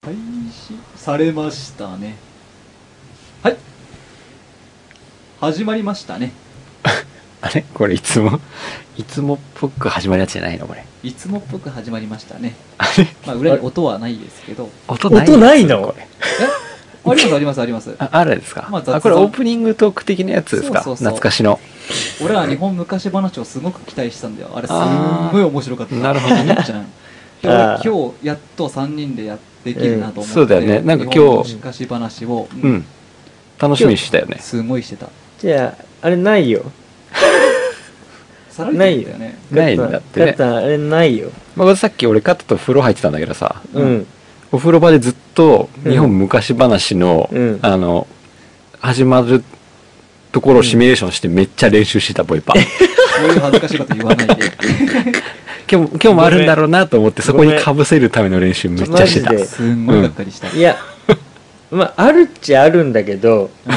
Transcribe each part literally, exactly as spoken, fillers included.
開始されましたね。はい、始まりましたね。 あれこれいつもいつもっぽく始まるやつじゃないのこれ。 いつもっぽく始まりましたね。あれ、まあ、裏に音はないですけど。 音ない音ないのこれ。 え、ありますありますあります。 あ、あるんですか、 まあ、 あ、これオープニングトーク的なやつですか。そうそうそう、懐かしの。 俺は日本昔話をすごく期待してたんだよ。あれすんごい面白かった。 なるほどね。 今日やっとさんにんでやってきるなと思って、うん、 そうだよね。なんか今日昔話を、 うん、うん、楽しみにしてたよね。 すごいしてた。 じゃああれないよ。 さらりと言ったよね。 ないんだってね。 カッタンあれないよ。 まあ、さっき俺カットと風呂入ってたんだけどさ、 うん、 お風呂場でずっと日本昔話の、うん、あの始まるところをシミュレーションしてめっちゃ練習してたボイパ。 そういう恥ずかしいこと言わないで。 今日今日もあるんだろうなと思ってそこにかぶせるための練習めっちゃしてた。 すんごいがっかりした。 うん、いや、まああるっちゃあるんだけど、うん、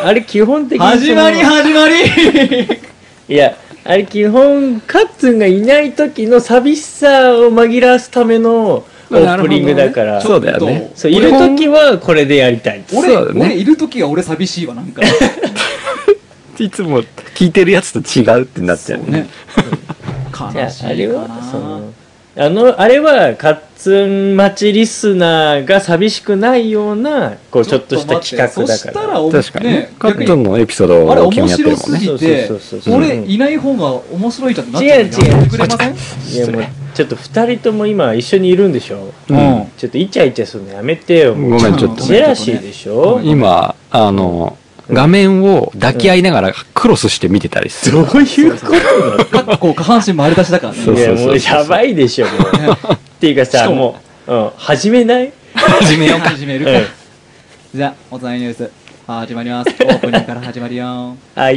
あれ基本的に始まり始まり。 いや。あれ基本カッツンがいない時の寂しさを紛らわすためのオープニングだから、 ね、そうだよね。 そういる時はこれでやりたい。 俺、ね、俺いる時は俺寂しいわなんか。 いつも聞いてるやつと違うってなっちゃうね。 悲しいかな。 あのあれはカッツン待ちリスナーが寂しくないようなこうちょっとした企画だから。そしたら確かにね、カッツンのエピソードを君やってるもんね。 あれ面白すぎて、俺いない方が面白いじゃんってなっちゃう。 違う違う。くれません？いやもうちょっと二人とも今一緒にいるんでしょ。うん。ちょっとイチャイチャするのやめてよ。 ごめんちょっと。 ジェラシーでしょ。 今あの。画面を抱き合いながらクロスして見てたりする。 どういうことなの？ かっこ下半身丸出しだからね。 いやもうやばいでしょもう。っていうかさもう、うん、始めない？ 始めようか。始めるか。じゃあおつまみニュース始まります。オープニングから始まるよ。 はい。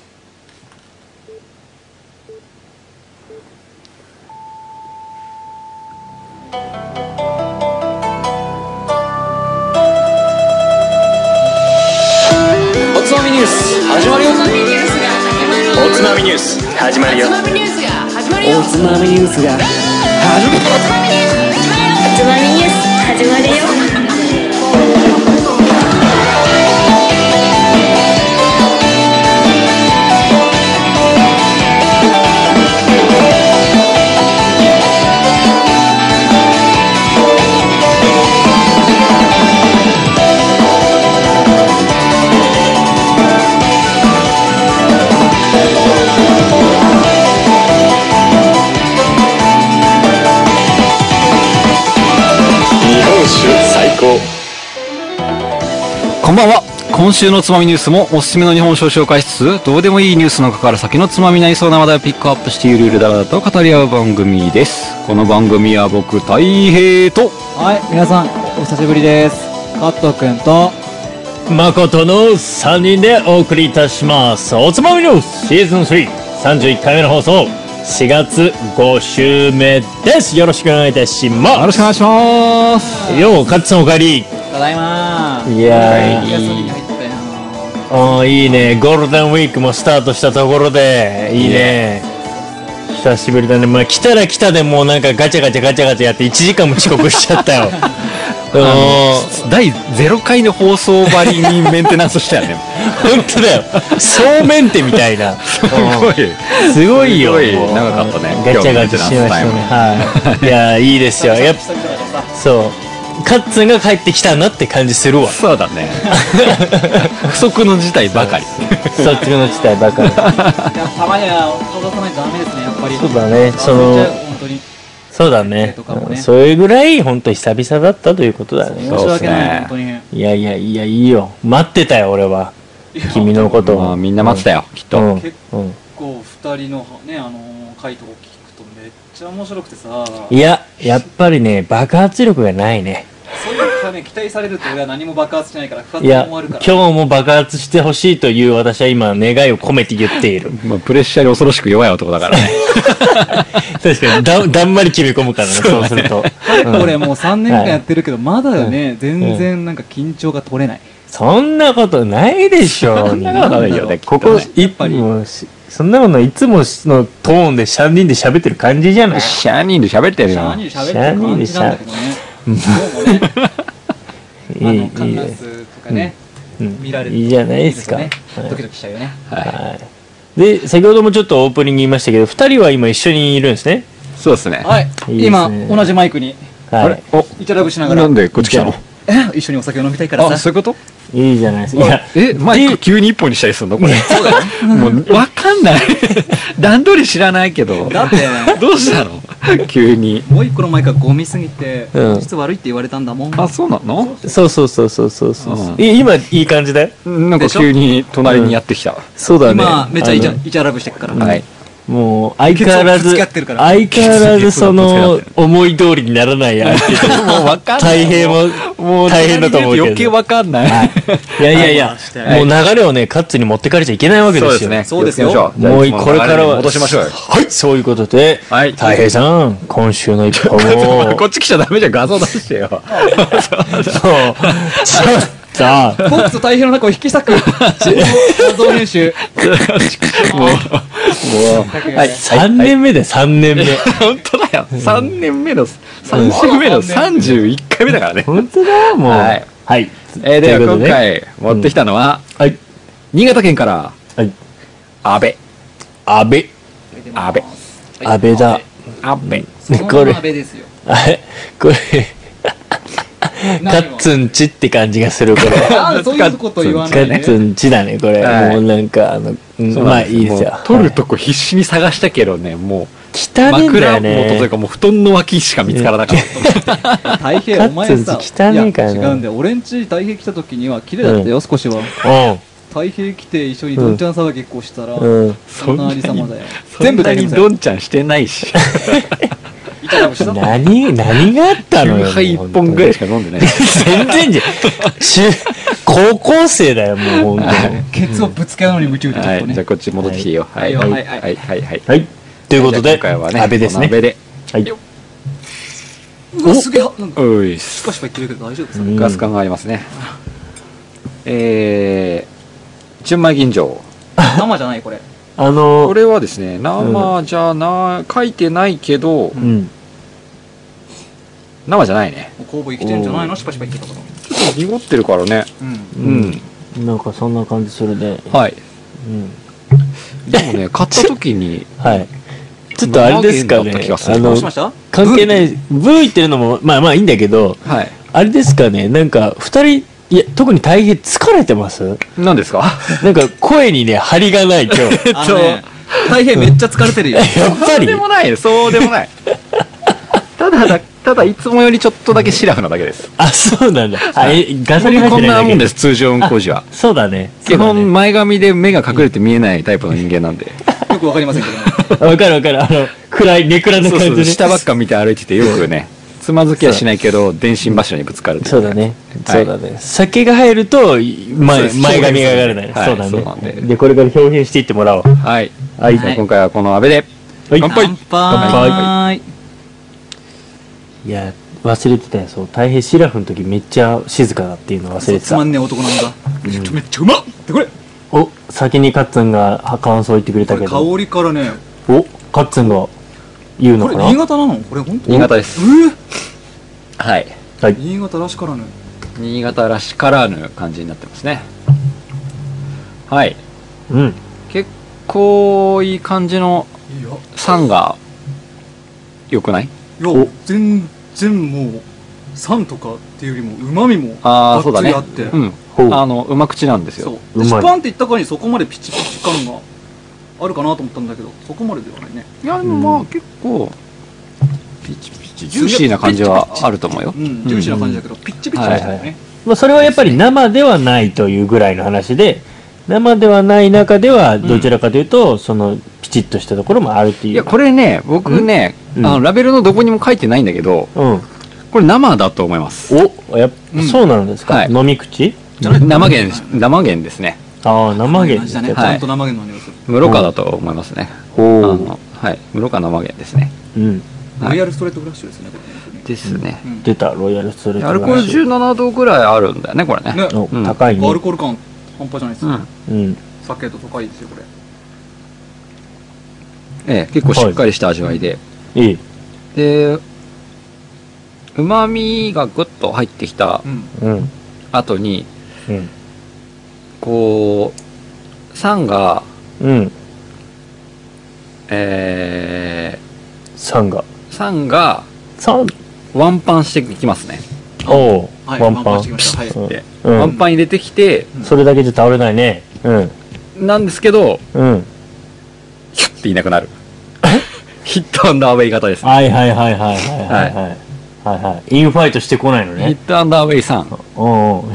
おつまみニュース始まるよ。おつまみニュース始まるよ。おつまみニュースが始まるよ。おつまみニュースが始まるよ。おつまみニュース始まるよ。 こんばんは。今週のつまみニュースもおすすめの日本酒を紹介しつつ、どうでもいいニュースのかかる先のつまみになりそうな話題をピックアップしてゆるゆるだらだと語り合う番組です。この番組は僕たい平と、 はい皆さんお久しぶりです。カット君と誠のさんにんでお送りいたします。おつまみニュースシーズンスリーさんじゅういっかいめの放送、しがつご週目です。よろしくお願いいたします。 よろしくお願いします。 ようカッツンお帰り。 ただいまー。いやーいい休みに入ったよ。 ああいいね。ゴールデンウィークもスタートしたところでいいね。久しぶりだね。まあ来たら来たでもうなんかガチャガチャガチャガチャやっていちじかんも遅刻しちゃったよ。 だいゼロかいの放送ばりにメンテナンスしたよね。 本当だよ。総メンテみたいな。 すごいすごいよ。 長かったね。 ガチャガチャしましたね。はい。いやいいですよ。やっぱそう。カッツンが帰ってきたなって感じするわ。 そうだね。不測の事態ばかり。 不測の事態ばかり。 たまには落とさないとダメですねやっぱり。 そうだね。そのそうだね。それぐらい本当久々だったということだね。 申し訳ない本当に。 いやいやいやいいよ。待ってたよ俺は。君のことを。 みんな待ってたよきっと。 結構二人のねあの回答を聞くとめっちゃ面白くてさ。 いややっぱりね爆発力がないね。 そういうかね期待されると俺は何も爆発しないから不発いやもあるから。 今日も爆発してほしいという私は今願いを込めて言っている。 まあプレッシャーに恐ろしく弱い男だからね。 確かに だ, だんまり決め込むからね。そうすると。 俺もうさんねんかんやってるけどまだね全然なんか緊張が取れない。 そんなことないでしょ。 そんなことないよね。 ここいっぱいそんなこといつものトーンでさんにんで喋ってる感じじゃない。 さんにんで喋ってるよ。 さんにんで喋ってる感じなんだけどね。 今日もねあのいいいい観覧ね数とかね、 うん見られるいいじゃないですか。 いいねはいドキドキしちゃうよね。 はい。で、先ほどもちょっとオープニング言いましたけど、二人は今一緒にいるんですね。 そうですね。 はい、 いいですね今同じマイクにはい。 あれお、 イチャラブしながらなんでこっち来たの？ え一緒にお酒を飲みたいからあ、 さ。 そういうこと？ いいじゃないですか。いや、 え、マイク急に一本にしたりするのこれ。 そうだよね。 もう、わかんない。段取り知らないけど。 だってどうしたの急に。 もう一個のマイクがゴミすぎてうん質悪いって言われたんだもん。 あ、そうなの？ そうそうそうそうそうそう。 うんい今いい感じだよ。 なんか急に隣にやってきた。 そうだね。 今めっちゃイチあのャイチャラブしてっから。 はい。 もう相変わらずケツをぶつけ合ってるから相変わらずそのケツを思い通りにならない相手ともうわかんない。 大変ももう大変だと思うけど余計わかんない。 いやいやいやはいもう流れをねカッツに持ってかれちゃいけないわけですよ。 そうですよ気をつけましょうもうじゃあこれからは戻しましょうよ。 はいそういうことではい大平さん今週の一本をこっち来ちゃダメじゃん、画像出してよ。 そうちょっと僕と大変の中を引き裂く画像編集。 もう、もう、はい。 さんねんめでさんねんめ本当だよ。さんねんめの、さん週目のさんじゅういっかいめだからね。 本当だよもうはいはいえー、ではということで今回持ってきたのは、 はい新潟県から、 はい安倍。 安倍安倍。 安倍だ安倍。 そのまま安倍ですよ。 あれこれカッツンチって感じがするこれあそういうこと言わカないで。 ッツンチだねこれ、 はいもうなんかあのうんそうまあなんですいいですよもう取るとこ必死に探したけどね、もう、 汚ねえんだよ枕元というねかもう布団の脇しか見つからなかった。 大平お前さカッツンち汚いからねや違うんだよ。俺んち大平来た時には綺麗だったよ、少しは。大平来て一緒にどんちゃん騒ぎっこしたら、 うんうんそんなありさまだよ。 全部に全部大変だよ。 どんちゃんしてないし。 イチャラブした。 何何があったのよきゅうはいいっぽんぐらいしか飲んでない。 全然じゃ中高校生だよもう本当にケツをぶつけ合うのに夢中でちょっとはい、じゃあね。 こっち戻ってきていいよ。はい、 はいはい、 はいはい、はい、はい。 はいということでじゃあ今回はね、 安倍ですねこの安倍で。 はい、 うわすげえ。なんかおいっす。 シュパシュパ言ってるけど大丈夫ですか。 うんガス管がありますね。えー、純米吟醸。 生じゃないこれ。 あのこれはですね、生じゃな、書いてないけど、 うん生じゃないね。 工房生きてるんじゃないの。シュパシュパ言ってたから。 ちょっと濁ってるからね。 うん。 うん。 うんなんかそんな感じするねはい。 うんでもね、買った時に、 はいちょっとあれですかね生だった気がするあのどうしました。 関係ないブー言ってるのもまあまあいいんだけどはい。 あれですかねなんか二人いや特に大変疲れてます何ですか？ なんか声にね張りがない今日あのね、大平めっちゃ疲れてるよ。 やっぱそうりでもない、そうでもない。ただだ、ただいつもよりちょっとだけシラフなだけです。 あそうなんだあえガソリン入っこんてないだけなもんです、通常運行時は。 そうだね基本前髪で目が隠れて見えないタイプの人間なんで。 よくわかりませんけどね。 わかるわかるあの暗いネクラなそうそう、 感じで下ばっか見て歩いててよくね、つまずきはしないけど、電信柱にぶつかるといそうだね、 はいそうだね酒が入ると前そうです前髪が上がるね、 はいそうだねそうなんででこれから表現していってもらおうはい。 はいじゃあ今回はこの安倍で、 はい乾杯乾杯。 いや忘れてたよそう大変シラフの時めっちゃ静かだっていうの忘れてたつまんねえ男なんだ。めっちゃめっちゃうまっ。でこれお先にカッツンが感想言ってくれたこれ香けどりからね。 おカッツンが言うのこかなれ新潟なの？これ本当？ 新潟です。 えはい。 はいー新潟らしからぬ。 新潟らしからぬ感じになってますね。はい。 うん結構いい感じのいや酸が良くない？ いや全然もう酸とかっていうよりも旨味もああ、そうだね。 あって。 うん。 ほうあの、うま口なんですそうよ。。 うまいでスパンっていった感じそこまでピチピチ感があるかなと思ったんだけどそこまでではないね。 いや、でもまあ結構、ピチピチ、ジューシーな感じはあると思うよ。 うんジューシーな感じだけどピッチピチはいだよね。 まあ、それはやっぱり生ではないというぐらいの話で生ではない中ではどちらかというと、そのピチッとしたところもあるっていういや、これね、僕ね、 うんあの、ラベルのどこにも書いてないんだけど、 うんこれ生だと思います。 おやっうんそうなんですか、 はい飲み口生源、生源ですね。 ああ生マ源ジだね。ちはいゃんと生源の匂いする。 室賀だと思いますね。あほうの、はい。室賀生源ですね。 うんロイヤルストレートフラッシュですねこれね。 ですね。 うん出たロイヤルストレートアルコールじゅうななどぐらいあるんだよね、これね。 ね。 おうん高いねアルコール感半端じゃないですよ。 うん。 うん酒と高いですよこれ。 ええ、結構しっかりした味わいで。 いいで、 旨味がぐっと入ってきたうんうん。 後に、 うん。 こう、酸が、 うん。 えさんが。 ー、酸がさん。 ワンパンしてきますね。 おう。 はいワンパン。 してきました。はい。 で、 うんワンパン入れてきて、 それだけじゃ倒れないね。うん。 なんですけど、 うん。 ヒュッていなくなる。ヒットアンダーウェイ型ですね。 はいはいはいはいはいはいはい。はいはい。インファイトしてこないのヒッね。 トアンダーウェイさん。 うんうん。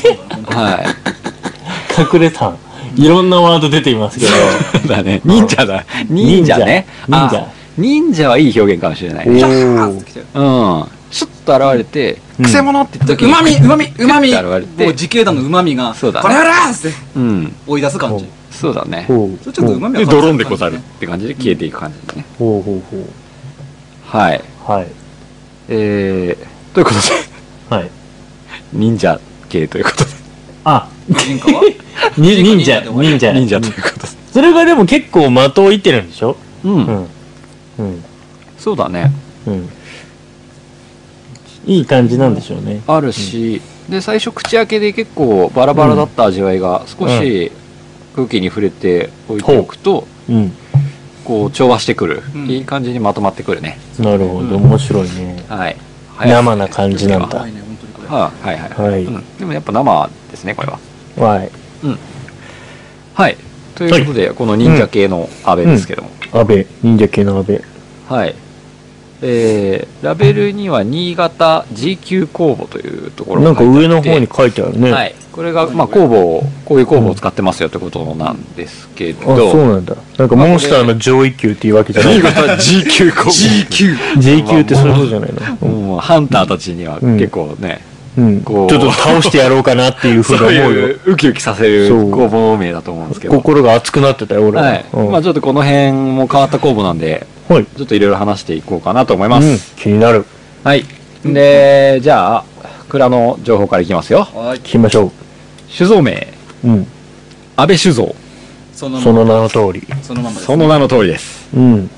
はい。 隠れたん。いろんなワード出ていますけど。 そうだね。忍者だ。忍者ね。 忍者あ忍者はいい表現かもしれないおね。 ー。 うん。シュッと現れて、 うんくせ者って言った時に、 うまみ、うまみ、うまみ。 ピュッて現れてもう自警団のうまみが、 そうだねこれやらーってうん。 追い出す感じ。 そうだね。 ほう。 それちょっとうまみで、 はドローンでござるって感じで消えていく感じですね。 ほうほうほう。 はい。 はい。 えー、ということで、 はい。 忍者系ということで、 あ、 人家はに忍者、 忍者で終わり忍者。 忍者ということで。 それがでも結構的を射ってるんでしょう。 うんん。うん。 そうだね。 うん。いい感じなんでしょうね。 あるし、で、最初口開けで結構バラバラだった味わいが少し空気に触れて置いておくと、 うん。 こう調和してくる、 うんいい感じにまとまってくるね。 なるほど。面白いね。 はい。 生な感じなんだはいね、本当にこれ。 はいはいはい。 はいうん、でもやっぱ生ですね、これは。 はい。 はい。ということで、この忍者系のアベですけども。 安倍、忍者系の安倍。 はい。えー、ラベルには新潟 ジーキュー 工房というところなんかが書いてあって上の方に書いてあるね。 はい。これが、まあ、工房を、こういう工房を使ってますよってことなんですけど。 あ、そうなんだ。なんかモンスターの上位級っていうわけじゃない。 新潟 ジーキュー 工房。ジーキュー。 J 級ってそういうことじゃないの。 もう、ハンターたちには結構ね、 うん。ちこうょっと倒してやろうかなっていうふうそうに思うよ。 いうウキウキさせるそう工房名だと思うんですけど。 心が熱くなってたよ、俺は。 はい。 うんまあちょっとこの辺も変わった工房なんで、 はい。 ちょっといろいろ話していこうかなと思いまうんす。 気になる。 はい。で、じゃあ、蔵の情報からいきますよ。 はい。 聞きましょ酒造名、 う。うん。 安倍酒造。 そのその名の通り。 そのままです。 その名の通りです。 うん。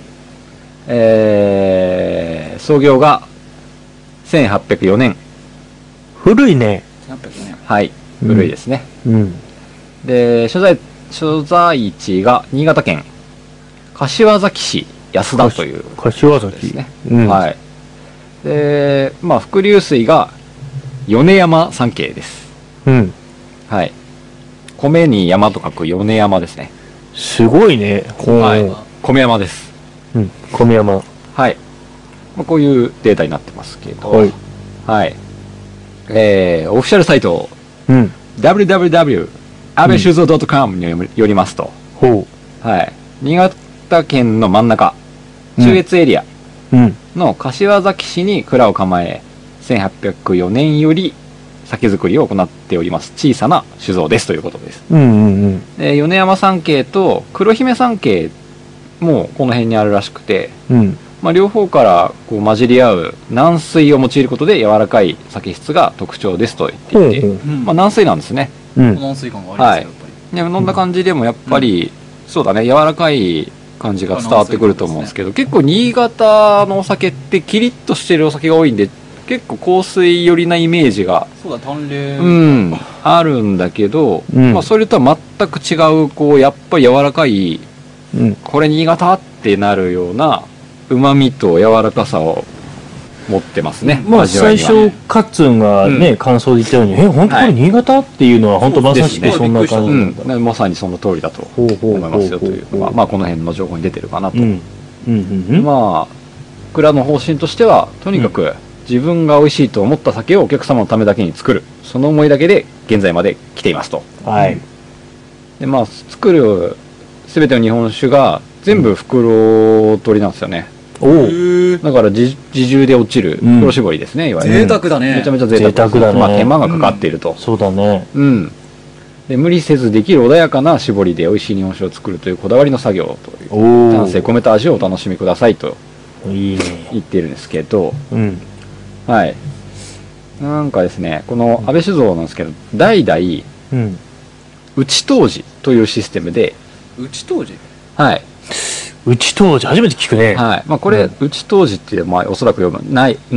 えー、創業がせんはっぴゃくよねん。 古いね。 やっぱりね。 はい。 うん古いですね。 うん。 で、所在、所在地が新潟県柏崎市安田という柏崎。 ですね。 うん。 はい。で、まあ、伏流水が米山山系です。 うん。 はい。米に山と書く米山ですね。 すごいね。 はいうん。 米山です。 うん。米山。 はい。まあ、こういうデータになってますけど。 はい。 はい。えー、オフィシャルサイト、 うん。 ダブリューダブリューダブリュー アベ酒造 .com によりますと、 ほはい。新潟県の真ん中、 うん中越エリアう。うん。のの柏崎市に蔵を構え、せんはっぴゃくよねんより酒造りを行っております小さな酒造ですということです。 うんうんうん。 で米山山系と黒姫山系もこの辺にあるらしくて、 うん。 まあ、両方からこう混じり合う軟水を用いることで柔らかい酒質が特徴ですと言っていて、 ほうほうん。 まあ、軟水なんですね。 うん。 軟水感がありますよ、やっぱり。 で飲んだ感じでもやっぱり、そうだね、柔らかい感じが伝わってくると思うんですけど、結構新潟のお酒ってキリッとしてるお酒が多いんで、結構香水寄りなイメージが、 そうだ、淡麗。 うん、あるんだけど、 うんまあそれとは全く違う、こう、やっぱり柔らかい、 うん。 これ新潟ってなるような、旨味と柔らかさを持ってますね。 まあ味わいには最初、カッツンがね、感想で言ったように、え、本当これ新潟っていうのは本当まさしくそんな感じうんなんだ。、 まさにその通りだとほうほうほう思いますよというのが、まあこの辺の情報に出てるかなと。 うん。うんうんうん。 まあ、蔵の方針としては、とにかく自分が美味しいと思った酒をお客様のためだけに作る。その思いだけで現在まで来ていますと。 はい。 で、まあ、作るすべての日本酒が全部袋取りなんですよね。 おう。 へだから自自重で落ちるうん黒絞りですね、いわゆる。 贅沢だね。 めちゃめちゃ贅沢贅沢だねまあ、手間がかかっていると。 そうだね。 うん。で、無理せずできる穏やかな絞りで美味しい日本酒を作るというこだわりの作業という、 お丹精込めた味をお楽しみくださいとお。いいね。 言っているんですけど、 うん。 はい。なんかですね、この安倍酒造なんですけど、代々、 うん。 内当時というシステムで、 うち当時。 はい。 うち当時初めて聞くね。 はい。まあこれ、 うん内当時っていう、まあおそらく読む、ない、ない、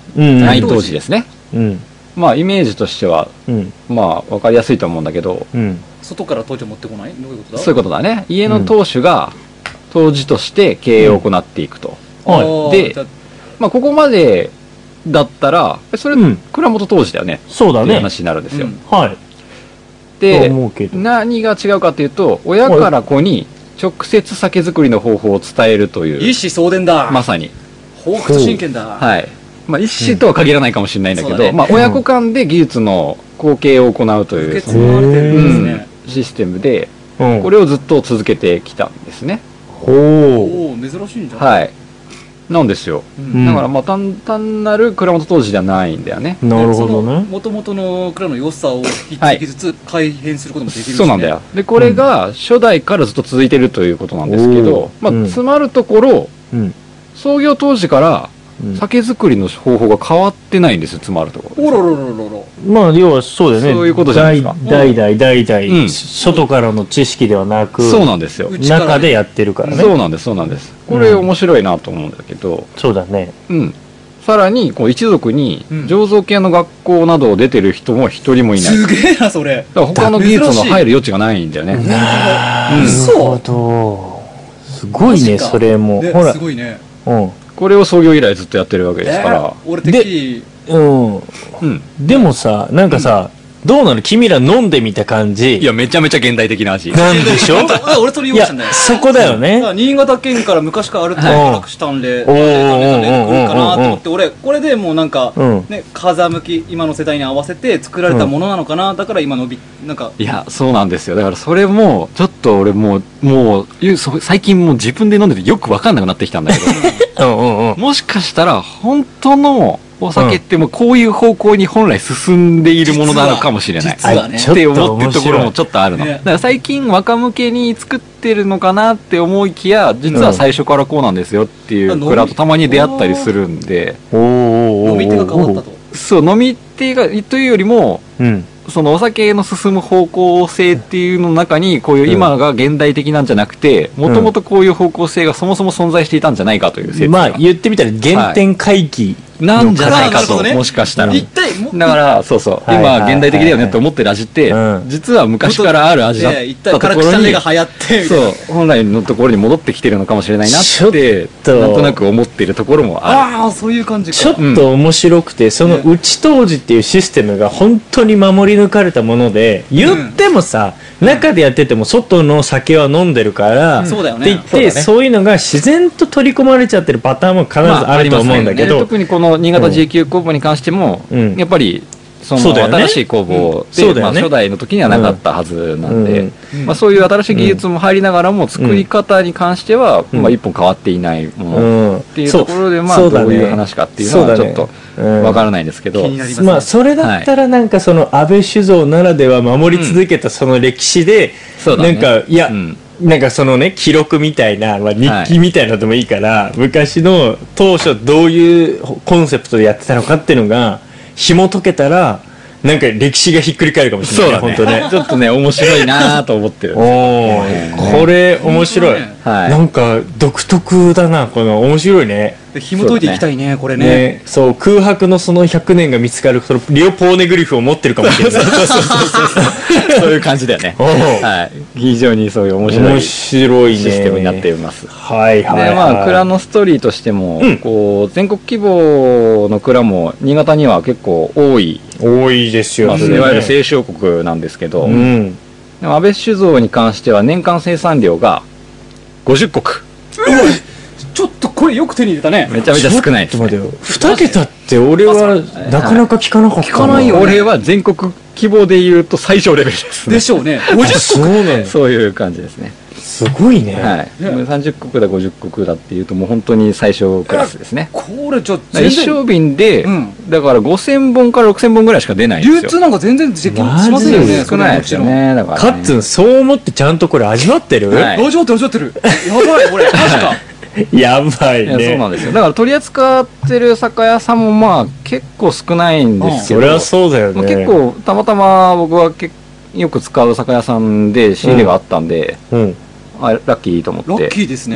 うんない当時ですね。 うんまあイメージとしてはうんまあ分かりやすいと思うんだけど、 うん外から当時持ってこない？どういうことだ？ そういうことだね。家の当主が当時として経営を行っていくと。 はいあーでじゃあまあここまでだったらそれうん蔵元当時だよね。 そうだねっていう話になるんですよ。 うんはいでと思うけど何が違うかというと親から子に直接酒造りの方法を伝えるという一子相伝だ。 まさに放屈真剣だ。 はい。まあ、一子とは限らないかもしれないんだけど、 うんそうだねまあ、親子間で技術の後継を行うという、 受け継がれてるんですね。 システムで、 うんこれをずっと続けてきたんですね。 ほうおお珍しいんじゃない？ はい。なんですよ。 うんんだから、まあ、単単なる蔵元当時ではないんだよね。 なるほどねもともとの蔵の良さを一滴ずつ改変することもできるしね。 そうなんだよ。で、これが初代からずっと続いてるということなんですけど、まあ、 おーうんつまるところ、 うん創業当時からうん酒造りの方法が変わってないんですよ、つまるところ。 おろろろろろ。 まあ要はそうだよねそういうことじゃないですか代代々代々、 うん外からの知識ではなくそうなんですよ。 うちからね中でやってるからねそうなんです、そうなんです。これ面白いなと思うんだけど、 そうだねうん。さらに、こう一族にうん醸造系の学校などを出てる人も一人もいない。だすげえなそれ。 から他の技術の入る余地がないんだよね。 なる嘘ほどすごいねマジかそれもねほらすごいね。 うんこれを創業以来ずっとやってるわけですから。 えー俺てっきりうんうん。 でもさなんかさ、どうなの君ら飲んでみた感じいや、めちゃめちゃ現代的な味。 なんでしょあ俺それ言おいうやとしたんだよ。 そこだよだかねら新潟県から昔からあるから辛くしたんで、 おーなんでなんでなんで来るかなと思って、俺、これでもうなんかうん、 ね、風向き、今の世代に合わせて作られたものなのかな、だから今伸び、なんか、 いや、そうなんですよ。だからそれも、ちょっと俺もう、もう、ゆそ最近もう自分で飲んでてよくわかんなくなってきたんだけうんうんうんど、もしかしたら、本当のお酒ってもうこういう方向に本来進んでいるものなのかもしれない。 実はねって思ってるところもちょっとあるの。 ねだから最近若向けに作ってるのかなって思いきや、実は最初からこうなんですよっていううんクラとたまに出会ったりするんで、 おーおーおー飲み手が変わったと。 そう、飲み手が、というよりも、 うんそのお酒の進む方向性っていうの中に、こういう今が現代的なんじゃなくて、もともとこういう方向性がそもそも存在していたんじゃないかという説が。 まあ言ってみたら原点回帰なんじゃないかと、 なるほどねもしかしたら。 一体も、 だから、そうそう、 はいはい今現代的だよねって思ってる味ってうん、 実は昔からある味だっで一た体辛くしたところに、 目が流行って、みたいな。 そう、本来のところに戻ってきてるのかもしれないなっちょて、 となんとなく思っているところもある。 ああ、そういう感じか。 ちょっと面白くて、そのうち当時っていうシステムが本当に守り抜かれたもので、言ってもさ、中でやってても外の酒は飲んでるから、 そうだよねって言ってそうだねそういうのが自然と取り込まれちゃってるパターンも必ずまあると思うんだけでど、 特にこの新潟 ジェーキュー 工房に関しても、 うんやっぱりそのそうだよね新しい工房で、 そうだよねまあ、初代の時にはなかったはずなんで、 うんまあ、そういう新しい技術も入りながらも作り方に関しては、 うんまあ、一本変わっていないものうんっていうところで、まあ、 そうだねどういう話かっていうのはちそうだねょっとうんわからないんですけど、 気になりますね。 まあそれだったらなんかその安倍酒造ならでは守り続けたその歴史で、 そうだねなんかいや、 うんなんかそのね記録みたいな、まあ、日記みたいなのでもいいから、昔の当初どういうコンセプトでやってたのかっていうのが紐解けたらなんか歴史がひっくり返るかもしれないそうだね本当ねちょっとね面白いなと思ってるんおですよーこれ面白い、 本はいなんか独特だなこの面白いねで紐解いていきたいね、これね。 ね、そう空白のそのひゃくねんが見つかるそのリオポーネグリフを持ってるかもしれないそういう感じだよね、 おーはい、非常にそういう面白面いシ白いねステムになっています。 はいはい、はい、 でまあ蔵のストーリーとしても、 うんこう全国規模の蔵も新潟には結構多い、 多いですよ、 まあ、いね、 わゆる清酒王国なんですけど、 うんでも安倍酒造に関しては年間生産量がごじゅっこく、 ちょっとこれよく手に入れたね。 めちゃめちゃ少ないです、 ちょっと待ってよに桁って俺はなかなか聞かなかった聞かないよ、俺は全国規模で言うと最小レベルですねでしょうね。 あごじゅっそうなんだそういう感じですね、 すごいね、 はい、 ねもうさんじゅっこくだごじゅっこくだっていうともう本当に最小クラスですね。 これちょっと一升瓶で、 うんだからごせんぼんからろくせんぼんぐらいしか出ないんですよ。 流通なんか全然できしませんよね。 少ないですよね。だから、ね、 カッツンそう思ってちゃんとこれ味わってる、 はい味わってる味わってる。やばい、これ。マジか。 やばいいやねそうなんですよ。だから取り扱ってる酒屋さんもまあ結構少ないんですけど、 そりゃそうだよね、 まあ結構たまたま僕はけよく使う酒屋さんで仕入れがあったんで、 うんあラッキーと思って。 ラッキーですね。 うん。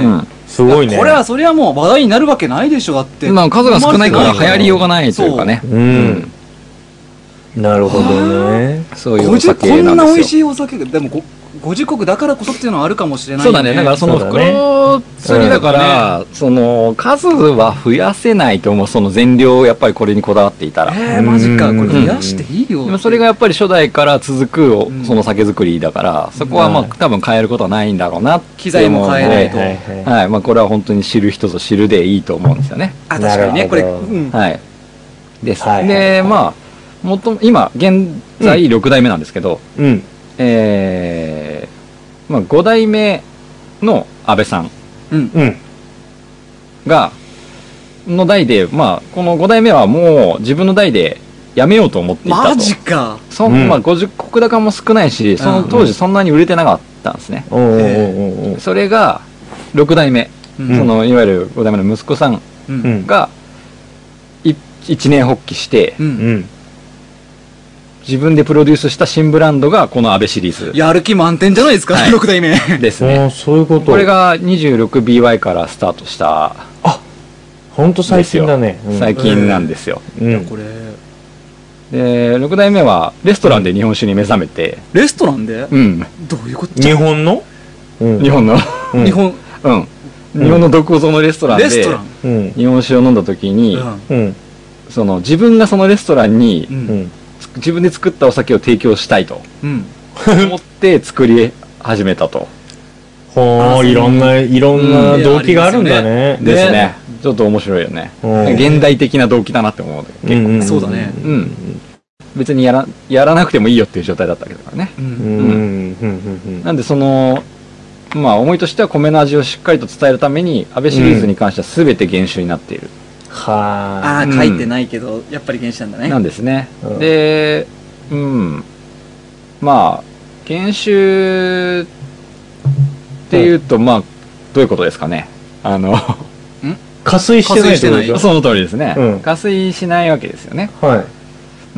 すごいね。 これはそれはもう話題になるわけないでしょだって。 まあ数が少ないから流行りようがないというかね。 うん。なるほどね。 そういうおこ酒なんですよ。 んな美味しいお酒がでもごご時刻だからこそっていうのはあるかもしれないよね。 そうだね。だからその袋釣りだから、その数は増やせないと思う。その全量をやっぱりこれにこだわっていたら。 えー、マジか。これ増やしていいよ。 でもそれがやっぱり初代から続くその酒造りだから、そこはまあ多分変えることはないんだろうな。 機材も変えないと。 はい。まあこれは本当に知る人ぞ知るでいいと思うんですよね。 あ、確かにね。これ、うん、 はい。です。で、まあ、もと今現在ろく代目なんですけど、 うん。 えー、まあご代目の安倍さんが、の代で、まあこのご代目はもう自分の代でやめようと思っていたと。 マジか。 そん、まあごじゅう石高も少ないし、その当時そんなに売れてなかったんですね。それがろく代目、そのいわゆるご代目の息子さんが一年発起して、自分でプロデュースした新ブランドがこの安倍シリーズ。 やる気満点じゃないですか、はい、ろく代目ですね。 そういうこと。 これが にじゅうろくビーワイ からスタートした。 あ、ほんと最近だね。 最近なんですよ。 うん、これでろく代目はレストランで日本酒に目覚めて。 うん、レストランで、 うん、 どういうこと？ 日本の、 うん、日本の、 うん、日本、 うん、日本のどこぞのレストランでレストラン、 日本酒を飲んだ時に、 うん、 その自分がそのレストランに、 うん、 自分で作ったお酒を提供したいと、うん、思って作り始めたと。 ほー、いろんないろんな動機があるんだね。 ですね。ちょっと面白いよね。現代的な動機だなって思う。 結構そうだね。 うん。別にやらやらなくてもいいよっていう状態だったわけだからね。なんでそのまあ思いとしては米の味をしっかりと伝えるために安倍シリーズに関しては全て原酒になっている。 はあ。ああ、書いてないけどやっぱり原酒なんだね。 なんですね。で、うん、まあ原酒っていうとまあどういうことですかね。あの加水してないってことでしょ。 その通りですね。加水しないわけですよね。 はい。 うん。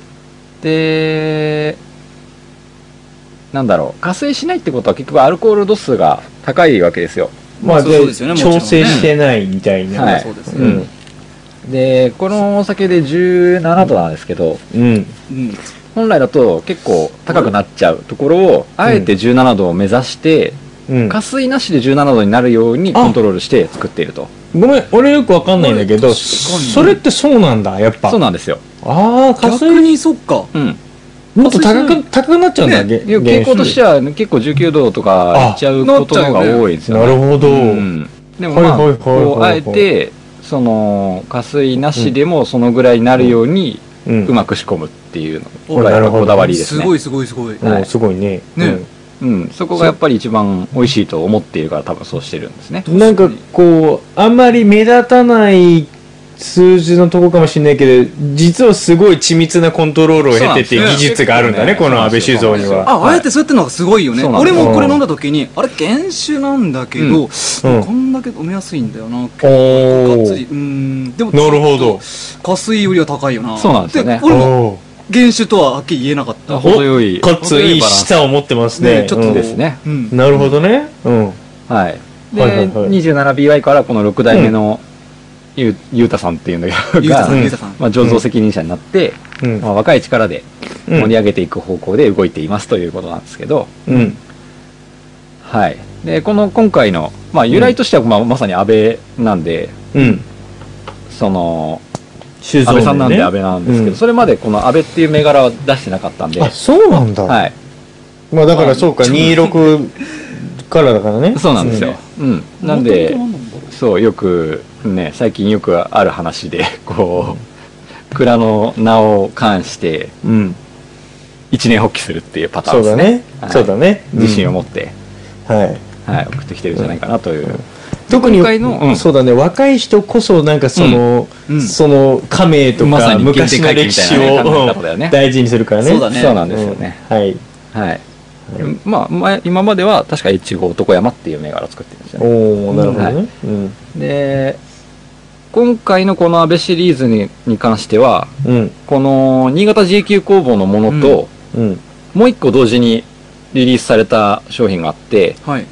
で、なんだろう、加水しないってことは結局アルコール度数が高いわけですよ。 まあ、で調整してないみたいな。 はい。そうですね。で、このお酒でじゅうななどなんですけど、うん。本来だと結構高くなっちゃうところを、あえてじゅうななどを目指して、加水なしでじゅうななどになるようにコントロールして作っていると。 ごめん、俺よくわかんないんだけど、それってそうなんだ、やっぱ。 そうなんですよ。 ああ、加水逆にそっか。 うん。 もっと高く、高くなっちゃうんだ、 ね、傾向としては結構じゅうきゅうどとかいっちゃうことの方が多いんですよね。 なるほど。 でもまあ、こう、あえて、その、加水なしでもそのぐらいになるように、うまく仕込むっていうの。これはこだわりですね。 すごいすごいすごい。 すごいね。 ね。 うん、そこがやっぱり一番美味しいと思っているから多分そうしてるんですね。 なんかこうあんまり目立たない数字のとこかもしれないけど、実はすごい緻密なコントロールを経てっていう技術があるんだね、この安倍酒造には。 あ、あえてそうやってのがすごいよね。俺もこれ飲んだ時に、あれ原酒なんだけど、こんだけ飲みやすいんだよな。がっつり。うん。でもなるほど。 加水よりは高いよな。 そうなんですよね。 俺も原酒とははっきり言えなかった。 程よい。 かついい舌を持ってますね。 ちょっとですね。 なるほどね。うん。 はい。で、にじゅうななビーワイ からこのろく代目のゆうたさんっていうのが、まあ醸造責任者になって、まあ若い力で盛り上げていく方向で動いていますということなんですけど、はい。で、この今回の、まあ由来としてはまあまさに安倍なんで、その、安倍さんなんで安倍なんですけど、それまでこの安倍っていう銘柄は出してなかったんで。 あ、そうなんだ。 はい。 まあだからそうか、にじゅうろくからだからね。 そうなんですよ。うん。なんで、そう、よくね、最近よくある話で、こう、蔵の名を冠して、一年発起するっていうパターンですね。 そうだね。 自信を持って、 はい。 はい、送ってきてるんじゃないかなという。 特にそうだね、若い人こそなんかそのその家名とか昔の歴史を大事にするからね。 そうなんですよね。はいはい。まあ今までは確か越後男山っていう銘柄を作ってるんですよね。 おお、なるほどね。 で今回のこの安倍シリーズにに関してはこの新潟 ジェイキュー 工房のものともう一個同時にリリースされた商品があって、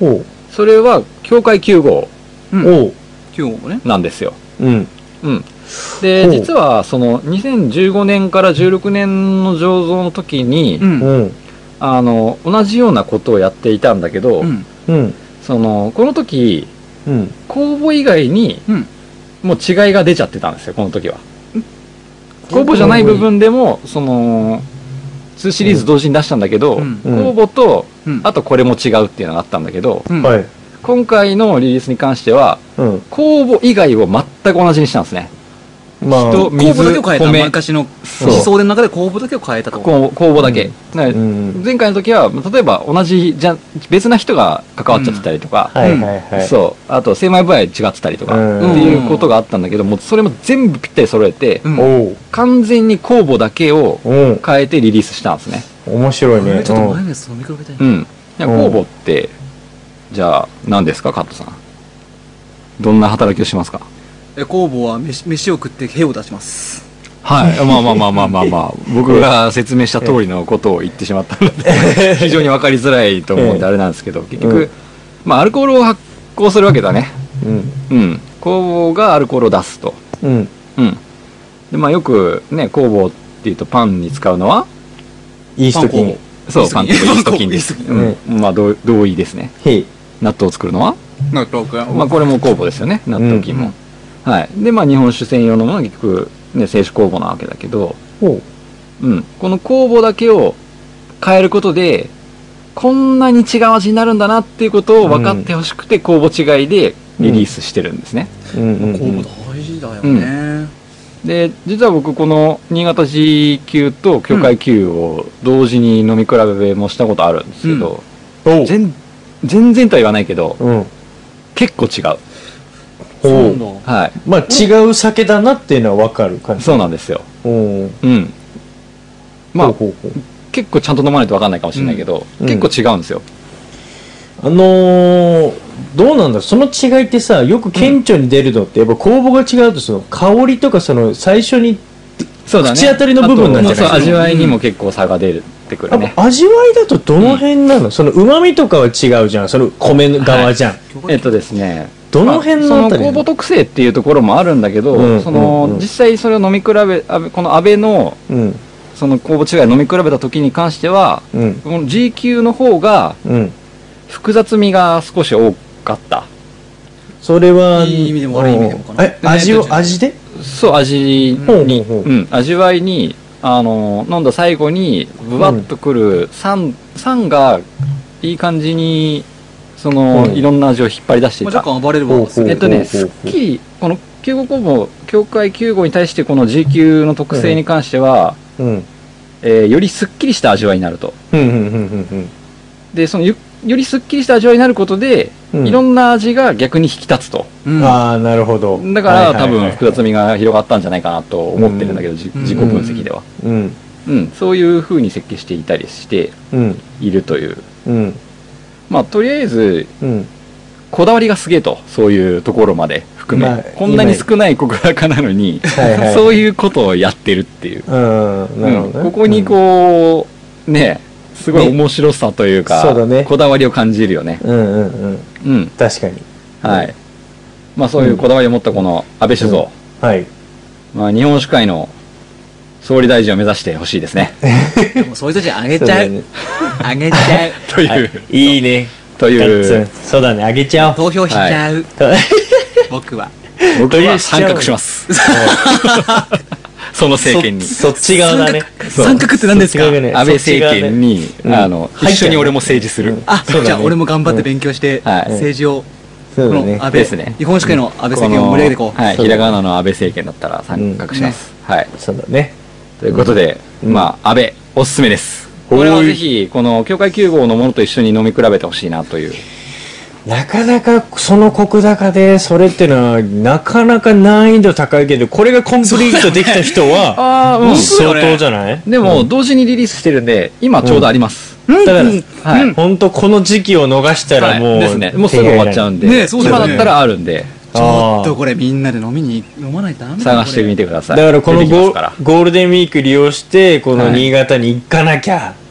それは協会きゅう号おきゅう号もね。 なんですよ。 うんうんで実はそのにせんじゅうごねんからじゅうろくねんの醸造の時に、 うん。 うんあの同じようなことをやっていたんだけど、 うん。 うんそのこの時うん酵母以外にうん。 もう違いが出ちゃってたんですよ、この時は。酵母じゃない部分でもそのにシリーズ同時に出したんだけど、 うん酵母とうん。 あとこれも違うっていうのがあったんだけど、 うん。 はい今回のリリースに関してはうん酵母以外を全く同じにしたんですね。 まあ人酵母だけを変えた。 米昔のそう思想伝の中で酵母だけを変えたと。 こう酵母だけ、 うんだからうん前回の時は例えば同じじゃ別な人が関わっちゃってたりとか、 はいはいはいそうあと精米部合違ってたりとか、 うんっていうことがあったんだけども、それも全部ぴったり揃えて、 うん。 おう完全に酵母だけをうん変えてリリースしたんですね。 面白いねこれちょっと前のやつと飲み比べたいな。 うんいや酵母ってじゃあ何ですか、カットさん。どんな働きをしますか？ え、酵母は飯飯を食って屁を出します。 はいまあまあまあまあまあまあ僕が説明した通りのことを言ってしまったので非常に分かりづらいと思うんであれなんですけど、結局、 うんまあアルコールを発酵するわけだね。 うんうん酵母がアルコールを出すと。 うんうんでまあよくね酵母っていうとパンに使うのはイースト菌そうパンとイースト菌イースト菌です。 イーストうんまあ同同意ですね。 へい納豆を作るのは納豆が。 まあこれも酵母ですよね、納豆菌も。はい。でまあ日本酒専用のものは結局ね清酒酵母なわけだけど、 おううん、この酵母だけを変えることでこんなに違う味になるんだなっていうことを分かってほしくて、酵母違いでリリースしてるんですね。 うんうん酵母大事だよね。 で実は僕この新潟 ジー 級と協会級を同時に飲み比べもしたことあるんですけど、 おう全全然とは言わないけどうん結構違う。 そうなんだ。 はい。 まあ違う酒だなっていうのは分かる感じそうなんですよ。 おううん。まあほうほうほう結構ちゃんと飲まないと分かんないかもしれないけど、 うん結構違うんですよ。 あのー、どうなんだろうその違いってさよく顕著に出るのってやっぱ酵母が違うとその香りとかその最初にそうだね。 口当たりの部分なんじゃないあとそう味わいにも結構差が出てくるね。 あ味わいだとどの辺なの、その旨味とかは違うじゃんその米側じゃん、 えっとですね、 どの辺のあたりまあその酵母特性っていうところもあるんだけど、 うんその、 うんうん実際それを飲み比べあべこの安倍のうんその酵母違いを飲み比べた時に関しては、 うんこの ジー 級の方がうん複雑味が少し多かった。 それはいい意味でも悪い意味でもかなえ味を味でそう味ほうに、 ほうほううん、味わいにあの飲んだ最後にブワッとくる酸酸がいい感じにその、 うんいろんな味を引っ張り出していまあ、 た。 若干暴れるわ。 ほうほうえっとね、 ほうほうすっきり、このきゅう号酵母、境界きゅう号に対してこの ジー 級の特性に関しては、 うんえーよりすっきりした味わいになると。 うんうんうんうんで、そのよよりすっきりした味わいになることで、 うんいろんな味が逆に引き立つと。 うん。 ああなるほどだから、 はいはいはい多分複雑味が広がったんじゃないかなと思ってるんだけど、じうん自己分析では。 うんうん、そういう風に設計していたりしてうんいるという。 うんまあ、とりあえず、 うんこだわりがすげえと、そういうところまで含め。 まあこんなに少ない国高なのに、 はいはいそういうことをやってるっていう。 うんなるほどね、 うんここにこう、ね、すごい面白さというか、 ねそうだねこだわりを感じるよね。 うんうんうんうん。 確かにはい。まあそういうこだわりを持ったこの安倍酒造。 はいまあ日本酒界の総理大臣を目指してほしいですね。 でもそういう人じゃあげちゃう。 そうだねあげちゃう。 という、 はいいいねといガッツンう、 そうだねあげちゃおう投票しちゃう。僕は。 僕は参画します。その政権に。 そそっち側だねそう三角って何ですか？ そっち側がね安倍政権に、 そっち側ねあの、 うん一緒に俺も政治する。 あ、 そうだねじゃあ俺も頑張って勉強して、 はい政治を、こそうだねの安倍ですね日本酒界の安倍政権を盛り上げていこう。 はい、 そうだねひらがなの安倍政権だったら参画します。はい。 そうだねということで、 うんまあ、安倍、おすすめです。 ほいこれはぜひ、この、境界きゅう号のものと一緒に飲み比べてほしいなという。 なかなかその石高でそれってのはなかなか難易度高いけどこれがコンプリートできた人はああ、 うん相当じゃないでも、同時にリリースしてるんで、今ちょうどあります。 だからはい。 本当この時期を逃したらもう、 はいですね。もうすぐ終わっちゃうんで。 ねそうだよね今だったらあるんで、 ちょっとこれみんなで飲みに飲まないとダメだ探してみてください。 だからこのゴ出てきますからゴールデンウィーク利用してこのはい新潟に行かなきゃ、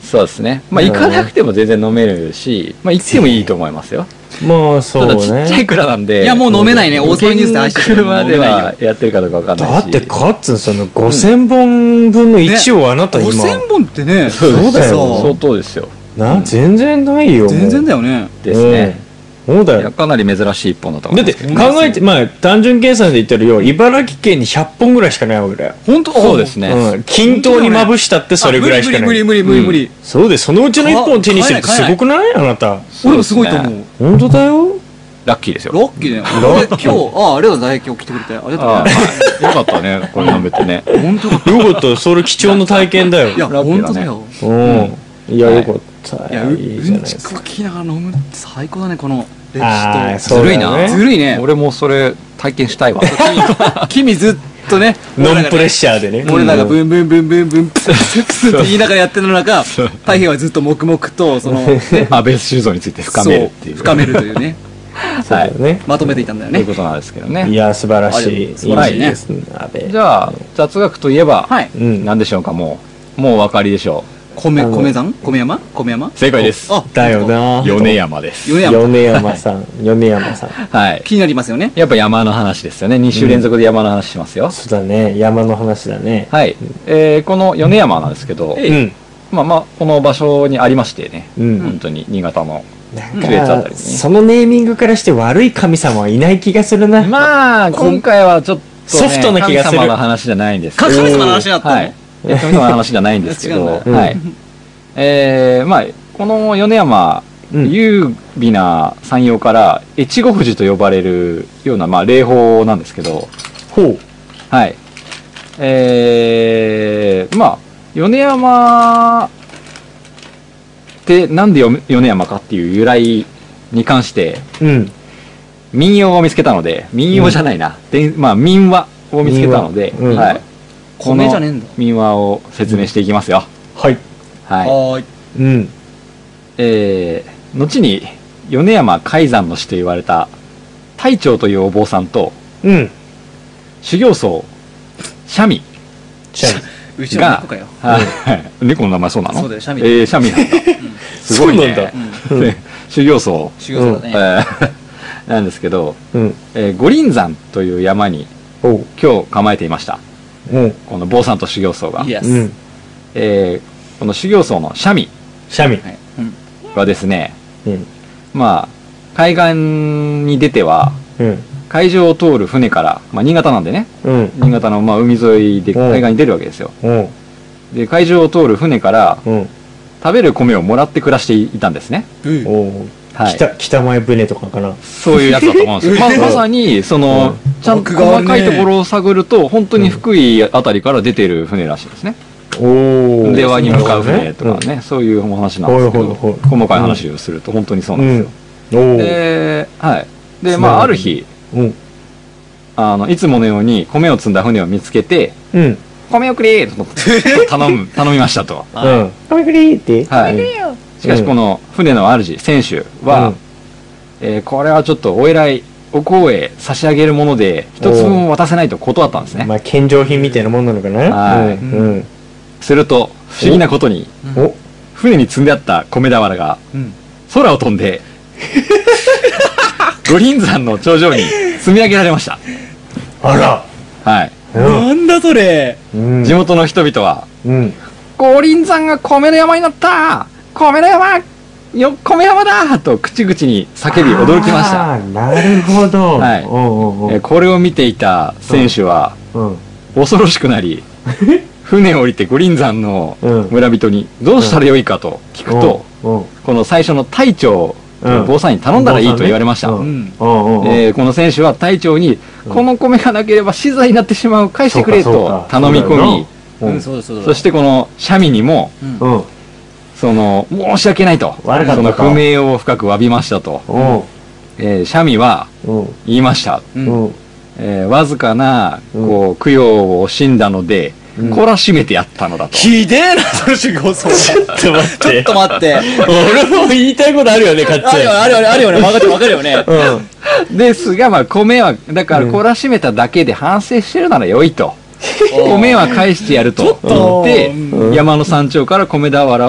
そうですね。まあ行かなくても全然飲めるし、まあ行ってもいいと思いますよ。 まあそうね。 ただちっちゃい蔵なんで。 いやもう飲めないね。大津波ニュースで愛してるまではやってるかどうかわかんないし。 だってカッツンそのごせんぼんぶんのいちをあなた今。 ごせんぼんってね。 そうだよ。 相当ですよ。 な、全然ないよ。 全然だよね。 ですね。 そうだよ。 かなり珍しい一本だと思う。だって考えて、まあ単純計算で言ったらよ、茨城県にひゃっぽんぐらいしかないわけだよ。 本当？ そうですね。 うん。均等にまぶしたってそれぐらいしかない。 無理無理無理無理無理。 そうです。そのうちのいっぽん手にしてるってすごくない？あなた。 俺もすごいと思う。 本当だよ。 ラッキーですよ。 ラッキーだよ。今日、ああ、ありがとうございます。今日来てくれて。ありがとうございます。 よかったね、これ飲めてね。 本当だ。 よかった。それ貴重な体験だよ。 いや、本当だよ。 うん。いや、よかった。 いや、うんちく聞きながら飲むって最高だね、この歴史と。ずるいな。 ずるいね。 俺もそれ体験したいわ。 君ずっとね、 ノンプレッシャーでね。 俺らがブンブンブンブンブンプスプスって言いながらやってる中、太平はずっと黙々と、その、 あ、ベース修造について深めるっていう。 深めるというね。 はい。ね。 まとめていたんだよね。 ということなんですけどね。 いや、素晴らしい。 素晴らしいね。 じゃあ、雑学といえば、何でしょうか、もう。もうお分かりでしょう。米、米山米山米山正解です。 だよな。 米山です。 米山さん。米山さん。 はい。 気になりますよね。 やっぱ山の話ですよね。に週連続で山の話しますよ。 そうだね。山の話だね。 はい。え、この米山なんですけど、まあまあ、この場所にありましてね、本当に新潟の。 なんかそのネーミングからして悪い神様はいない気がするな。 まあ今回はちょっとソフトな気がする。 神様の話じゃないんですけど。 神様の話だったの？ はい。神様の話じゃないんですけど、はい。えまあこの米山優美な山陽から越後富士と呼ばれるようなまあ霊峰なんですけど、 ほう。 はい。えまあ米山でなんで米山かっていう由来に関して、うん、民謡を見つけたので、民謡じゃないな、うん、でまあ民話を見つけたので、うん、はい、この民話を説明していきますよ。 はい。 はい。 はい。 うん。 えー、後に米山開山の師と言われた太長というお坊さんと、 うん、 修行僧シャミ。 シャミ。うちの猫かよ。 はい。猫の名前そうなの？ そうだよ、シャミ。 えー、シャミなんだ。すごいね。修行僧。 修行僧だね。 なんですけど、五輪山という山に今日構えていました。この坊さんと修行僧が。この修行僧のシャミ。 シャミ。 はですね、まあ、海岸に出ては、海上を通る船から、まあ、新潟なんでね、うん、新潟のまあ海沿いで海岸に出るわけですよ、うん、で海上を通る船から、うん、食べる米をもらって暮らしていたんですね、 うんはい、北, 北前船とかかな、 そういうやつだと思うんですよ、まあ、まさにその、うん、ちゃんと細かいところを探ると本当に福井あたりから出てる船らしいですね、うん、出羽に向かう船とかね、うん、そういうお話なんですけど、細かい話をすると本当にそうなんですよ、うん、で、はい、でまあある日うん、あのいつものように米を積んだ船を見つけて、うん、米をくれーと頼む頼みましたと、 うん、米くれーって、 はい、しかしこの船の主船主は、うんえー、これはちょっとお偉いお公へ差し上げるもので一つ分渡せないと断ったんですね、 まあ献上品みたいなもんなのかな、 はい、うんうん、すると不思議なことに船に積んであった米俵が空を飛んで五輪山の頂上に積み上げられました。 あら。 はい。 なんだそれ。 地元の人々は、うん、五輪山が米の山になった、米の山、よ米山だと口々に叫び驚きました。 ああ、なるほど。 はい。おうおうおうえこれを見ていた選手は、うんうん、恐ろしくなり、船を降りて五輪山の村人にどうしたらよいかと聞くと、うんうん、この最初の隊長坊さんに頼んだらいいと言われました。この選手は隊長に、うん、この米がなければ死罪になってしまう、返してくれと頼み込み、そしてこのシャミにも、うん、その申し訳ないと、その不明を深く詫びましたと、えー、シャミは言いました、うんえー、わずかなこう供養を惜しんだので懲らしめてやったのだと。 ひでえな、その修行僧。 ちょっと待って。 ちょっと待って。 俺も言いたいことあるよね、かっちゃん。 あるよ、あるよ、あるよね。分かるよ、分かるよね。 うん。ですが、まあ、米は、だから、懲らしめただけで反省してるなら良いと。米は返してやると言って、山の山頂から米俵は、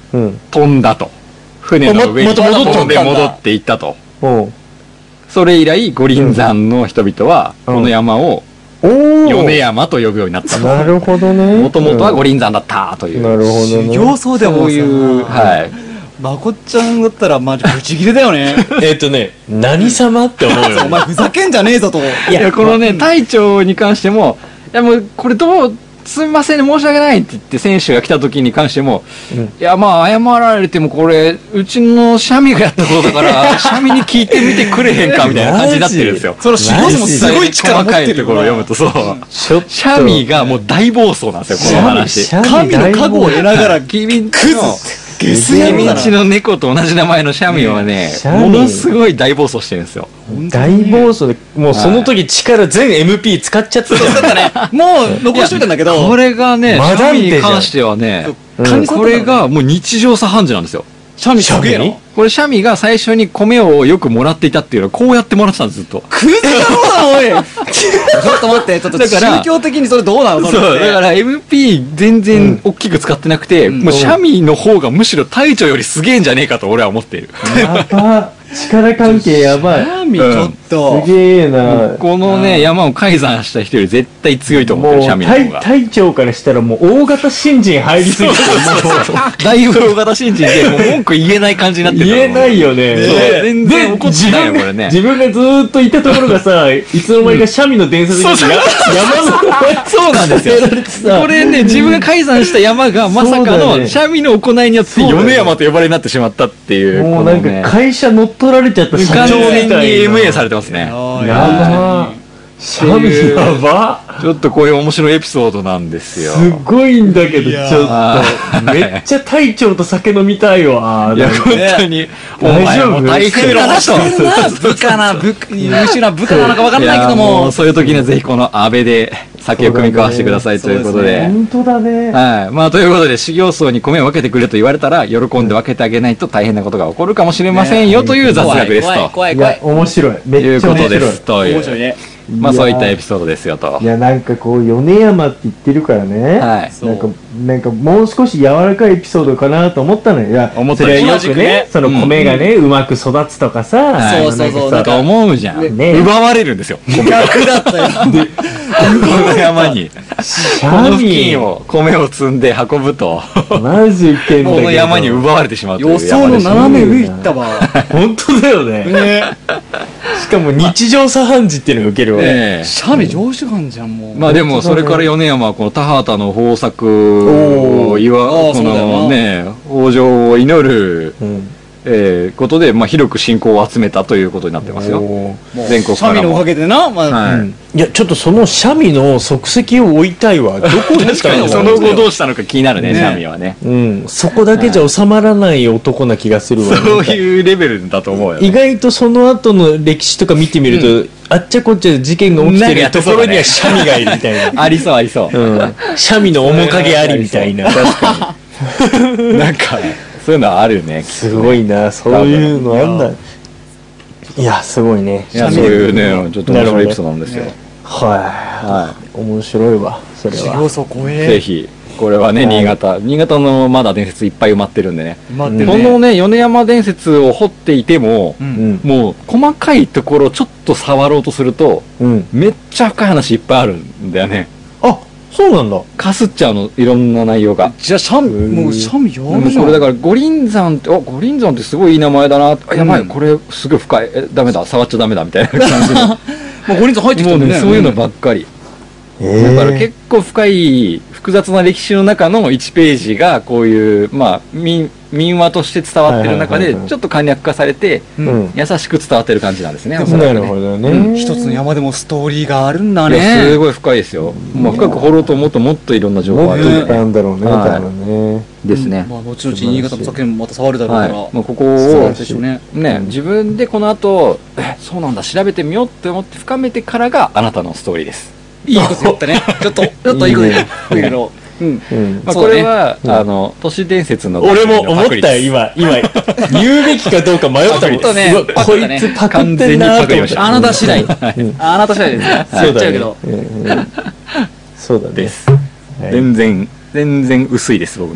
うん、 飛んだと。船の上にまた戻ったんだ戻っていったと。 おそれ以来、五輪山の人々は、この山を、米山と呼ぶようになったと。 なるほどね。 もともとは五輪山だったという。 なるほどね。 修行僧でもそういう、はい。 まこっちゃんだったらマジブチギレだよね。 えっとね、何様って思うよ。 お前ふざけんじゃねえぞと。 いや、このね、隊長に関しても、いやもう、これどう、すみません、申し訳ないって言って選手が来た時に関しても、うん、いやまあ謝られてもこれうちのシャミがやったことだからシャミに聞いてみてくれへんかみたいな感じになってるんですよ。 そのシャミもすごい力持ってるところを読むとそうシャミがもう大暴走なんですよこの話。 神の加護を得ながら君クズ下水道の猫と同じ名前のシャミはね、ものすごい大暴走してるんですよ。 大暴走で、もうその時力全 エムピー 使っちゃってたよね。 もう残しといたんだけど、 これがね、シャミに関してはね、これがもう日常茶飯事なんですよ。 シャミすげえの。 これシャミが最初に米をよくもらっていたっていうのはこうやってもらってたんですずっと。 クズだろうなおい。ちょっと待ってちょっと宗教的にそれどうなの。 そうだから エムピー 全然大きく使ってなくて、もうシャミの方がむしろ隊長よりすげえんじゃねえかと俺は思っている。 やば力関係やばい。 シャミちょっとすげえな。 このね山を改ざんした人より絶対強いと思ってるシャミの方が。 隊長からしたらもう大型新人入りすぎてだいぶ大型新人でもう文句言えない感じになってる。 言えないよね。 全然怒ってないよこれね。 自分がずーっといたところがさ、いつの間にかシャミの伝説になって山のそうなんですよ。これね自分が改ざんした山がまさかのシャミの行いによって米山と呼ばれになってしまったっていう。 もうなんか会社乗っ取られちゃった社長みたいな。 完全に エムエー されてますね。 やばシャミやばちょっとこういう面白いエピソードなんですよ。 すごいんだけどちょっとめっちゃ隊長と酒飲みたいわ。 いや本当にお前も大変だなと。 部下な部下優秀な部下なのか分かんないけども、 そういう時にはぜひこの安倍で酒を組み交わしてくださいということで。 本当だね。 はい。まあということで修行僧に米を分けてくれと言われたら喜んで分けてあげないと大変なことが起こるかもしれませんよという雑学ですと。 怖い怖い怖い。 面白い。めっちゃ面白い。 いうことですという。 面白いね。 まあそういったエピソードですよと。 いやなんかこう米山って言ってるからね、 はい、 なんかなんかもう少し柔らかいエピソードかなと思ったのよ。いや思ったそれはよくね、その米がね、うん、うまく育つとかさ、 そうそうそうなんか思うじゃん、ね、奪われるんですよ。 逆だったよ。 この山にこの付近を米を積んで運ぶとマジけんだけどこの山に奪われてしまうという予想の斜め上行ったわ。 本当だよね。ねしかも日常茶飯事っていうのが受けるわね。 シャミ常習犯じゃんもう。 まあでもそれから米山はこの田畑の豊作を祝うこのね豊穣を祈る、うんえー、ことで、まあ、広く信仰を集めたということになってますよ。全国からも。 シャミのおかげでな、まあはいうん、 いやちょっとそのシャミの足跡を置いたいわ。どこに確かにその後どうしたのか気になるね、ねシャミはね、 うん、そこだけじゃ収まらない男な気がするわ、 はい、そういうレベルだと思うよ、ね、 意外とその後の歴史とか見てみると、うん、あっちゃこっちゃ事件が起きてるところにはシャミがいるみたいなありそうありそう、 うん、シャミの面影ありみたいな確かになんかそういうのはあるね。 すごいな、そういうのあんだ。いやすごいね。 いやそういうねちょっと面白いエピソードなんですよ。 はい。面白いわそれは。 ぜひこれはね新潟新潟のまだ伝説いっぱい埋まってるんでね。 埋まってるね。 このね米山伝説を掘っていてももう細かいところちょっと触ろうとするとめっちゃ深い話いっぱいあるんだよね。 あ。そうなんだ。 かすっちゃうのいろんな内容が。 じゃあシャミもうシャミやるじゃん。 これだから五輪山ってお五輪山ってすごいいい名前だな。あやばいこれすごい深いえダメだ触っちゃダメだみたいな感じの。もう五輪山入ってきてるね。 そういうのばっかり。だから結構深い複雑な歴史の中のいちページがこういうまあ民民話として伝わってる中でちょっと簡略化されて優しく伝わってる感じなんですね。 なるほどね。 一つの山でもストーリーがあるんだね。 すごい深いですよ。まあ深く掘ろうと思うともっといろんな情報があるんだんだろうね。多分ね。 ですね。 まあ後々新潟の酒もまた触るだろうから。 まあここをね自分でこの後そうなんだ調べてみようって思って深めてからがあなたのストーリーです。 いいこと言ったね。ちょっとちょっといいこと言ったけど。 うんまあ、これは、うん、あの都市伝説の俺も思ったよ今今言うべきかどうか迷ったもん。 ね、 こいつパクってんなと思って。 あなた次第、うん、あなた次第ですね。 そうだね。 そうだです。全然全然薄いです僕の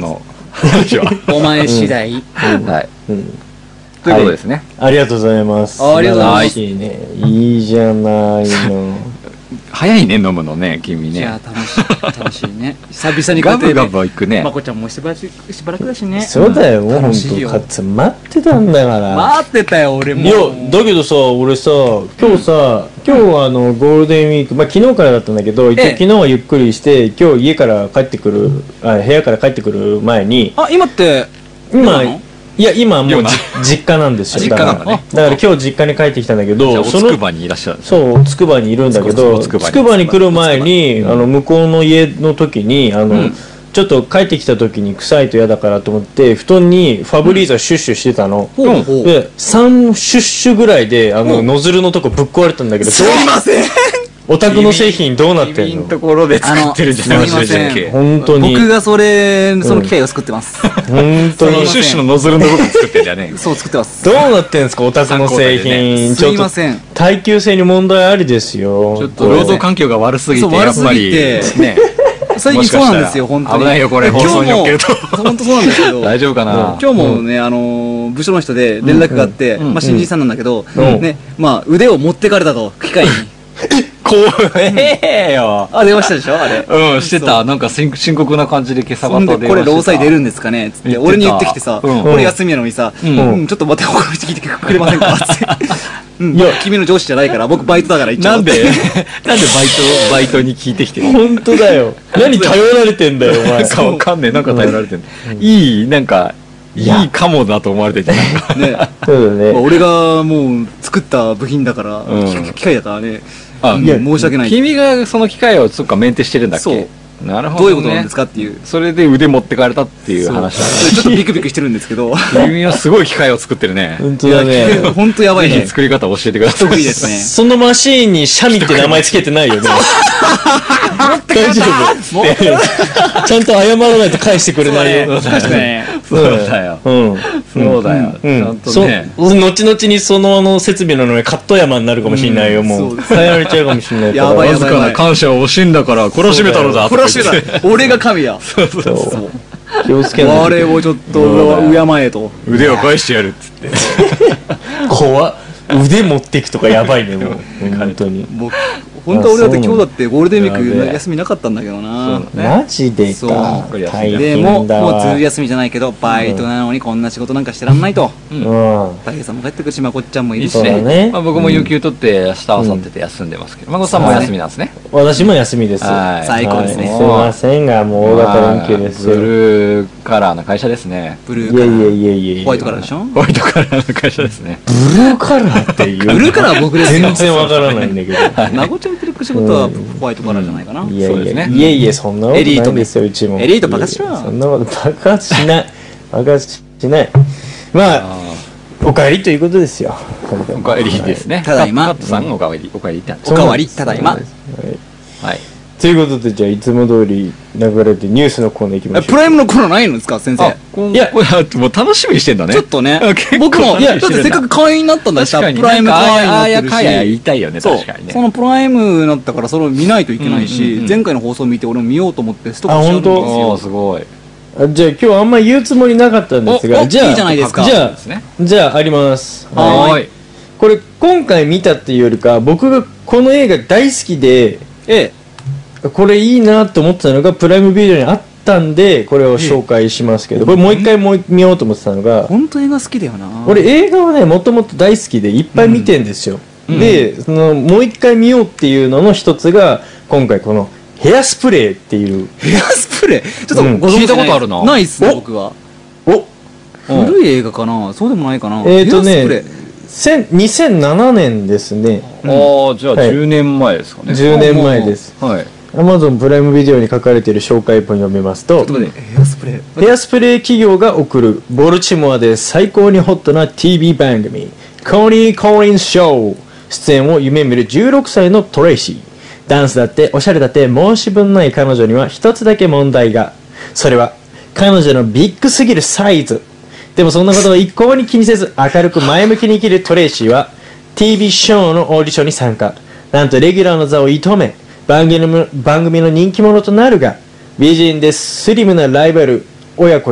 私は。 お前次第。 はい。 うんということですね。 ありがとうございます。 ありがとうございます素晴らしいね。いいじゃないの。 早いね、飲むのね、君ね。 いや楽しい楽しいね。久々にこうやってねガブガブ行くねま。こちゃんもしばらくしばらくだしね。 そうだよ、もうほんと、 楽しいよかつ待ってたんだから。 待ってたよ俺も。 いや、だけどさ、俺さ、今日さ、今日はあの、ゴールデンウィーク、まあ昨日からだったんだけど、一応ええ昨日はゆっくりして、今日家から帰ってくる、あ部屋から帰ってくる前に、 あ今って今今なの、 いや、今もう今じ実家なんですよ。 実家なんだねだからだから今日実家に帰ってきたんだけじゃあど、 おつくばにいらっしゃるんですね。 そう、つくばにいるんだけど、 つくばにつくばに来る前に、あの、向こうの家の時に、あの、 うんちょっと帰ってきた時に臭いと嫌だからと思って、布団にファブリーザシュッシュしてたの。 ほうほうで、さんシュッシュぐらいで、あの、 うんノズルのとこぶっ壊れたんだけど、 すいませんお宅の製品どうなってん君んのところで作ってるんじゃないあのすいませんっけ。 本当に。 僕がそれその機械を作ってます。 本当に。 シュッシュのノズルの部分作ってんじゃねえ。 そう作ってます。 どうなってんですか、お宅の製品。 すいません。 耐久性に問題ありですよ。 ちょっと労働環境が悪すぎて、 そうやっぱり悪すぎてね。 最近そうなんですよ本当に。 危ないよこれで放送に乗っけると。 今日も本当そうなんですけど。 大丈夫かな。 今日もね、あのー部署の人で連絡があって、まあ新人さんなんだけど、 うんね、まあ腕を持ってかれたと機械に。 怖えよ。 あ電話したでしょあれ。 うん、してた。なんか深深刻な感じで今朝そんで方で。 これ労災出るんですかねつって言ってた俺に言ってきてさ、 うん俺休みなのにさ、 うんうんちょっと待って他の人聞いてくれませんかつって。うん、いや君の上司じゃないから僕バイトだから一応。 なんでなんでバイト、バイトに聞いてきてる本当だよ。何頼られてんだよ、お前なん。かわかんねえ。なんか頼られてんの。いい、なんか、いいかもだと思われてんじゃないか。 ね、 そうだね。 まあ俺がもう作った部品だから、 うん機機械だからね。 あいや申し訳ない。 君がその機械をそっかメンテしてるんだっけ。 そうなるほど、ね。 どういうことなんですかっていう。 それで腕持ってかれたっていうそう話だそれちょっとビクビクしてるんですけど。 君はすごい機械を作ってるね。 本当だね。 本当やばいねぜひ。作り方教えてください。 得意ですね。 そのマシーンにシャミって名前つけてないよね。大丈夫って。ちゃんと謝らないと返してくれないよ。 確かにね。 そうだよ。 うん。 そうだよ。 うん。 ちゃんとそね。 後々にそのあの設備の名前カット山になるかもしれないよ、もう。 そうです変えられちゃうかもしれないから。 やばいやばいわずかな感謝を惜しんだから懲らしめたのだ。 これはしめた。俺が神や。 そう気をつけないと。 我をちょっと敬えと。 腕を返してやるっつって。 怖っ。腕持っていくとかやばいね、もう。本当に。 もう本当は俺だって今日だってゴールデンウィやべーえク休みなかったんだけどな。 マジでそうか。大でも変だもうずるわ。 休みじゃないけどバイトなのにこんな仕事なんかしてらんないと。 うん。 大平さんも帰ってくるしまこっちゃんもいるしそうだねまあ僕も有給取って明日明後日で休んでますけど、孫さんも休みなんですね。 私も休みです。 はい最高ですねはいすいませんが、もう大型連休ですよ。 ブルーカラーな会社ですね。 ブルーカラーいやいやいやいやいや。 ホワイトカラーでしょ。 ホワイトカラーの会社ですね。 ブルーカラーっていう。 ブルーカラーは僕ですよ。 全然わからないんだけど。 まこちゃん言ってる仕事はホワイトカラーじゃないかな。 いやいや、 そうですねいやいや、そんなことないんですよ、うちも。 エリート爆発しろよいやいやそんなこと爆発しない。爆発しない。まあ、お帰りということですよ。 おかえりですね。 ただいまカットさんおかえり、おかえりっておかわりただいま。 そうですはいはい。 ということで、じゃあ、いつも通り流れてニュースのコーナー行きましょう。 プライムのコーナーないのですか先生。 あ、いや、これ、もう楽しみにしてんだね。 ちょっとねあ結構僕もいや楽しみにしてんだだってせっかく会員になったんだし確かにプライム会員にあなってるしあやかや言いたいよね、 そう確かにね。 そのプライムになったからそれを見ないといけないし、 うんうんうん前回の放送を見て俺も見ようと思ってストックしてあるんですあおー、 よ。 すごい。 あじゃあ、今日はあんまり言うつもりなかったんですが、 おおじゃあ、 いいじゃないですかじゃですねあ、じゃあ、あります。 はーいはい。 これ、今回見たっていうよりか、僕がこの映画大好きで、 ええこれいいなと思ってたのがプライムビデオにあったんでこれを紹介しますけど、これもう一回もう見ようと思ってたのが、 本当映画好きだよな。 俺映画はねもともと大好きでいっぱい見てんですよ、でそのもう一回見ようっていうのの一つが今回このヘアスプレーっていうヘアスプレーちょっとうんご存知聞いたことあるなないっすねお僕は。 お古い映画かなそうでもないかな。 えーとヘアスプレねーせんにせんななねんですね、 ああ、じゃあはいじゅうねんまえですかね。 じゅうねんまえですはい。 Amazon プライムビデオに書かれている紹介文を読みますと、 ちょっと待ってヘアスプレーヘアスプレー企業が送るボルチモアで最高にホットな ティービー 番組コニー・コリンショー出演を夢見るじゅうろくさいのトレイシー。ダンスだっておしゃれだって申し分ない彼女には一つだけ問題が。それは彼女のビッグすぎるサイズ。でもそんなことを一向に気にせず明るく前向きに生きるトレイシーは ティービー ショーのオーディションに参加。なんとレギュラーの座を射止め番組の番組の人気者となるが、美人でスリムなライバル親子に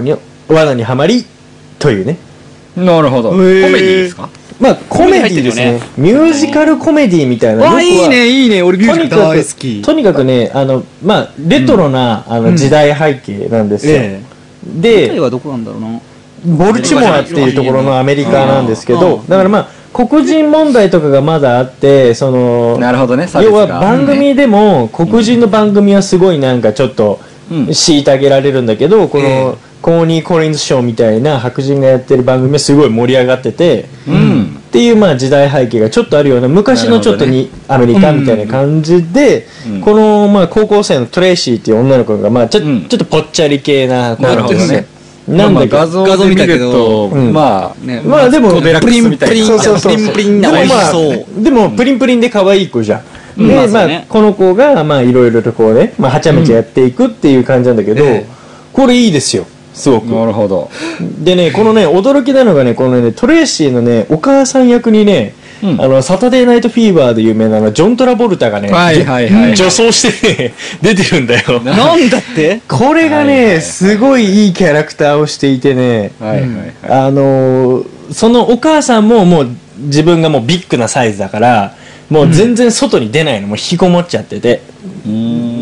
罠にはまりというね。 なるほど。コメディですか？ まあコメディですね。ミュージカルコメディみたいな。 あ、いいねいいね。俺ミュージカル大好き。 とにかくね、あのまあレトロなあの時代背景なんですよ。で、 舞台はどこなんだろうな。 ボルチモアっていうところのアメリカなんですけど、だからまあ黒人問題とかがまだあって、そのなるほどね。 要は番組でも黒人の番組はすごいなんかちょっと虐げられるんだけど、このコーニー・コリンズショーみたいな白人がやってる番組はすごい盛り上がってて、っていうまあ時代背景がちょっとあるような昔のちょっとにアメリカみたいな感じで、このまあ高校生のトレイシーっていう女の子がまあちょちょっとぽっちゃり系な子なんですよ。なんだけど画像で見ると、まあね、 まあでもデラックスみたいな、 そうそうそう、プリンプリンな美味しそう。でもプリンプリンで可愛い子じゃん。でまあこの子がまあいろいろとこうね、まあはちゃめちゃやっていくっていう感じなんだけど、これいいですよ。すごく。 なるほど。 でね、このね驚きなのがね、このねトレイシーのねお母さん役にね。うん、あのサタデーナイトフィーバーで有名なのジョン・トラボルタがね、 はいはいはい、 女装してね出てるんだよ。 なんだってこれがね、はいはい、すごいいいキャラクターをしていてね、はいはいはい、あのー、そのお母さんももう自分がもうビッグなサイズだからもう全然外に出ないの、もう引きこもっちゃってて、うん、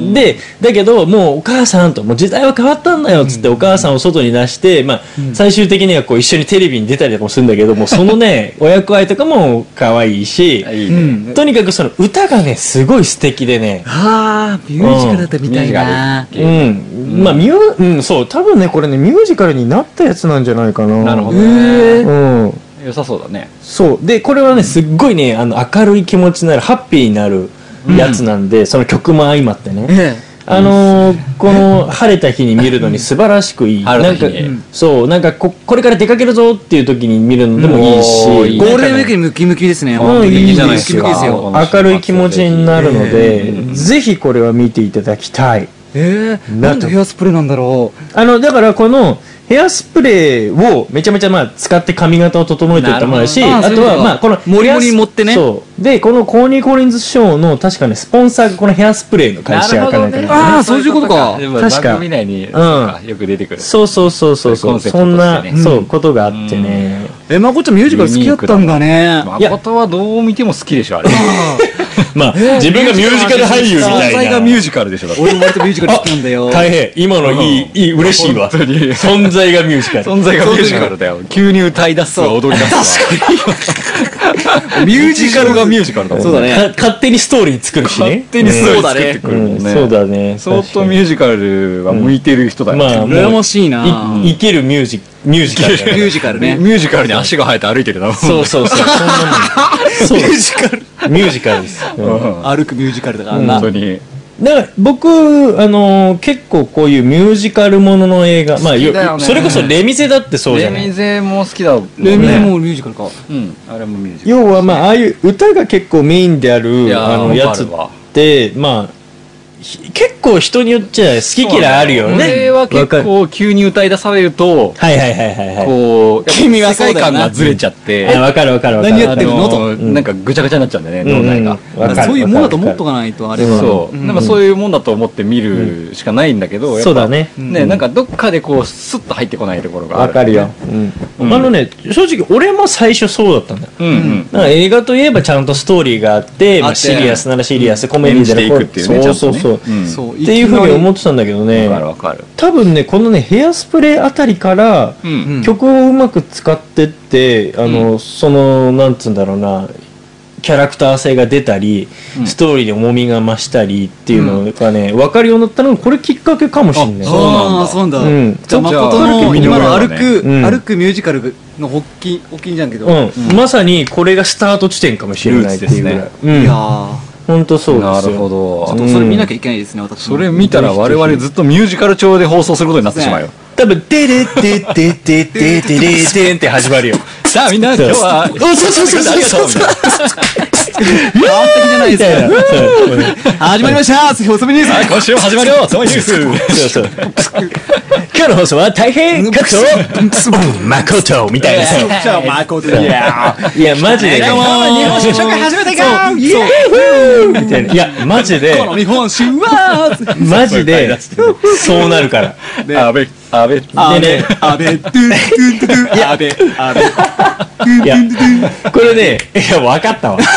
でだけどもうお母さんともう時代は変わったんだよっつってお母さんを外に出して、まあ、最終的にはこう一緒にテレビに出たりとかもするんだけども、そのねお役合いとかも可愛いし、いいね、うん、とにかくその歌がねすごい素敵でね、 ああミュージカルだったみたいな、 うん、うん、まあミュー、うん、そう多分ねこれねミュージカルになったやつなんじゃないかな。 なるほどね、 へー、うん、 良さそうだね。 そうでこれはねすっごいねあの明るい気持ちになるハッピーになるやつなんで、うん、その曲も相まってね、ええ、あのー、この晴れた日に見るのに素晴らしくいいなんか、うん、そうなんか こ, これから出かけるぞっていう時に見るのでもいいし、 ゴールデンウィークにムキムキですね。 うん、いいですよ。明るい気持ちになるので、えー、ぜひこれは見ていただきたい。 えー、なんでヘアスプレーなんだろう。あのだからこのヘアスプレーをめちゃめちゃまあ使って髪型を整えていってもらうし、あとはまあこのモリモリ持ってね、 そうでこのコーニー・コリンズショーの確かねスポンサーがこのヘアスプレーの会社がかなんかね、 ああそういうことか。 確か番組内に、うん、よく出てくる。 そうそうそうそうそう、そんな、うん、そうことがあってね。 えまこちゃんミュージカル好きだったんだね。 まことはどう見ても好きでしょあれ。 まあ自分がミュージカル俳優みたいな。 存在がミュージカルでしょ。 俺も割とミュージカル好きなんだよ。 大変今のいいいい嬉しいわ。存在がミュージカル。 存在がミュージカルだよ。急に歌い出すわ踊り出すわ。確かに。ミュージカルがミュージカルだもんね。 そうだね。勝手にストーリー作るしね。 勝手にストーリー作ってくるもんね。 そうだね。 相当ミュージカルは向いてる人だよ。 まあ羨ましいな。 生けるミュージミュージカル。 ミュージカルね。 ミュージカルに足が生えて歩いてるな。 そうそうそう。そんなもん。ミュージカル。ミュージカルです。 歩くミュージカルだからな。 本当に。 だから僕、あのー、結構こういうミュージカルものの映画、まあ、それこそレミゼだってそうじゃない。 レミゼも好きだもんね。 レミゼもミュージカルか。 うん、あれもミュージカル。 要はまあああいう歌が結構メインであるあのやつってまあ結構人によっちゃ好き嫌いあるよね。 俺は結構急に歌い出されると、 はいはいはいはいはい。 こう君は世界観がずれちゃって、 わかるわかるわかる。 何やってるのとなんかぐちゃぐちゃになっちゃうんだよね脳内が。 そういうもんだと思っとかないとあれは。 そう。なんかそういうもんだと思って見るしかないんだけど、 そうだね。 ねなんかどっかでこうスッと入ってこないところがある。 わかるよ。あのね正直俺も最初そうだったんだよ。だから映画といえばちゃんとストーリーがあって、シリアスならシリアス、コメディでいくっていうね。 そうそうそう。っていうふうに思ってたんだけどね、 わかるわかる。 多分ねこのねヘアスプレーあたりから曲をうまく使ってって、あのそのなんつうんだろうなキャラクター性が出たり、ストーリーで重みが増したりっていうのがね分かるようになったのがこれきっかけかもしれない。 ああそうなんだ。じゃあ誠の今の歩く歩くミュージカルの発起お気にじゃんけど、 まさにこれがスタート地点かもしれないっていうぐらい。いや本当そうですよ。 なるほど。 ちょっとそれ見なきゃいけないですね、私。 それ見たら我々ずっとミュージカル調で放送することになってしまうよ。 多分デレデデデデデデデンって始まるよ。 さあみんな今日はそうそうそうそう。ありがとうみたいな。 完璧じゃないですか。始まりました。細身ニュース。 今週も始まるよ。細身ニュース。 そうそう。今日の放送は大変格闘誠みたいな。 誠いやいやマジで。 日本酒紹介始めていこう。イエーイみたいな。いやマジで。 この日本酒はマジでそうなるから。 あべ。 安倍あでねべ、あべ、トゥントゥントゥントゥン、あべ、あべ、 いやこれねいや分かったわ、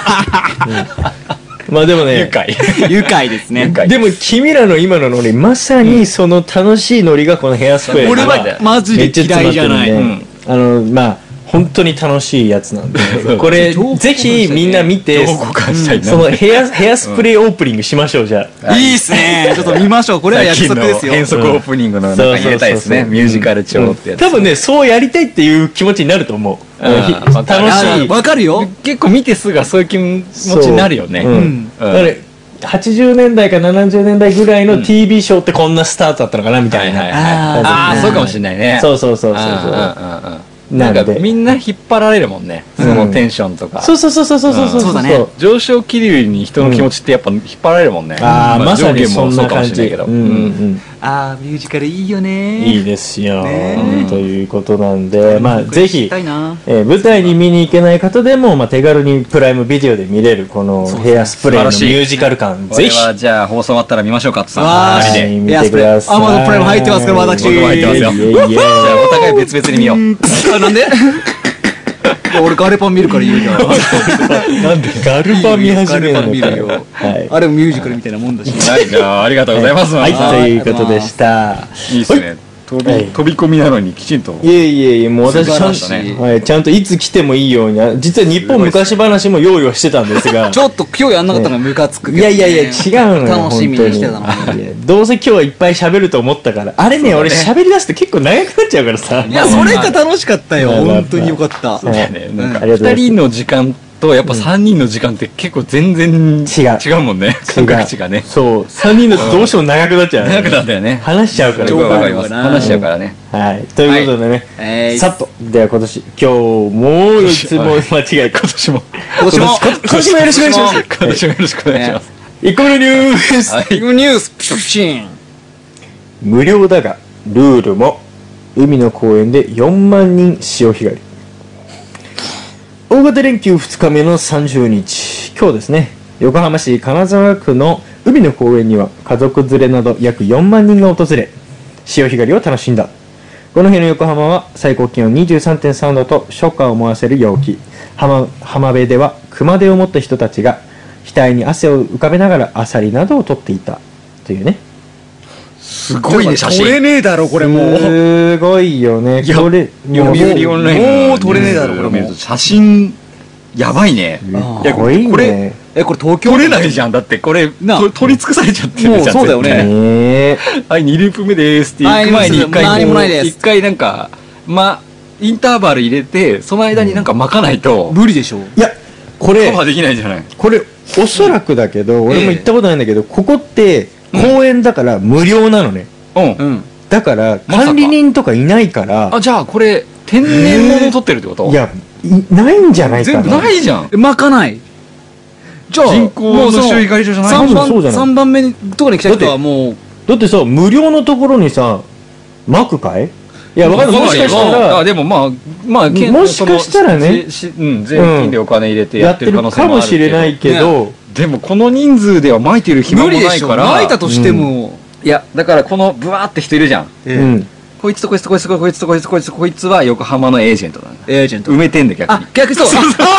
うん、まあでもね愉快愉快ですね。 でも君らの今のノリまさにその楽しいノリがこのヘアスプレー俺はマジで嫌いじゃない。 めっちゃ詰まってるんで、あのまあ本当に楽しいやつなんでこれぜひみんな見て情報交換したいなそのヘアヘアスプレーオープニングしましょうじゃあ。 いいっすね。ちょっと見ましょう。これは約束ですよ。 変則オープニングの中に入れたいですね。 そうそうそうそうミュージカル調ってやつ。 多分ねそうやりたいっていう気持ちになると思う。 うんひわかる楽しい。 わかるよ。 結構見てすぐはそういう気持ちになるよね。 そううんだからはちじゅうねんだいかななじゅうねんだいぐらいの ティービー ショーってこんなスタートだったのかなみたいな。 はいはいはい。ああ、そうかもしれないね。 そうそうそうそうそう。 なんかみんな引っ張られるもんね。そのテンションとか。 そうそうそうそうそうそうそうだね。 上昇気流に人の気持ちってやっぱ引っ張られるもんね。 ああまさにそんな感じ。 けど。 ああミュージカルいいよね。 いいですよ。 ねということなんでまあぜひ行きたいな。 えー舞台に見に行けない方でもまあ手軽にプライムビデオで見れるこのヘアスプレーのミュージカル感ぜひ。 これはじゃあ放送終わったら見ましょうかってさ。 わーはい見てください。 アマゾンプライム入ってますから私。 僕も入ってますよ。 イエイイエイじゃあお互い別々に見よう。 あなんで？いや俺ガレパン見るから言うじゃん。 なんでガルパン見始めるのかガレパン見るよ。 はいあれもミュージカルみたいなもんだし。 はい、じゃあありがとうございます。 はいはということでした。 いいっすね。飛び飛び込みなのにきちんと。 いえいえいえもう私ちゃん素晴らしいと、はい、ちゃんといつ来てもいいように実は日本昔話も用意はしてたんですがちょっと今日やんなかったのがムカつくけどね。 いやいやいや違うのよ楽しみにしてたの本当にいやどうせ今日はいっぱい喋ると思ったからあれね俺喋り出すと結構長くなっちゃうからさいやそれが楽しかったよ。 まあまあ本当によかった。 そうだよね。なんかありがとうございます二人の時間とやっぱ三人の時間って結構全然違う違うもんね。感覚値がね。 そうさんにんだとどうしても長くなっちゃう長くなったよね。 話しちゃうからよくわかります。 わかる話しちゃうからね。 はいということでね、 えーさっとでは今年今日もういつも間違え今年も今年も今年もよろしくお願いします今年もよろしくお願いします。 いっこめのニュース、 はい。 ニュースピシーン。 無料だがルールも海の公園でよんまんにん潮干狩り大型連休ふつかめのさんじゅうにち今日ですね横浜市金沢区の海の公園には家族連れなど約よんまんにんが訪れ潮干狩りを楽しんだこの日の横浜は最高気温 にじゅうさんてんさんどと初夏を思わせる陽気 浜, 浜辺では熊手を持った人たちが額に汗を浮かべながらアサリなどを取っていたというねすごいね、写取れ真。 ねえだろこれもう。 すごいよねこれ読売オンラインのもう撮れねえだろこれもう見ると写真やばいね。 あいやかっこいいねこれえこれ東京撮れないじゃん。だってこれなと取り尽くされちゃってるじゃん。 もうそうだよね絶対ねえはい、にループ目ですって行く前に一回こう何もないです一回なんかまインターバル入れてその間になんか巻かないと無理でしょ。 いやこれカバーできないじゃない。 これおそらくだけど俺も行ったことないんだけどここって公園だから無料なのねうん。 うん。 だからまさか管理人とかいないからあ、じゃあこれ天然物取ってるってこと？ いやいないんじゃないかな全部ないじゃん。 え巻かない。じゃあ人工の周囲狩り場じゃない三多分そうじゃない番三番目にとこに来た人はもうだってさ無料のところにさ巻くかいいやわかんないもしかしたらあでもまあまあけんもしかしたらねそのしうん税金でお金入れてやっるやっててる可能性もあるかもしれないけどでもこの人数では巻いてる暇も無理でしょ。 ないから巻いたとしてもいやだからこのブワーって人いるじゃんうんこいつとこいつとこいつとこいつとこいつとこいつとこいつは横浜のエージェントなのエージェント埋めてんだよ逆あに逆にそう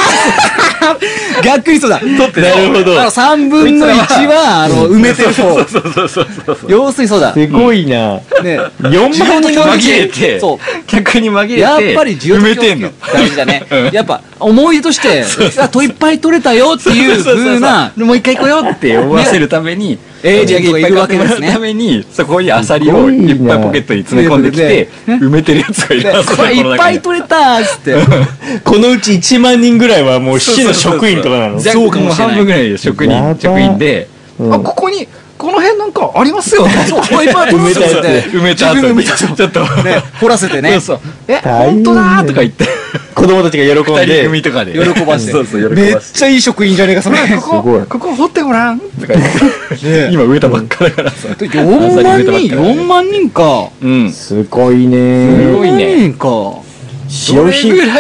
逆にそうだ取ってなるほどあのさんぶんのいちはあの埋めてる方そうそうそうそうそう要するにそうだねすごいなよよんまんにんが紛れてそう逆に紛れてやっぱり需要と供給埋めてんの大事だねうんやっぱ思い出としてあといっぱい取れたよっていう風なもう一回行こうよって思わせるためにエージェントがいるわけですねいっぱい買ってもらうためにそこにアサリをいっぱいポケットに詰め込んできてね埋めてるやつがいるでこれいっぱい取れたっつってこのうちいちまんにんぐらいはもう市の職員とかなのそうかもしれない半分ぐらいで職やば人職員でうんあここにこの辺なんかありますよねそういっぱい取れた埋めたやって埋めた後に自分で埋めたちょっとね掘らせてねそうそうえ大変本当だーとか言って子供たちが喜ん二人で組とかで喜ばしてそうそう喜ばめっしてちゃいい職員じゃねえかそれここすごいここ掘ってごらんとか言って今植えたばっかだからさよんまんにんよんまんにんかうんすごいすねごいねよんまんにんかど潮干れぐらい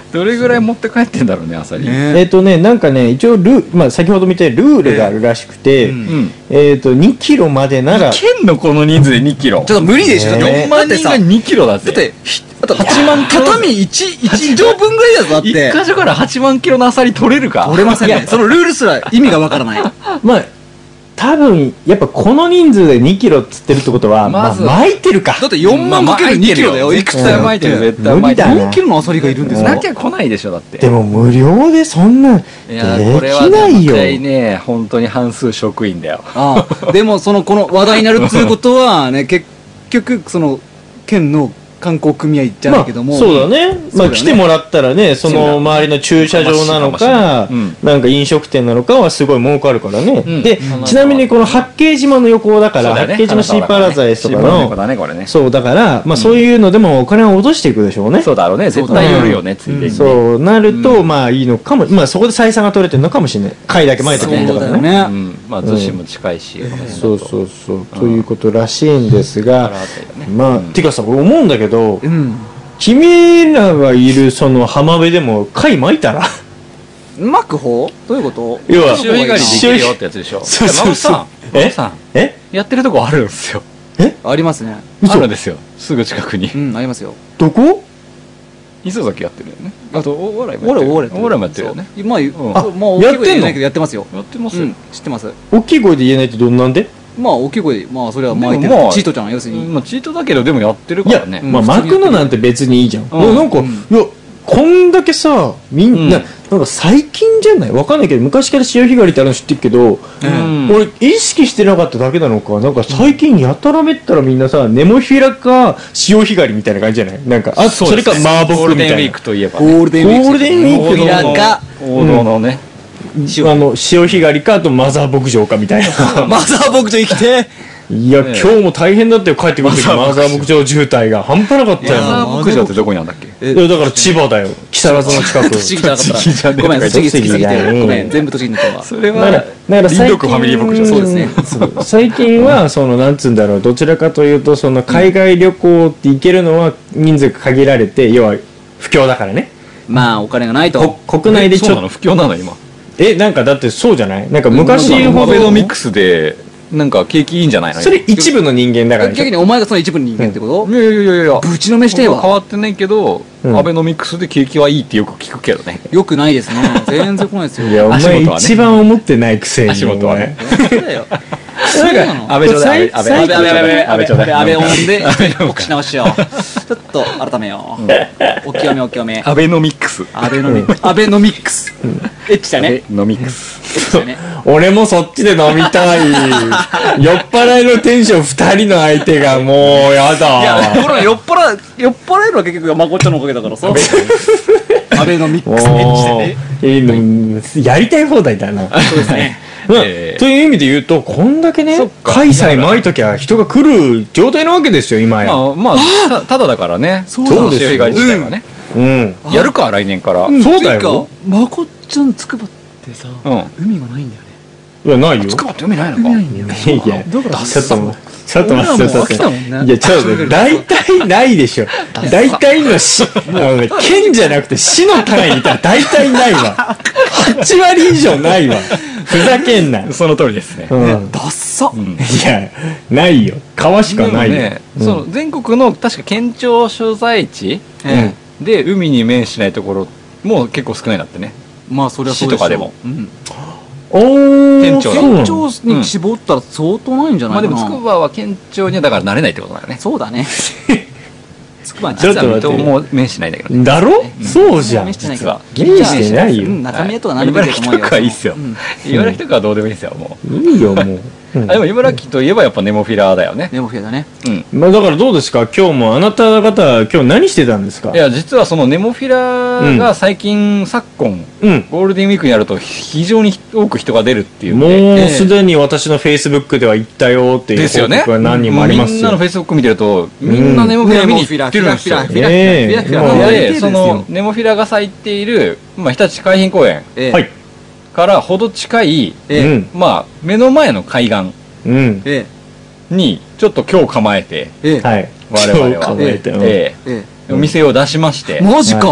どれぐらい持って帰ってんだろうね、アサリ。 えっとね、なんかね、一応ル、まあ、先ほど見たルールがあるらしくて、えっと、にキロまでなら。 県のこの人数でにキロ。 ちょっと無理でしょ。 よんまんにんがにキロだぜ。 だって、あとはちまん畳いち、いち畳分ぐらいだぞ、だって。 いっ箇所からはちまんキロのアサリ取れるか。 取れませんね。そのルールすら意味がわからない。 まあ、多分、やっぱこの人数でにキロっつってるってことは、まず、巻いてるか。 だってよんまんかけるにキロだよ。いくつだよ、 巻いてる。絶対巻いてる。 よんキロのアサリがいるんですよ。 なきゃ来ないでしょ、だって。 でも無料でそんな、できないよ。 絶対ね、本当に半数職員だよ。 ああ。でも、その、この話題になるっていうことはね、結局、その、県の観光組合じゃないけども、 まあ、そうだね、まあ、来てもらったらね、その周りの駐車場なのか、うん、なんか飲食店なのかはすごい儲かるからね、うん、で、ちなみにこの八景島の横だから、ね、八景島シーパラダイスとかの、ね、そうだから、まあ、そういうのでもお金を落としていくでしょうね、 そうだろうね、絶対寄るよね、ついでに、 そうなると、まあいいのかも、まあそこで採算が取れてるのかもしれない、貝だけ巻いてくれるんだからね、 うん、まあ逗子も近いし、 そうそうそう、ということらしいんですが、まあてかさ、俺思うんだけど、君らがいるその浜辺でも貝巻いたら巻く方どういうこと？ 要は潮干狩りできるよってやつでしょ。 そうそうそう。 ええやってるとこあるんですよ。 えありますね。 あるんですよ。すぐ近くに。 うん、ありますよ。 どこ？ 磯崎やってるよね。あとお笑いもやってる。お笑いもやってるよね。 まあ、まあ、やってんの？やってますよ。 やってます。 知ってます。 大きい声で言えないってどんなんで？ まあ大きい声で、まあそれは巻いてるチートちゃん、要するに、 まあチートだけどでもやってるからね。 まあ巻くのなんて別にいいじゃん。なんかいやこんだけさ、みんななんか最近じゃない？わかんないけど昔から潮干狩りってあるの知ってるけど、俺意識してなかっただけなのか、なんか最近やたらめったらみんなさ、ネモフィラか潮干狩りみたいな感じじゃない？なんかあそれかマーボックみたいな。ゴールデンウィークといえばゴールデンウィークゴールデンウィークのか王道のね。 あの潮干狩りかあとマザー牧場かみたいなマザー牧場行きていや、ね、今日も大変だったよ帰ってくる時マザー牧場渋滞が半端なかったよ。 マザー牧場ってどこにあるんだっけ？ いやだから千葉だよ、木更津の近く。 栃木じゃなかったらごめん、栃木好きすぎてごめん、全部栃木になったわ。 それはだから最近ファミリー牧場そうですね。 最近はそのなんつうんだろう、どちらかというとその海外旅行って行けるのは人数が限られて、要は不況だからね。 まあお金がないと国内でちょっと不況なの今。 え、なんかだってそうじゃない？なんか昔ほどアベノミクスでなんか景気いいんじゃないの？ それ一部の人間だから。 逆にお前がその一部の人間ってこと？ いやいやいやいや、 ぶちのめしては変わってないけど、アベノミクスで景気はいいってよく聞くけどね。 よくないですね。全然来ないですよ。 いやお前一番思ってないくせに。 足元はね。 そうなの？ 安倍ちょうだい、安倍、安倍、安倍、安倍ちょうだい、 安倍オンで告知直しよう。ちょっと改めよう。お清めお清め。 アベノミクス。 アベノミクス。アベノミクス。エッチだね。 ノミクス。 俺もそっちで飲みたい。酔っ払いのテンション二人の相手がもうやだ。 いや、これ酔っ払い、酔っ払えるのは結局まこっちゃんのおかげだからさ。アベノミクスエッチでね。 いいの、やりたい放題だな。 そうですね。 えー、という意味で言うとこんだけね開催巻いときゃ人が来る状態なわけですよ今や。 まあまあただだからね。 そうですよ。 潮干狩り自体はね。うん。やるか来年から。 そうだよ。 まこっちゃんつくばってさ、海がないんだよね。 いやないよ。 つくばって海ないのか。 いやいやちょっとちょっと待ってちょっと待っていやちょっと大体ないでしょ。大体の市あのね県じゃなくて市の単位にいたら大体ないわ。はちわり以上ないわ。ふざけんな。 その通りですね。 ダッサ。 いやないよ。川しかないよ。 その全国の確か県庁所在地で海に面しないところも結構少ないんだってね。 まあそれは市とかでも。 おー、 県庁県庁に絞ったら相当ないんじゃないかな。 まあでも筑波は県庁にはだからなれないってことだよね。 そうだね。筑波に実は水戸も面してないんだけどね。 だろ？そうじゃん。 実は面してないよ。 中身とか何でもいいと思うよ。 茨城とかいいっすよ。茨城とかはどうでもいいですよもう。 いいよもう。 でも茨城といえばやっぱネモフィラだよね。 ネモフィラだね。 うん。 まあだからどうですか今日もあなた方今日何してたんですか？ いや実はそのネモフィラが最近昨今ゴールデンウィークになると非常に多く人が出るっていう。 もうすでに私のフェイスブックでは行ったよっていう報告が何人もありますよ。 みんなのフェイスブック見てるとみんなネモフィラ見に行ってるんですよ。でそのネモフィラが咲いているまあ日立海浜公園。はい。からほど近い、えー、まあ目の前の海岸にちょっと今日構えて、えー、我々は、えーえー、お店を出しまして、 マジか、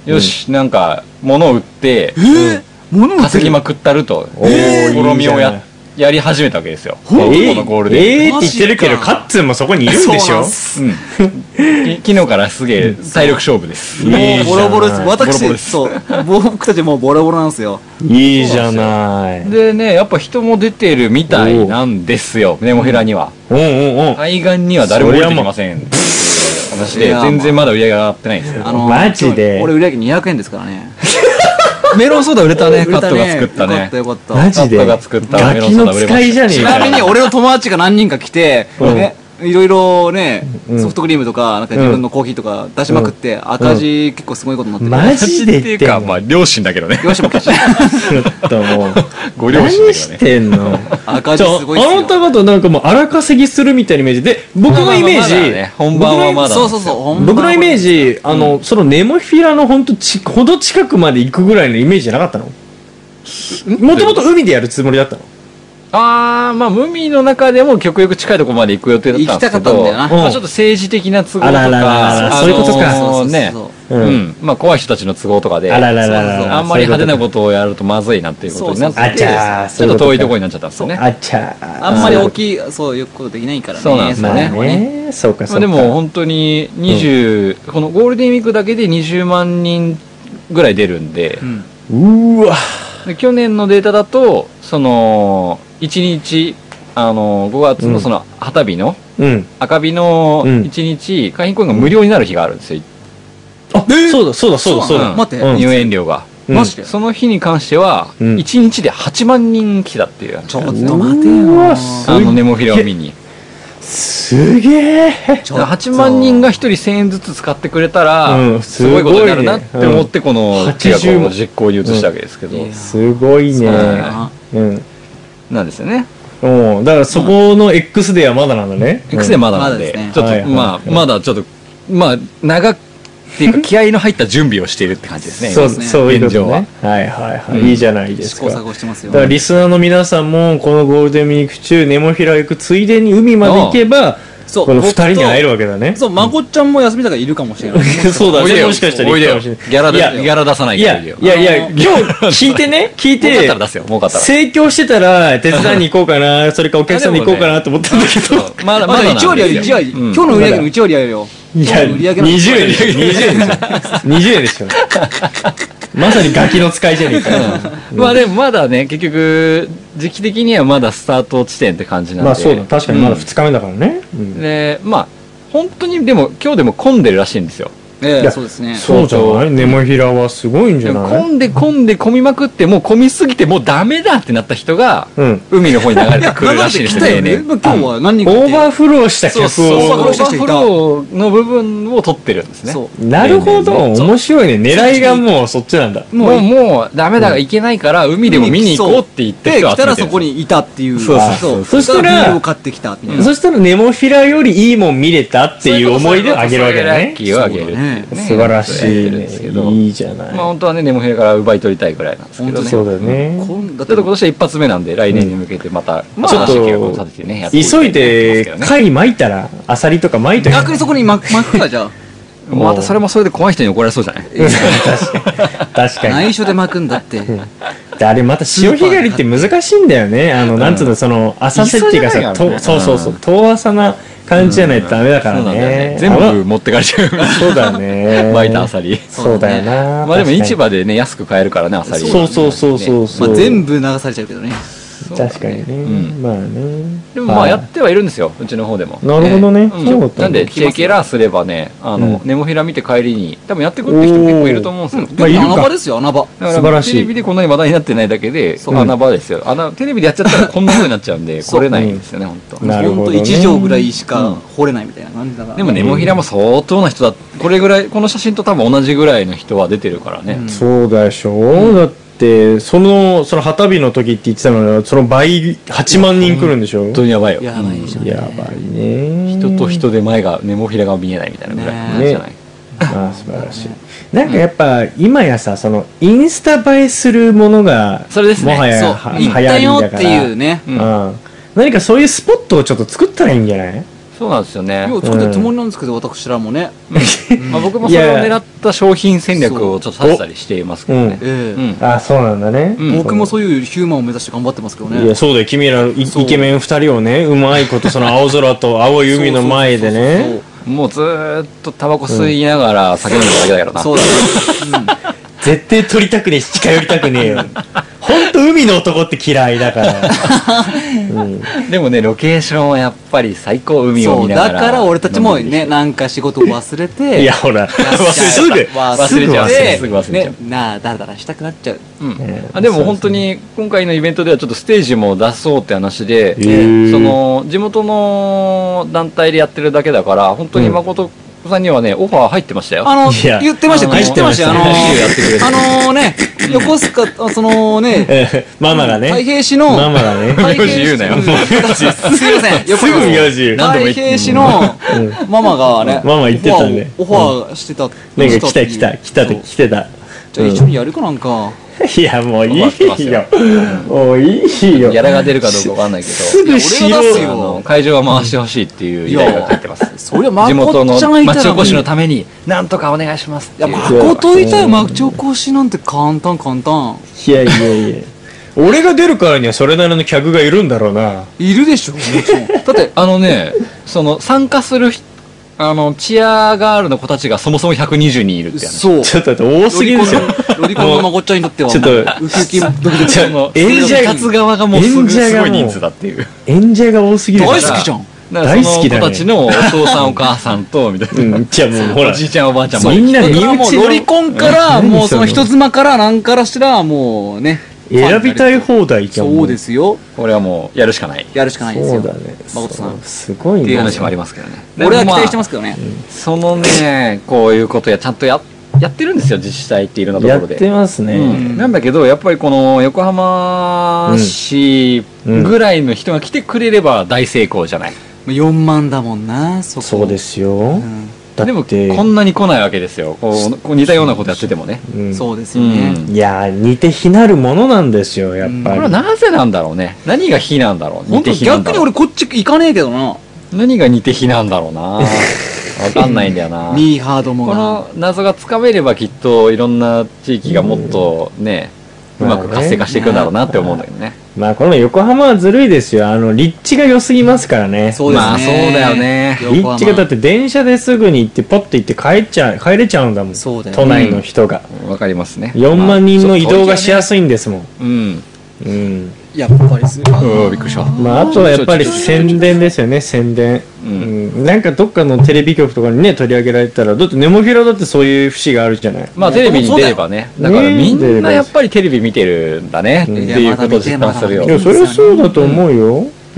よし、なんか物を売って物を稼ぎまくったると試みをややり始めたわけですよ。このゴールデン。 えーって言ってるけど、カッツンもそこにいるんでしょ。うん。 昨日からすげえ体力勝負です。 もうボロボロです。私、そう。僕たちもうボロボロなんですよ。 いいじゃない。 でね、やっぱ人も出てるみたいなんですよ、ネモフィラには。 うんうんうん。 海岸には誰も降りてきません。話で、全然まだ売り上げ上がってないんですよ。 マジで俺売り上げにひゃくえんですからね。 メロンソーダ売れたね、カットが作ったね。 よかったよかった。 マジでカットが作ったメロンソーダ売れました。 ちなみに俺の友達が何人か来て、ね、いろいろね、ソフトクリームとか、なんか自分のコーヒーとか出しまくって、赤字結構すごいことになってる。 マジでっていうか、まあ、両親だけどね。 両親も来て。 ちょっともう、 ご両親だけどね。 何してんの赤字すごいっすよ。 あなた方なんかもう荒稼ぎするみたいなイメージで、僕のイメージ、 本番はまだ。 そうそうそう。 僕のイメージ、あの、そのネモフィラのほんとち、ほど近くまで行くぐらいのイメージじゃなかったの？もともと海でやるつもりだったの？ あー、まあ、海の中でも極力近いところまで行く予定だったんですけど、 行きたかったんだよな。 まあ、ちょっと政治的な都合とか、 あららららそういうことか。 そうね。うん。まあ、怖い人たちの都合とかで、 あららららあんまり派手なことをやるとまずいなっていうことになって、 あちゃー、 ちょっと遠いところになっちゃったんですよね。 あちゃー。 あんまり大きい、そういうことできないからね。 そうなんですよね。 まあね。そうか、そうか。 でも本当ににじゅう、このゴールデンウィークだけでにじゅうまんにんぐらい出るんで、 うわ。 で去年のデータだとそのいちにちあのごがつのその旗日の、うん、赤日のいちにち会員コインが無料になる日があるんですよ。 あ、そうだそうだそうだそうだ。 待って、入園料が。マジでその日に関してはいちにちではちまんにん来たっていう。 ちょっと待てよ。 あのネモフィラを見に。 すげえ。 はちまんにんがひとりせんえんずつ使ってくれたら、うん、すごいことになるなって思ってこの計画を実行に移したわけですけど、 うん、すごいね。 うん、なんですよね。 おだからそこの X デーはまだなんだね。 X デーはまだなんで、ちょっとまあまだちょっとまあ長くっていうか気合の入った準備をしているって感じですね。 そうそういうことね。はいはいはい。いいじゃないですか。 試行錯誤してますよ。 だからリスナーの皆さんもこのゴールデンウィーク中ネモフィラ行くついでに海まで行けばこのふたりに会えるわけだね。 そう、まこっちゃんも休みだからいるかもしれない。 そうだね。もしかしたらいるかもしれない。 ギャラギャラ出さないからいいよ。 いやいや今日聞いてね聞いて盛況してたら手伝いに行こうかな、それかお客さんに行こうかなと思ったんだけど、 まだまだいち割ある。いち割。今日の売り上げのいち割あるよ。 いや、にじゅうえんでしょ。にじゅうえんでしょ。にじゅうえんでしょ。まさにガキの使いじゃねえかよ。 まあでもまだね、結局、時期的にはまだスタート地点って感じなんで。 まあそうだ、確かにまだふつかめだからね。 で、まあ、本当にでも今日でも混んでるらしいんですよ。 ええ、そうですね。 そうじゃない？ネモフィラはすごいんじゃない？ 混んで混んで混みまくってもう混みすぎてもうダメだってなった人が海の方に流れてくるらしいんですよね。 今日は何人かオーバーフローした客をオーバーフローの部分を取ってるんですね。 なるほど、面白いね。狙いがもうそっちなんだ。 もうもうダメだ、いけないから海でも見に行こうって言って来たらそこにいたっていう。 そうそう。 そしたら買ってきた。 そしたらネモフィラよりいいもん見れたっていう思いであげるわけだね。 ラッキーをあげる。 素晴らしい。いいじゃない。 まあ本当はねネモフィラから奪い取りたいぐらいなんですけどね。 そうだね。 ちょっと今年は一発目なんで来年に向けてまたちょっと急いで貝巻いたらアサリとか巻いと逆にそこに巻くかじゃあ。 またそれもそれで怖い人に怒られそうじゃない？ 確かに。 内緒で巻くんだって。 であれまた潮干狩りって難しいんだよね。あのなんつうのその浅瀬っていうかさ、そうそうそう遠浅な感じじゃないとダメだからね。 全部持ってかれちゃう。 そうだね。 巻いたアサリ。 そうだよな。 まあでも市場でね安く買えるからねアサリ。 そうそうそうそうそう。 まあ全部流されちゃうけどね。 確かにね。まあね。 でもまあやってはいるんですようちの方でも。 なるほどね。 なんでチェケラすればねあのネモフィラ見て帰りに多分やってくるって人結構いると思うんですよ。 まあいるか。穴場ですよ穴場。 素晴らしい。 テレビでこんなに話題になってないだけで穴場ですよ。穴テレビでやっちゃったらこんな風になっちゃうんで来れないんですよね本当。 なるほど。 一畳ぐらいしか掘れないみたいな感じだから。 でもネモフィラも相当な人だ。これぐらいこの写真と多分同じぐらいの人は出てるからね。 そうでしょ。だってでそのその旗日の時って言ってたのはその倍はちまんにん来るんでしょ。 本当にやばいよ。 やばいでしょ。 やばいね。 人と人で前がネモフィラが見えないみたいなぐらいじゃない。 ああ素晴らしい。なんかやっぱ今やさそのインスタ映えするものがそれですね。 もはや行ったよっていうね。 何かそういうスポットをちょっと作ったらいいんじゃない？ そうなんですよね。 よう作ってるつもりなんですけど、私らもね。 まあ僕もそれを狙った商品戦略をちょっと立てたりしていますけどね。 ええ。 あ、そうなんだね。 僕もそういうヒューマンを目指して頑張ってますけどね。 いや、そうだよ。君らイイケメン二人をね、うまいことその青空と青い海の前でね。 もうずーっとタバコ吸いながら酒飲むだけだからな。 そうだね。 絶対撮りたくねえし、近寄りたくねえよ。ほんと海の男って嫌いだから。 でもね、ロケーションはやっぱり最高、海をそう、 見ながら。 だから俺たちもね、なんか仕事を忘れて。 いや、ほら、 すぐすぐ忘れちゃう。すぐ忘れちゃう。 ね、なあ、だらだらしたくなっちゃう。 うん。あ、でも本当に、今回のイベントではちょっとステージも出そうって話で、その、地元の団体でやってるだけだから、本当に誠さんにはね、オファー入ってましたよ。 あの、言ってましたよ、言ってましたよ。あの、あのね、横須賀、そのね、 ママがね。 太平市の、 ママがね。 名字言うなよ。 すいません、 すぐ名字言う。 太平市のママがね、 ママ言ってたんで。 オファーしてた。 なんか来た来た、来たって来てた。 じゃあ一緒にやるかなんか。 いや、もういいよ。もういいよ。 ギャラが出るかどうかわかんないけど。 すぐしろよ。 会場は回してほしいっていう依頼が入ってます。 そりゃ、 地元の町町おこしのために、なんとかお願いしますっていう。 いや、誠いたよ、町おこしなんて簡単簡単。 いやいやいや。俺が出るからにはそれなりの客がいるんだろうな。 いるでしょ、もちろん。 だって、あのね、その、参加する人、あの、チアガールの子たちがそもそもひゃくにじゅうにんいるって話。 そう。 ちょっと待って、多すぎですよ。 ロリコンのまこっちゃんにとっては。 ちょっと、 ウキウキドキドキ。 演者立つ側がもうすごい人数だっていう。 演者が多すぎる。 大好きじゃん。 大好きだね。子たちのお父さんお母さんと、みたいな。 じゃあもうほら。 おじいちゃんおばあちゃんも。 みんな身もうロリコンから、もうその人妻からなんからしたら、もうね。 選びたい放題じゃん。 そうですよ。 これはもう、やるしかない。 やるしかないですよ。 そうだね。 誠さん。 すごいね。 っていう話もありますけどね。 俺は期待してますけどね。 そのね、こういうことや、ちゃんとや、やってるんですよ、自治体っていろんなところで。 やってますね。 なんだけど、やっぱりこの横浜市ぐらいの人が来てくれれば大成功じゃない。 よんまんだもんな、そこ。 そうですよ。 でもこんなに来ないわけですよ。こうこう似たようなことやっててもね。 そうですよね。 いや似て非なるものなんですよ、やっぱり。 これはなぜなんだろうね。何が非なんだろう。 本当逆に俺こっち行かねえけどな。 何が似て非なんだろうな。わかんないんだよな。 ミーハードもこの謎がつかめればきっといろんな地域がもっとね、うまく活性化していくんだろうなって思うんだけどね。 まあこの横浜はずるいですよ。あの立地が良すぎますからね。 そうですね。 まあそうだよね。 立地がだって電車ですぐに行ってポッと行って帰っちゃう帰れちゃうんだもん。 そうだよ。 都内の人が。 わかりますね。 よんまん人の移動がしやすいんですもん。 うん。 うん。 やっぱりすごい。びっくりした。 まああとはやっぱり宣伝ですよね、宣伝。うん。なんかどっかのテレビ局とかにね取り上げられたら、だってネモフィラだってそういう節があるじゃない。 まあテレビに出ればね。だからみんなやっぱりテレビ見てるんだねっていうことを実感するよ。 いやそれはそうだと思うよ。うん。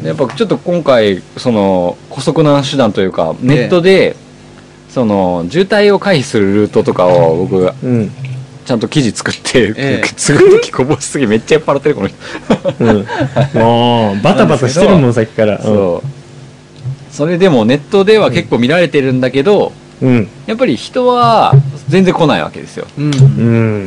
やっぱちょっと今回その姑息な手段というかネットでその渋滞を回避するルートとかを僕がちゃんと記事作って作る時こぼしすぎめっちゃ酔っ払ってるこの人。 もうバタバタしてるもんさっきから。 そう。それでもネットでは結構見られてるんだけど、 うん、 やっぱり人は全然来ないわけですよ。 うん。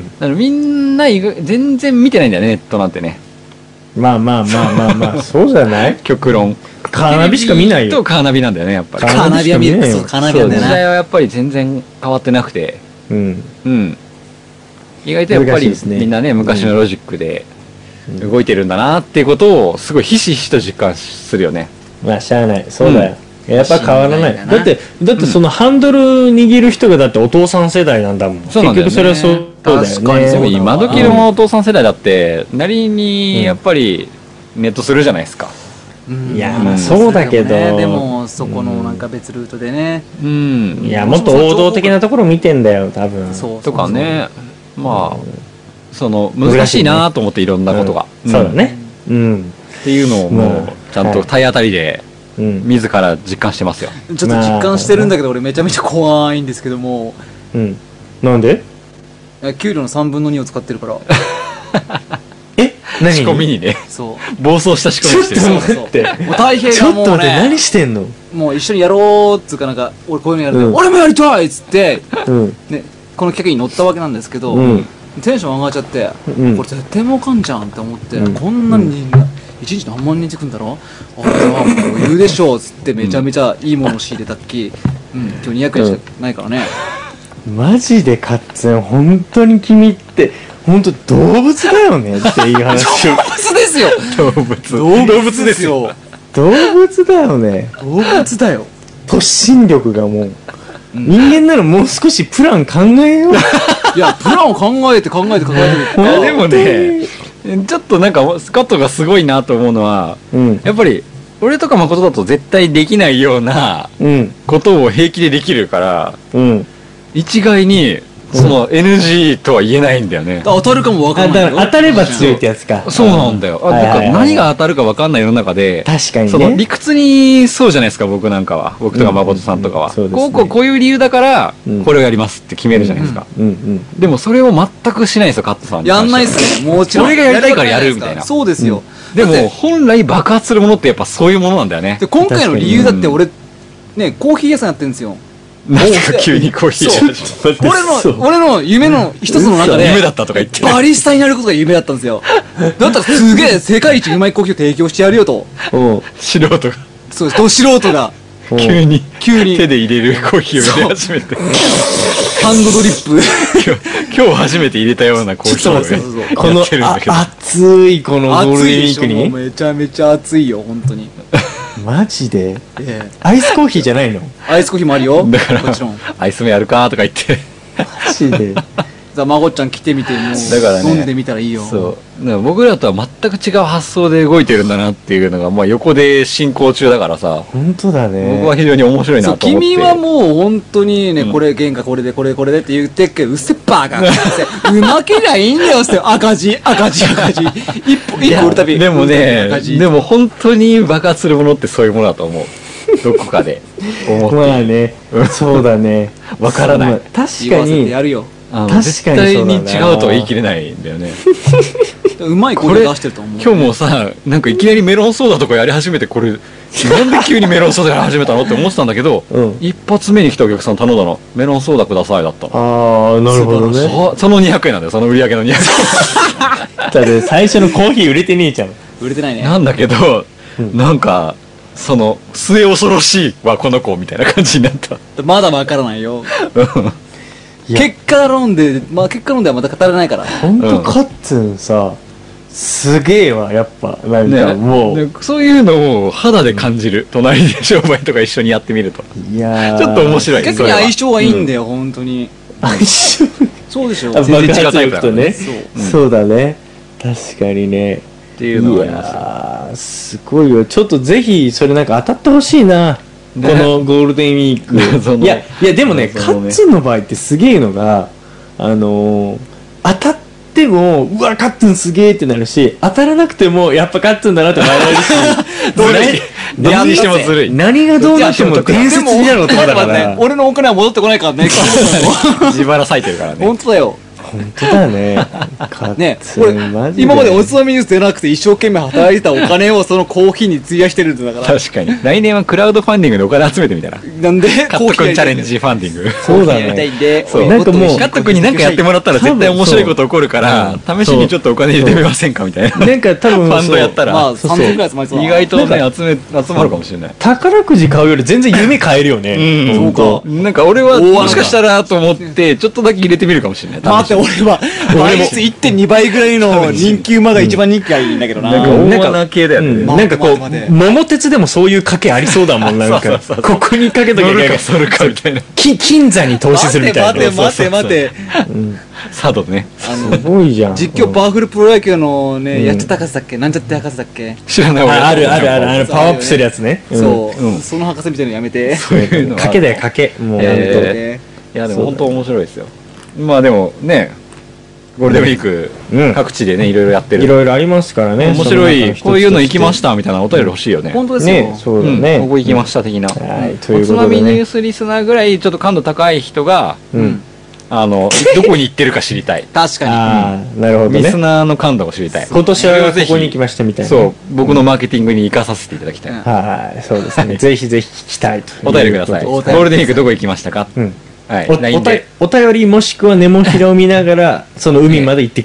だからみんな全然見てないんだよね、ネットなんてね。 まあまあまあまあまあ、そうじゃない極論。 カーナビしか見ないよ。 とカーナビなんだよね、やっぱり。 カーナビは見る。そう、カーナビなんだよね。 時代はやっぱり全然変わってなくて。 うん。 うん。意外とやっぱりみんなね、昔のロジックで動いてるんだなっていうことをすごいひしひしと実感するよね。 まあしゃあない。そうだよ。やっぱ変わらない。だって、だってそのハンドル握る人がだってお父さん世代なんだもん。結局それはそうだよね。 確かに。でも今時のお父さん世代だって、なりにやっぱりネットするじゃないですか。 いや、まあそうだけど。 でも、そこのなんか別ルートでね。 うん。 いや、もっと王道的なところ見てんだよ、多分。 そうとかね。まあ、その、難しいなと思っていろんなことが。 そうだね。うん。 っていうのをもう、ちゃんと体当たりで、自ら実感してますよ。 ちょっと実感してるんだけど、俺めちゃめちゃ怖いんですけども。 うん。なんで？ 給料のさんぶんのにを使ってるから。 え？何？ 仕込みにね。 そう。 暴走した仕込みしてる。 ちょっと待って。 もう太平がもうね。 ちょっと待って、何してんの？ もう一緒にやろうっつうかなんか、俺こういうのやると、俺もやりたいっつって、ね、この企画に乗ったわけなんですけど、テンション上がっちゃって、これ絶対儲かんじゃんって思って、こんなにいちにち何万人ってくんだろ、あれはもう余裕でしょうっつってめちゃめちゃいいものを仕入れたっき、うん、今日にひゃくえんしかないからね、 マジでカッツン本当に君って本当動物だよねっていう話を動物ですよ動物動物ですよ動物だよね。 動物だよ。 突進力がもう、うん、人間ならもう少しプラン考えよういやプランを考えて考えて考えていやでもねちょっとなんかスカットがすごいなと思うのは、うん、やっぱり俺とか誠だと絶対できないようなことを平気でできるから、うん、一概にその エヌジー とは言えないんだよね。 当たるかも分かんないよ。 当たれば強いってやつか。 そうなんだよ。あ、だから何が当たるか分かんない世の中で、 確かにね。 その理屈にそうじゃないですか、僕なんかは。僕とか誠さんとかは。こうこうこういう理由だからこれをやりますって決めるじゃないですか。でもそれを全くしないんですよ、カットさん。 やんないっすね。もちろん。 俺がやりたいからやるみたいな。 そうですよ。 でも本来爆発するものってやっぱそういうものなんだよね。 で今回の理由だって俺ねコーヒー屋さんやってるんですよ。 なんか急にコーヒー俺の俺の夢の一つの中で夢だったとか言ってバリスタになることが夢だったんですよ。だったらすげえ世界一うまいコーヒーを提供してやるよと素人がそうです、ど素人が急に急に手で入れるコーヒーを入れ始めてハンドドリップ今日初めて入れたようなコーヒーをねこの熱いこのゴールデンウィークにめちゃめちゃ熱いよ本当にマジで、ええ、アイスコーヒーじゃないの？ アイスコーヒーもあるよ。 だからもちろんアイス目やるかとか言ってマジでじゃあまごっちゃん来てみてもうだから、ね、飲んでみたらいいよ。 そうだから僕らとは全く違う発想で動いてるんだなっていうのが、まあ、横で進行中だからさ本当だね。 僕は非常に面白いなと思って。 君はもう本当にね、うん、これ原価これでこれこれでって言ってっけどうっせっばーかうまけりゃいいんだよって赤字赤字赤字一歩一歩売るたびでもねでも本当に爆発するものってそういうものだと思うどこかで思ってまあねそうだねわからない。 確かにやるよ。 確かに絶対に違うとは言い切れないんだよねうまい声出してると思う、ね、 今日もさなんかいきなりメロンソーダとかやり始めてこれなんで急にメロンソーダやり始めたのって思ってたんだけど、うん、一発目に来たお客さん頼んだのメロンソーダくださいだったの。 ああなるほどね。 そのにひゃくえんなんだよその売り上げのにひゃくえんだって最初のコーヒー売れてねえじゃん。 売れてないね。 なんだけど、うん、なんかその末恐ろしいわこの子みたいな感じになったまだわからないよ結果論で、まあ結果論ではまだ語れないから。 本当カッツンさ、すげえわやっぱなんかもう、ね、 そういうのを肌で感じる。隣で商売とか一緒にやってみると。 いやちょっと面白い。 逆に相性がいいんだよ、うん、本当に。 相性。 そうでしょ。 全然違うタイプだとね。そう、うん、そうだね。確かにね。 っていうのがあります。 いやすごいよ。ちょっとぜひそれなんか当たってほしいな。このゴールデンウィークいやいやでもねカッツンの場合ってすげえのがあのー、当たってもうわカッツンすげえってなるし当たらなくてもやっぱカッツンだなって笑えるしどれ何にしてもずるい。 何がどうなっても伝説になる男だから、 ね、俺のお金は戻ってこないからね自腹割いてるからね本当だよ本当だねね俺今までおつまみニュース出なくて一生懸命働いてたお金をそのコーヒーに費やしてるんだから確かに来年はクラウドファンディングでお金集めてみたらなんでカット君チャレンジファンディングそうだねなんかもうカット君に何かやってもらったら絶対面白いこと起こるから試しにちょっとお金入れてみませんかみたいななんか多分ファンドやったらまあさんぜんえんくらい集まりそう意外とね集め集まるかもしれない。 宝くじ買うより全然夢買えるよね。 そうかなんか俺はもしかしたらと思ってちょっとだけ入れてみるかもしれない。 待って俺は倍率 いってんに 倍ぐらいの人気馬が一番人気がいいんだけどな。 なんか大穴系だよね。 なんかこう桃鉄でもそういう賭けありそうだもんなんかここにかけときゃいけないそれかみたいな金座に投資するみたいな。 待て待て待て佐渡ねすごいじゃん。 実況パワフルプロ野球のねやってた博士だっけなんちゃって博士だっけ知らない。 あるあるあるあるパワーアップするやつね。 そうその博士みたいなのやめて。 そういうの賭けだよ賭けもう。 いやでも本当面白いですよ。まあでもねゴールデンウィーク、うん、各地でねいろいろやってるいろいろありますからね。 面白いこういうの行きましたみたいなお便り欲しいよね。 本当ですよね。そうだね、 うん、ここ行きました的な、 はい、 ということでね、おつまみニュースリスナーぐらいちょっと感度高い人が、うん、あのどこに行ってるか知りたい確かにあ、うん、なるほどね。 リスナーの感度を知りたい。 今年はここに行きましたみたいな。 そう僕のマーケティングに生かさせていただきたい、うん、 はいそうですねぜひぜひ聞きたいとお便りください。ゴールデンウィークどこ行きましたか、うんはい、 お, お, お便りもしくはネモフィラを見ながらその海まで行ってく、行っ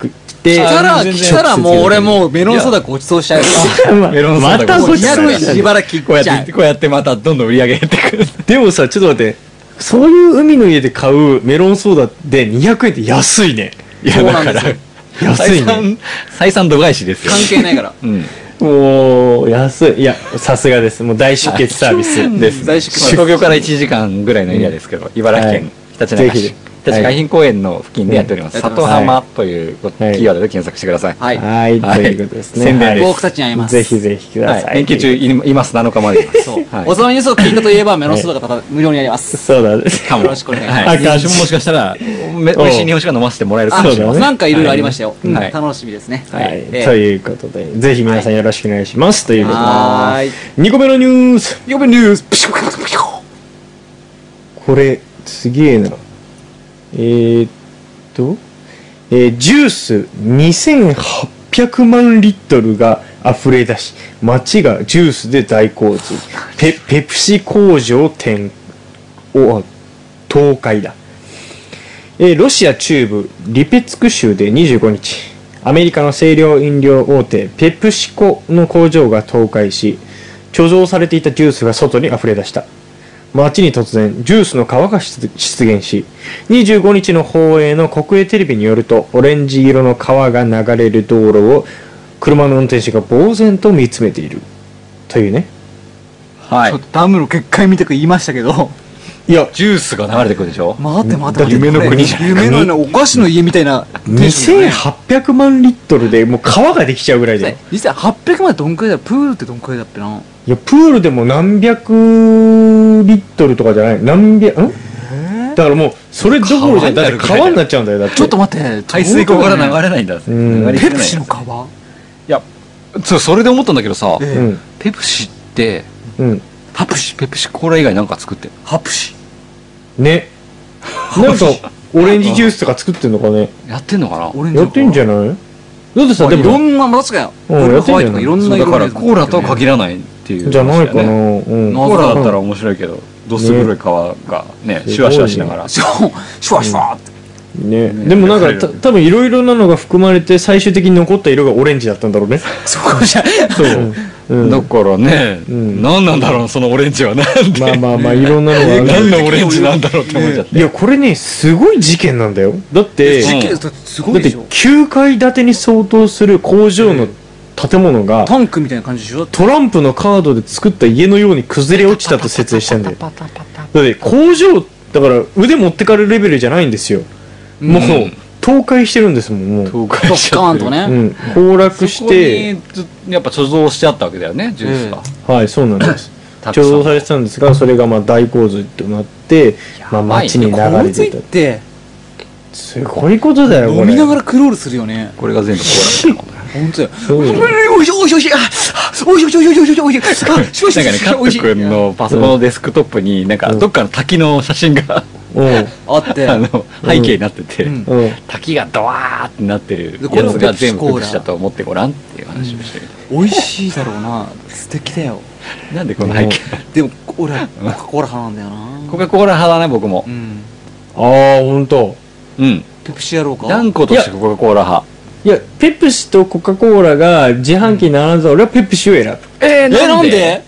で来たら、 全然来たらもう俺もうメロンソーダごちそうしちゃうよ。 メロンソーダまたごちやるそうしちゃうしばらくこうやっ、 切っちゃう。 てこうやってまたどんどん売り上げ減ってくる。 でもさちょっと待ってそういう海の家で買うメロンソーダでにひゃくえんって安いね。 いや、 そうなだからんですよ、 安いね。 採算、採算度外視ですよ。 関係ないから。 うん。 もう安い。いやさすがです。もう大出血サービスです。 大出血まあ東京からいちじかんぐらいのエリアですけど、茨城県ひたちなか市、 ぜひひたち海浜公園の付近でやっております。 うん里浜というキはいーワードで検索してください。 はい。 はい、 はいということですね。 宣伝です僕たちに会います。 ぜひぜひくださ。 はいい。連休中いいます、なのかまでいます。 そう。 はいおつまみニュースを聞いたといえば、メロンソーダがただ無料になります。 そうだね。 かも。 よろしくお願いしますはい。 あかん私ももしかしたら、め美味しい日本酒が飲ませてもらえるかあもしれません。 なんかいろいろありましたよ。うんはい楽しみですね。 はい、 ええということで、ぜひ皆さんよろしくお願いします。ということで、 はーい。 にこめのニュース。 よべニュース。ピシュピシュピシュこれ、すげえな。えー、っと、えージュースにせんはっぴゃくまんリットルが溢れ出し、街がジュースで大洪水。ペ、ペプシ工場転、お、倒壊だ。えーロシア中部リペツク州でにじゅうごにち、アメリカの清涼飲料大手ペプシコの工場が倒壊し、貯蔵されていたジュースが外に溢れ出した。街に突然ジュースの川が出出現し、にじゅうごにちの放映の国営テレビによると、オレンジ色の川が流れる道路を車の運転手が呆然と見つめているというね。 はいちょっ。とダムの決壊見てく言いましたけど、 いやジュースが流れてくるでしょ。 待って待ってだって待って。 夢の国じゃん夢のね、お菓子の家みたいなテンションだね。 にせんはっぴゃくまんリットルでもう川ができちゃうぐらいだよ。 実際はっぴゃくまでどんくらいだよ。プールってどんくらいだっけな。 いやプールでも何百リットルとかじゃない何百んだからもうそれどころじゃだって川になっちゃうんだよ。だってちょっと待って。 排水溝から流れないんだ。 ん流れきれないペプシの川いや、そう、それで思ったんだけどさ、 えうんペプシって、 うんパプシ、ペプシコーラ以外なんか作ってるハプシ。 ねなんかオレンジジュースとか作ってんのかね。 やってんのかな。 オレンジやってんじゃゃないだってさでいろもんな、ま確かよ。 うんブルーホワイトやってんじゃないとかいろんなそうだから色のやつコーラとは限らないっていう、 じゃないかな、 ね。 うんなコーラだったら面白いけど、どす黒い皮がね、シュワシュワしながら。 シュワシュワシュワって。 ねねでもなんかた多分いろいろなのが含まれて最終的に残った色がオレンジだったんだろうね。 そこじゃ。 そう、うん、 だからね、 ん何なんだろう、そのオレンジは。なんで、 まあまあまあいろんなのがある何のオレンジなんだろうって思っちゃって。 いやこれねすごい事件なんだよ。だって事件だってすごだっていでしょ。 きゅうかい建てに相当する工場の建物がタンクみたいな感じでしょ。 トランプのカードで作った家のように崩れ落ちたと説明してんだよ。だって工場だから腕持ってかれるレベルじゃないんですよ。もう倒壊してるんですもんもう。 倒ド壊しちッカーンとゃってる。 ね。 うん、崩落しそこて、 にずやっぱ貯蔵してあったわけだよね、ジュースが。 はいそうなんです。 たくさん貯蔵されてたんですがそれがまあ大洪水となって、まあ、 ばい街に流洪れてい。 水ったてすごいことだよこれ。 飲みながらクロールするよね。 これが全部コーラだった本当よ。 そうよおいしいおいしいおいしい。あおいしいおいしいおいしいおいしいおいしい。あしばしなんかね、カット君のパソコンのデスクトップに、なんか、どっかの滝の写真が、 うんあって。 あの、背景になってて、 うんうん滝がドワーってなってるでこれやつが全部ペプシコーラペプシだと思ってごらんっていう話をしてる。 美味しいだろうな。素敵だよ。 なんでこの背景でも俺はコカ・コーラ派なんだよな。 コカ・コーラ派だね、僕もう。ん。 ああほんと。 うん。 ペプシやろうか。 断固としてコカ・コーラ派。 いやペプシとコカ・コーラが自販機に並んだら俺はペプシを選ぶ。 ええなんで？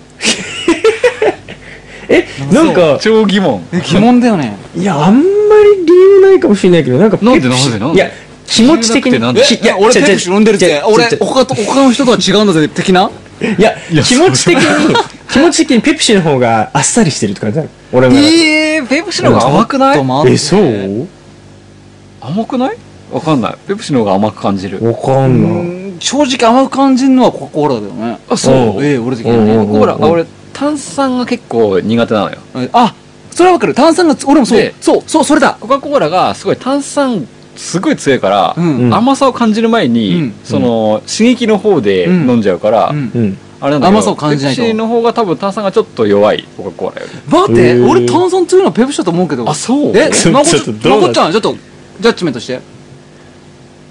えなんか超疑問。 え疑問だよね。 いやあんまり理由ないかもしれないけどなんかペプシなんでなんでなんでいや気持ち的に理由なくてなんでえいや俺ちょちょペプシ飲んでるって。 ちょ俺ちょ他と他の人とは違うんだぜ的な。 いや気持ち的に気持ち的にペプシの方があっさりしてるって感じだ俺の中で。 えー、ペプシの方が甘くないちょっと待ってえそう甘くないわかんない。ペプシの方が甘く感じる。 わかんない。 うん正直甘く感じるのはコカ・コーラだよね。 あ、そうええ俺的にはね。 うんうんコーラ、あ俺、炭酸が結構苦手なのよ。 えあそれはわかる。炭酸がつ俺もそうでそうそうそれだ。 コカ・コーラがすごい炭酸すごい強いから、 うんうん甘さを感じる前に、 うんその刺激の方でうん飲んじゃうから、 うんうんあれなんだけど甘さを感じないとペプシの方が多分炭酸がちょっと弱いコカ・コーラより。 待ってへー俺炭酸強いのはペプシだと思うけど。 あそうえちょまこちちょっとどうなまこちゃんちょっとジャッジメントして。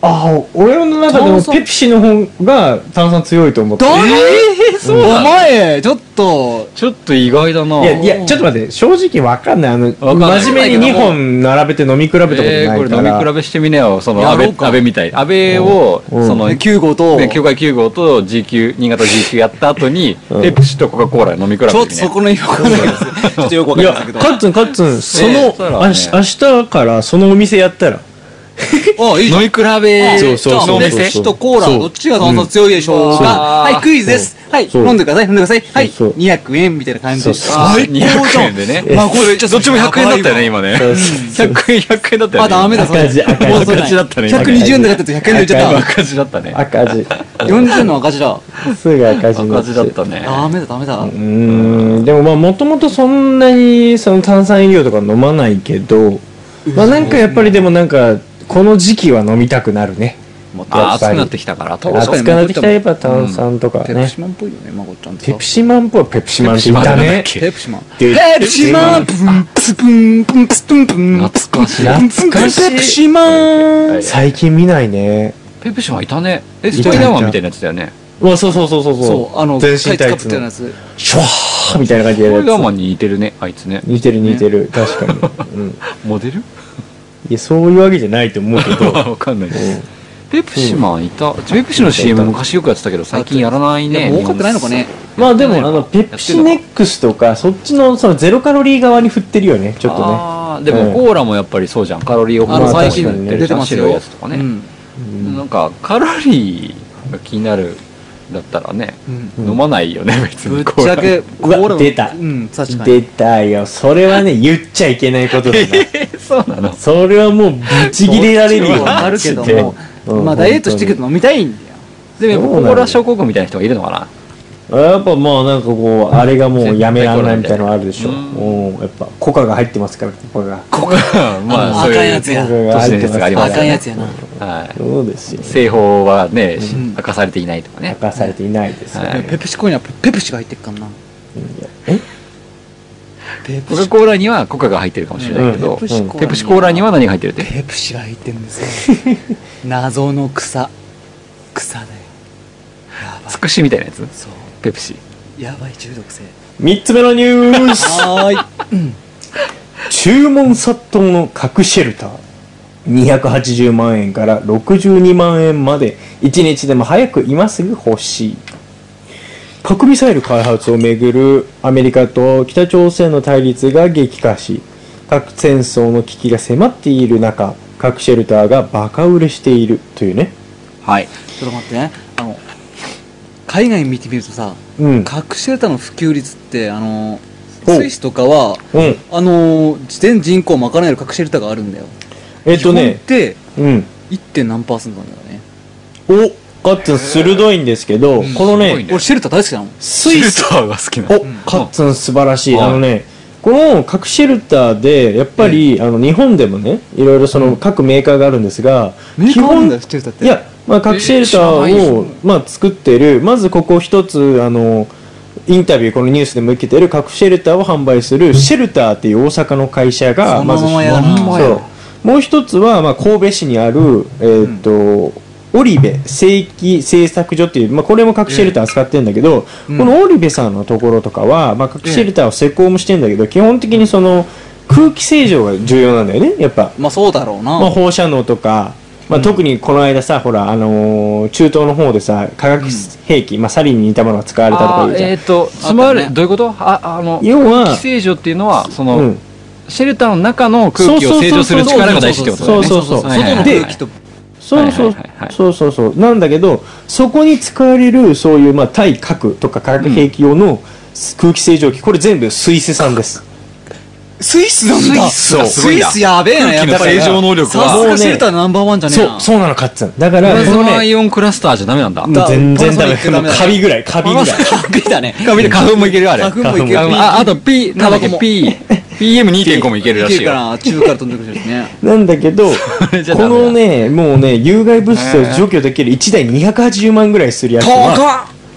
ああ、俺の中でもペプシの方が炭酸強いと思って。 だえー、そうなの？ お前ちょっとちょっと意外だな。 いやいや、ちょっと待って、正直わかんない。あの、 かんない真面目ににほん並べて飲み比べたことないえー、これから。 飲み比べしてみなよ。その安倍、 やろうか安倍みたい。安倍を、 うんその、 きゅう号とね、きゅうかいきゅう号と ジーキュー、新潟 ジーキュー やった後に、 うんペプシとコカ・コーラ飲み比べてみね。 ちょっとそこのよくわかんないですちょっとよくわかいや、 んないけどカッツン、カッツン、そねの、 そうだねあし明日からそのお店やったら。 あいいじゃん飲み比べそうそうそうのおペ店プシとコーラそうどっちが炭酸強いでしょうか、 うんはいクイズです、はいそう飲んでください飲んでくださいはいそうそうにひゃくえんみたいな感じでそうそうあー最にひゃく高じゃんえんでね。 まあこれどっちもひゃくえんだったよね、今ね。 そうそうひゃくえん、ひゃくえんだったよね。 あダメだそれ赤字赤字もうそれ赤字だったねひゃくにじゅうえんで買っててひゃくえんで売っちゃっ赤字だったね。 赤字。 たよんじゅうえんの赤字だすぐ赤字にな赤字だったね。 ダメだダメだうーん、でもまあもともとそんなにその炭酸飲料とか飲まないけど、まあなんかやっぱりでもなんかこの時期は飲みたくなるね。 あー、暑くなってきたから。 確かに暑くなってきたらやっぱ炭酸とかね。 ペプシマンっぽいよねまこっちゃんってさペプシマンっぽいペプシマンって言ったね。 ペプシマンでペプシマンプンプスプンプンプスプンプン懐かしい。 懐かしいペプシマン最近見ないね。 ペプシマンいたね。え、スいたパイダーマンみたいなやつだよね。 うわ、そうそうそうそうそうあの全身タイツのタイツかぶってるやつシュワーみたいな感じでやるやスパイダーマンに似てるね、あいつね。 つ。似てる似てる、確かに。うん。いモデルや、そういうわけじゃないと思うけど。 わかんないです。ペプシマンいた。ペプシの シーエム 昔よくやってたけど、最近やらないね。 儲かってないのかねまあでも、あの、ペプシネックスとか、そっちのそのゼロカロリー側に振ってるよね、ちょっとね。 あーでうんもコーラもやっぱりそうじゃん。カロリーをあのまあ最近確かにね出てますよ白いやつとかね。 うんなんかカロリーが気になるだったらね、 うん飲まないよね別ぶっにコーラ。 ちゃけうわコーラの出たうん確かに出たよ。それはね、言っちゃいけないことだな。 えーそうなの。 それはもうぶち切れられるよ。 わかるけどマジでもうんまあダイエットしてるけど飲みたいんだよでもやっぱそうなんだコーラ症候群みたいな人がいるのかな。 やっぱまあなんかこう、あれがもうやめられないみたいなのあるでしょ。 ううん。やっぱコカが入ってますから、コカが。 コカまああそういう赤いやつやコカが都市入ってますから伝説があります赤いやつやなはい。 そうですよ。 製法はね、しうん明かされていないとかね明。かされていないですよ。 はいペプシコにはペプシが入ってっからなえペプシコカ・コーラにはコカが入ってるかもしれないけど、 うんペプシコーラにペプシコーラには何が入ってるって。 ペプシが入ってんですよ謎の草草だよやばいつくしみたいなやつ。 そうペプシ。 やばい中毒性三つ目のニュース。 はーい注文殺到の核シェルター。にひゃくはちじゅうまんえんからろくじゅうにまんえんまでいちにちでも早く今すぐ欲しい。核ミサイル開発をめぐるアメリカと北朝鮮の対立が激化し、核戦争の危機が迫っている中、核シェルターがバカ売れしているというね。 はい。 ちょっと待ってねあの海外見てみるとさうん。 核シェルターの普及率ってあのおスイスとかはうん。 あの全人口を賄える核シェルターがあるんだよえっとね日本っ、てうん。 いってん何パーセントなんだよねお、カッツン鋭いんですけど、このねすごいね、 俺シェルター大好きなのスイス、 シェルターが好きなおの。、 カッツン素晴らしい。 はいあのね、この核シェルターで、やっぱり、あの、日本でもね、いろいろその各メーカーがあるんですが、 メーカーあるんだよシェルターっていや、まあ、核シェルタえ知らないーよを、まあ、作ってる、まずここ一つ、あの、インタビュー、このニュースでも受けてる核シェルターを販売するシェルターっていう大阪の会社が、 そのまず、 ままやなそう。もう一つは、まあ、神戸市にある、えーっと、オリベ正規製作所っていう、まあ、これも核シェルター使ってるんだけど、 うんこのオリベさんのところとかは、まあ、核シェルターを施工もしてるんだけど、基本的にその空気清浄が重要なんだよね、やっぱ。 まあそうだろうなまあ、放射能とか、まあ、特にこの間さ、ほら、あのー中東の方でさ、化学兵器、まあ、サリンに似たものが使われたとかあー言うじゃん。 えっと、つまり、 あったねどういうことあ、あの、 要は空気清浄っていうのは、その、 うんシェルターの中の空気を清浄する力が大事ってことだよね。 そうそうそうはいはいはい外の空気とそうそうはいはいはいはいそうそうそうなんだけど、そこに使われるそういう、まあ、対核とか化学兵器用の空気清浄機、これ全部スイス産です。 スイスなんだスイスがすごいんだスイスやべえな空気のやっぱり清浄能力さすは、 がシェルターナンバーワンじゃねえなそうそうなの、カッツンだからプラズこのねマイオンクラスターじゃダメなんだ。 もう全然ダメ、 パナソニックダメだもうカビぐらいカビぐらいカビだね花粉花粉もいけるよ、あれ。 花粉もいける花粉あ、あと P、なんだっけ、 タバコも P、ピーエムにてんご もいけるらしいよ。 いけるから中から飛んでくるやつねなんだけどれじゃダメだこのねもうね有害物質を除去できるいちだいにひゃくはちじゅうまんぐらいするやつは高っ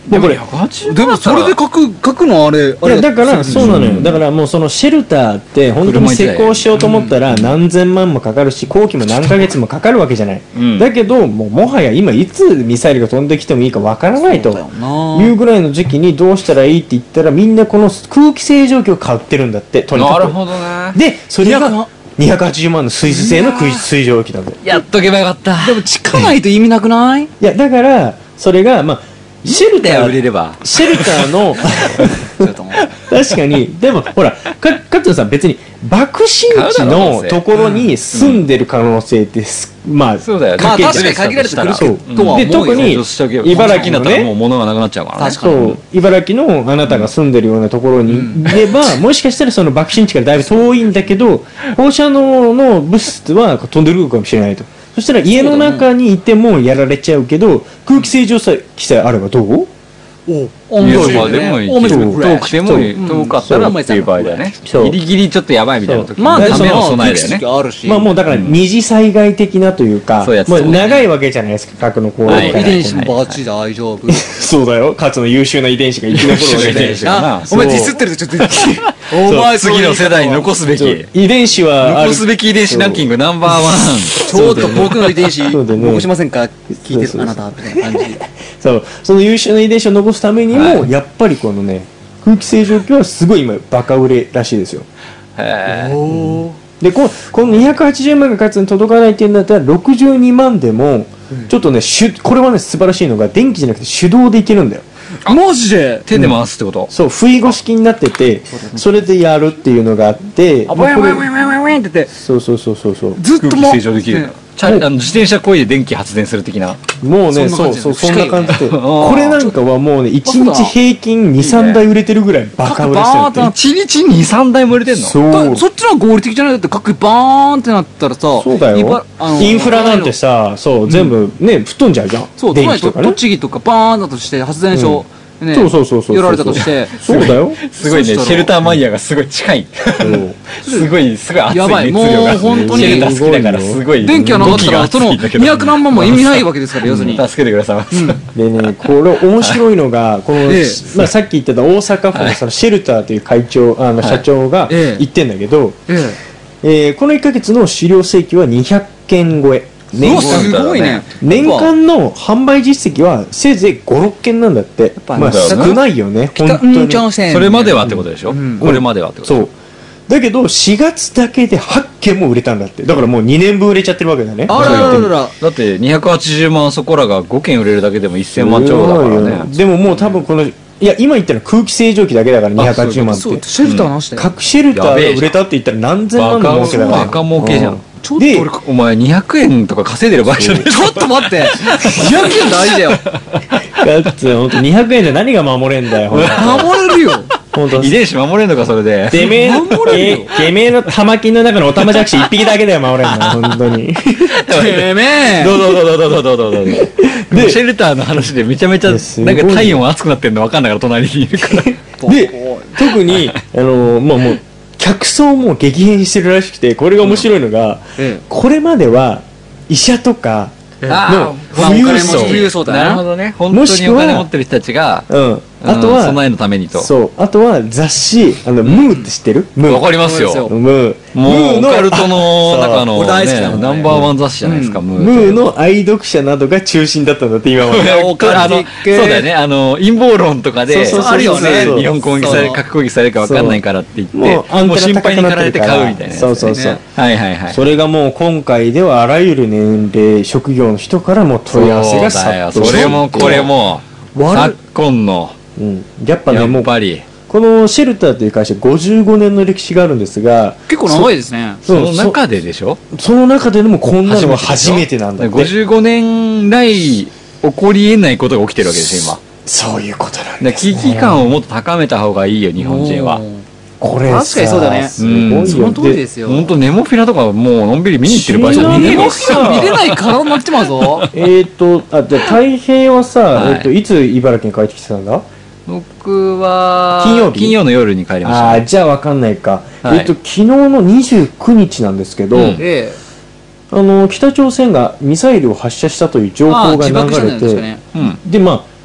でこれでもそれで書く書くのあれあれいやだからそうなのよ。だからもうそのシェルターって本当に施工しようと思ったら何千万もかかるし工期も何ヶ月もかかるわけじゃない、うん、だけどもうもはや今いつミサイルが飛んできてもいいかわからないというぐらいの時期にどうしたらいいって言ったらみんなこの空気清浄機を買ってるんだってとにかく。 なるほどね。 でそれがにひゃくはちじゅうまんのスイス製の水蒸気だぜ。 やっとけばよかった。 でも地下ないと意味なくない？いやだからそれがまあシェルター売れればシェルターの確かにでもほらか加藤さん別に爆心地のところに住んでる可能性ってまあそうだよね。 まあ確かに限られてくるとはで特に茨城だったらもう物がなくなっちゃうからね。 そう茨城のあなたが住んでるようなところにいればもしかしたらその爆心地からだいぶ遠いんだけど放射能の物質は飛んでるかもしれないと。そしたら家の中にいてもやられちゃうけど空気清浄機さえあればどう？ お面白いね。でもいい。遠くても遠かったらっていう場合だよね。ギリギリちょっとやばいみたいな時。 まあその備えだよね。 あるし。 まあもうだから二次災害的なというか、もう長いわけじゃないですか核の攻撃。 遺伝子もバッチリ大丈夫。 そうだよ。かつの優秀な遺伝子が生き残るわけで。 お前ディスってるとちょっと。 お前次の世代に残すべき遺伝子は残すべき遺伝子ランキングナンバーワン。 ちょっと僕の遺伝子残しませんか聞いてるあなたみたいな感じ。 そうその優秀な遺伝子を残すためにもやっぱりこのね空気清浄機はすごい今バカ売れらしいですよ。 へー。 でここのにひゃくはちじゅうまんがかつに届かないっていうんだったらろくじゅうにまんでもちょっとねしゅこれはね素晴らしいのが電気じゃなくて手動でいけるんだよ。 マジで手で回すってこと？ そう不意越式になっててそれでやるっていうのがあってあボヤボヤボヤボヤボヤっててそうそうそうそうそうずっとも空気清浄できる。あの自転車こいで電気発電する的な。 もうねそうそうそんな感じでこれなんかはもうねいちにち平均にさんだい売れてるぐらいバカ売れしてるって。 いちにちにさんだいも売れてんの？ そうそっちの方が合理的じゃない？だって各バーンってなったらさそうだよインフラなんてさそう全部ね吹っ飛んじゃうじゃん。 そう電気とかね栃木とかバーンだとして発電所ね、 そうそうそうそうやられたとしてそうだよすごいねシェルターマイヤーがすごい近いすごいすごい熱い熱量がやばいもう本当にシェルター好きだからすごい電気がなかったらそのにひゃくなんまんも意味ないわけですから要するに助けてください。 でねこれ面白いのがこのまあさっき言ってた大阪府のそのシェルターという会長あの社長が言ってんだけどえこのいっかげつの資料請求はにひゃっけん超え年すごいね年間の販売実績はせいぜいごろっけんなんだって。まあ少ないよね本当に。 それまではってことでしょ。これまではってこと。 そうだけどしがつだけではっけんも売れたんだって。だからもうにねんぶん売れちゃってるわけだね。 あららららだってにひゃくはちじゅうまんそこらがごけん売れるだけでもせんまんちょうどだからね。 でももう多分このいや今言ったの空気清浄機だけだからにひゃくはちじゅうまんってシェルターなしで核シェルターが売れたって言ったら何千万の儲けだからバカ儲けじゃん。 ちょっと俺お前にひゃくえんとか稼いでる場合じゃない。 ちょっと待ってにひゃくえん大事だよだって本当にひゃくえんで何が守れんだよ守れるよ遺伝子守れんのかそれで。 てめえのてめえの玉金の中のオタマジャクシいっぴきだけだよ守れんの本当にてめえどうぞどうぞどうぞどうぞどうぞでシェルターの話でめちゃめちゃなんか体温熱くなってるの分かんないから隣にいるからで特にあのまあもう客層も激変してるらしくてこれが面白いのが、うん、これまでは医者とかの富裕層、 富裕層だなるほどね本当にお金持ってる人たちが、 うん、あとは備えのためにとそうあとは雑誌あの、うん、ムーって知ってる？ムーわかりますよ。 ムーもうオカルトの中のねナンバーワン雑誌じゃないですか。ムームーの愛読者などが中心だったんだって今まで。 あのそうだよねあの陰謀論とかであるよね日本攻撃され核攻撃されるかわかんないからって言ってもう心配に駆られて買うみたいな。 そうそうそうはいはいはい。 それがもう今回ではあらゆる年齢職業の人からも問い合わせが殺到してそれもこれも昨今のうん、やっぱねやっぱりこのシェルターという会社ごじゅうごねんの歴史があるんですが結構長いですね。 その中ででしょ。 その中ででもこんなのは初めてなんだって。 ごじゅうごねん来起こりえないことが起きてるわけですよ今。 そういうことなんですね。 危機感をもっと高めた方がいいよ日本人は。 これ確かにそうだね。 すごいよ。 その通りですよ。 本当ネモフィラとかもうのんびり見に行ってる場合じゃない。 ネモフィラ見れない体になってまうぞ。 えっとあじゃ太平はさ、はい、えっといつ茨城に帰ってきてたんだ？ 僕は金曜日金曜の夜に帰りました、ね、 あじゃあ分かんないか、はい、えっと昨日のにじゅうくにちなんですけど、うんええ、 あの北朝鮮がミサイルを発射したという情報が流れて、 ねうん、 でまあ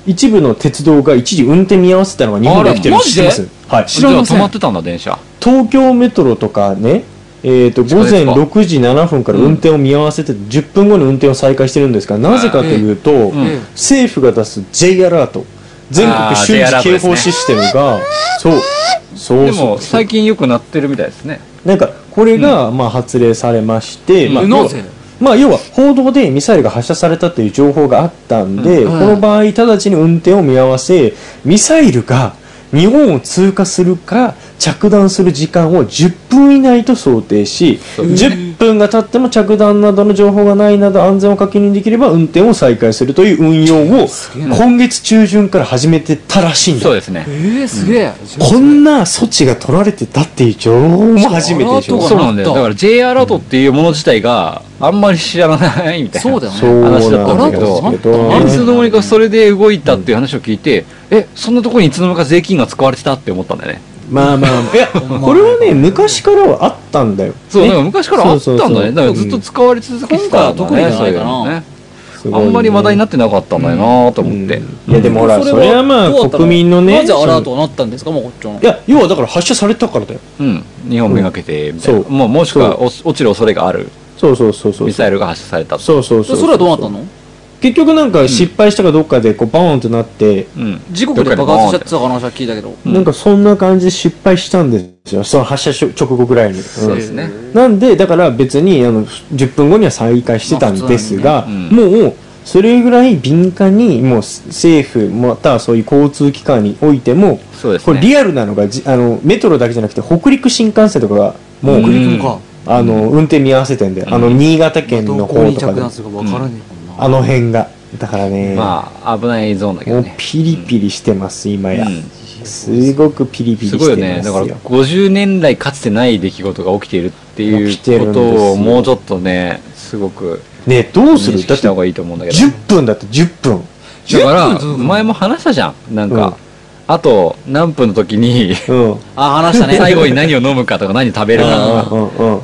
一部の鉄道が一時運転見合わせたのが日本で起きてるの知ってます？はい。 知らな止まってたんだ電車。 東京メトロとかね、えー、と午前ろくじななふんから運転を見合わせてじゅっぷんごに運転を再開してるんですが、なぜかというと、 うん、 政府が出す J アラート、全国瞬時警報システムが、そうそうでも最近よくなってるみたいですね。 なんかこれがまあ発令されまして、 うん、 まあ、 なぜまあ、要は報道でミサイルが発射されたという情報があったんで、 うん、 この場合直ちに運転を見合わせ、ミサイルが日本を通過するか着弾する時間をじゅっぷん以内と想定し、じゅっぷんが経っても着弾などの情報がないなど安全を確認できれば運転を再開するという運用を今月中旬から始めてたらしいんだ。 そうですね。 えー、すげえ、 うん、こんな措置が取られてたっていう情報も初めてでしょ。 そうなんだよ。だから J アラートっていうもの自体があんまり知らないみたいなそうだよね話だったんだけど、 そうなんですけどいつの間にかそれで動いたっていう話を聞いて、うん、えそんなところにいつの間にか税金が使われてたって思ったんだよね。 まあまあいやこれはね昔からはあったんだよ。 そう、だから昔からあったんだね。だからずっと使われ続けてたんだね。 今回は特にじゃないかな。 ね、あんまり話題になってなかったんだよなと思って、 うんうん、いやでもほらそれはまあ国民のね、 なぜアラートになったんですかもうこっちの。 いや要はだから発射されたからだよ。 うん日本めがけてみたいな、 うん、 もうもしくは落ちる恐れがあるそうそうそうそうミサイルが発射された。 そうそうそう。 それはどうなったの？ 結局なんか失敗したかどっかでこうバーンとなって、 うん、 時刻で爆発しちゃってた話は聞いたけど、 うん、なんかそんな感じで失敗したんですよ、その発射直後ぐらいに、うん、 そうですね。 なんでだから別にあのじゅっぷんごには再開してたんですが、まあね、うん、もうそれぐらい敏感にもう政府またはそういう交通機関においてもそうですね、 これリアルなのがあのメトロだけじゃなくて北陸新幹線とかがもう、 北陸かあの運転見合わせてんで、うん、あの新潟県の方とかで、あの辺がだからね、 まあ危ないゾーンだけどね、 もうピリピリしてます、うん、今や、うん、すごくピリピリしてますよ。すごいよね。 だからごじゅうねんだいかつてない出来事が起きているっていうことをもうちょっとねすごくねどうする認識した方がいいと思うんだけど、 じゅっぷんだってじゅっぷんだから前も話したじゃん、なんか、うん、あと何分の時に、うん、 あ話したね最後に何を飲むかとか何食べるかとか、うんうん、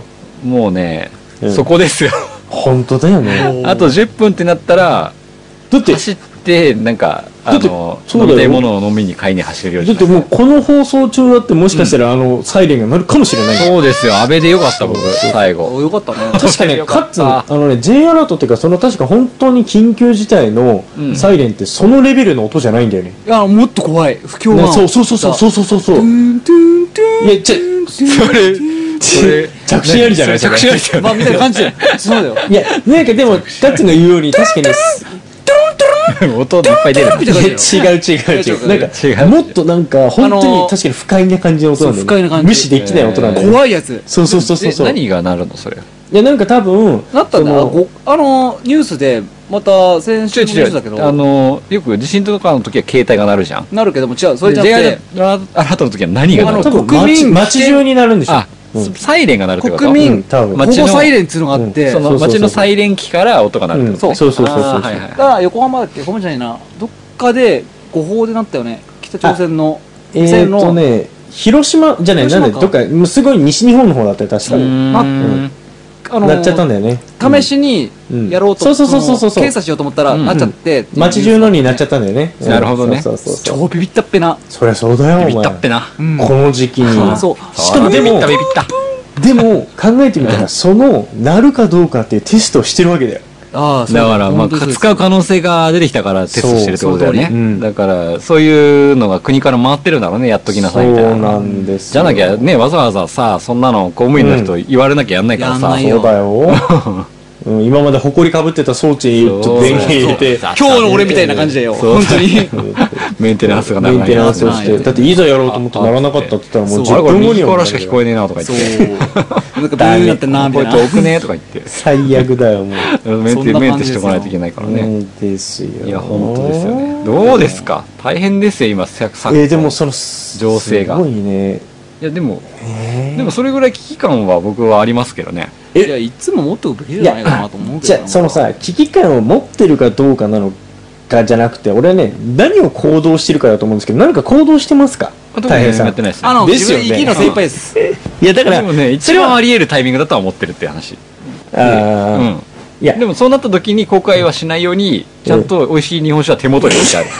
もうね、うん、そこですよ本当だよねあとじゅっぷんってなったらだって走ってなんかあの飲みたいものを飲みに買いに走るようにだってもうこの放送中だってもしかしたら、うん、あのサイレンが鳴るかもしれない。 そうですよ、安倍でよかった僕最後よかったね。 確かにかつあのね J アラートっていうかその確か本当に緊急事態のサイレンってそのレベルの音じゃないんだよね。 いやもっと怖い不協和音、 ね、そうそうそうそうそうそうそういやちゃそれそれ着信ありじゃない着信ありだよね、 まあみたいな感じだよそうだよ。 いやなんかでもタッツが言うように確かに音いっぱい出る。 違う違う違う。なんかもっとなんか本当に確かに不快な感じの音なんだよね。 不快な感じ。 無視できない音なんだよね。 怖いやつ。 そうそうそうそう。 何がなるのそれ。 いやなんか多分なったんだ。あのニュースでまた先週のニュースだけど、 あのよく地震とかの時は携帯が鳴るじゃん。 なるけども違う。それじゃなくて J アラートの時は何が鳴るの？ 国民街中になるんでしょ。 サイレンが鳴るってこと？ 国民保護サイレンっていうのがあって、 その街のサイレン機から音が鳴るってことね。 そうそうそうそう。 だから横浜だっけ？横浜じゃないな。どっかで誤報でなったよね。北朝鮮のえーっとね広島じゃないなんでどっかすごい西日本の方だったよ確かに。あのなっちゃったんだよね。 試しにやろうと検査しようと思ったらなっちゃって街中のになっちゃったんだよね。 なるほどね。 超ビビったっぺな。 そりゃそうだよお前。 ビビったっぺな。 この時期に。 そう。 しかもでもでも考えてみたらそのなるかどうかっていうテストをしてるわけだよ。 ああだからまあ使う可能性が出てきたからテストしてるってことだよね、うん、だからそういうのが国から回ってるんだろうね、やっときなさいみたいな。 そうなんですじゃなきゃねわざわざさそんなの公務員の人言われなきゃやんないからさ、 うん、そうだようん、今まで埃かぶってた装置にちょっと電源入れて今日の俺みたいな感じだよ本当にメンテナンスが長いメンテナンスをしてだっていざやろうと思ってならなかったって言ったらもうじゅっぷんごには右からしか聞こえねえなとか言ってなんかブーになってなみたいなこいつ遠くねとか言って最悪だよもうメンテメンテしてこないといけないからねですよ。 いや本当ですよね。どうですか大変ですよ今昨今えー、でもその情勢がすごいね。 いやでもでもそれぐらい危機感は僕はありますけどね。 いやいつも持っておくべきじゃないかなと思うけど。 じゃあそのさ危機感を持ってるかどうかなのかじゃなくて俺はね何を行動してるかだと思うんですけど何か行動してますか大変さん。 やってないですね。 あのですよね。 自分生きの精一杯です。 いやだからでもね一番あり得るタイミングだとは思ってるって話。 ああ、うん。 いやでもそうなった時に後悔はしないようにちゃんと美味しい日本酒は手元に置いてある。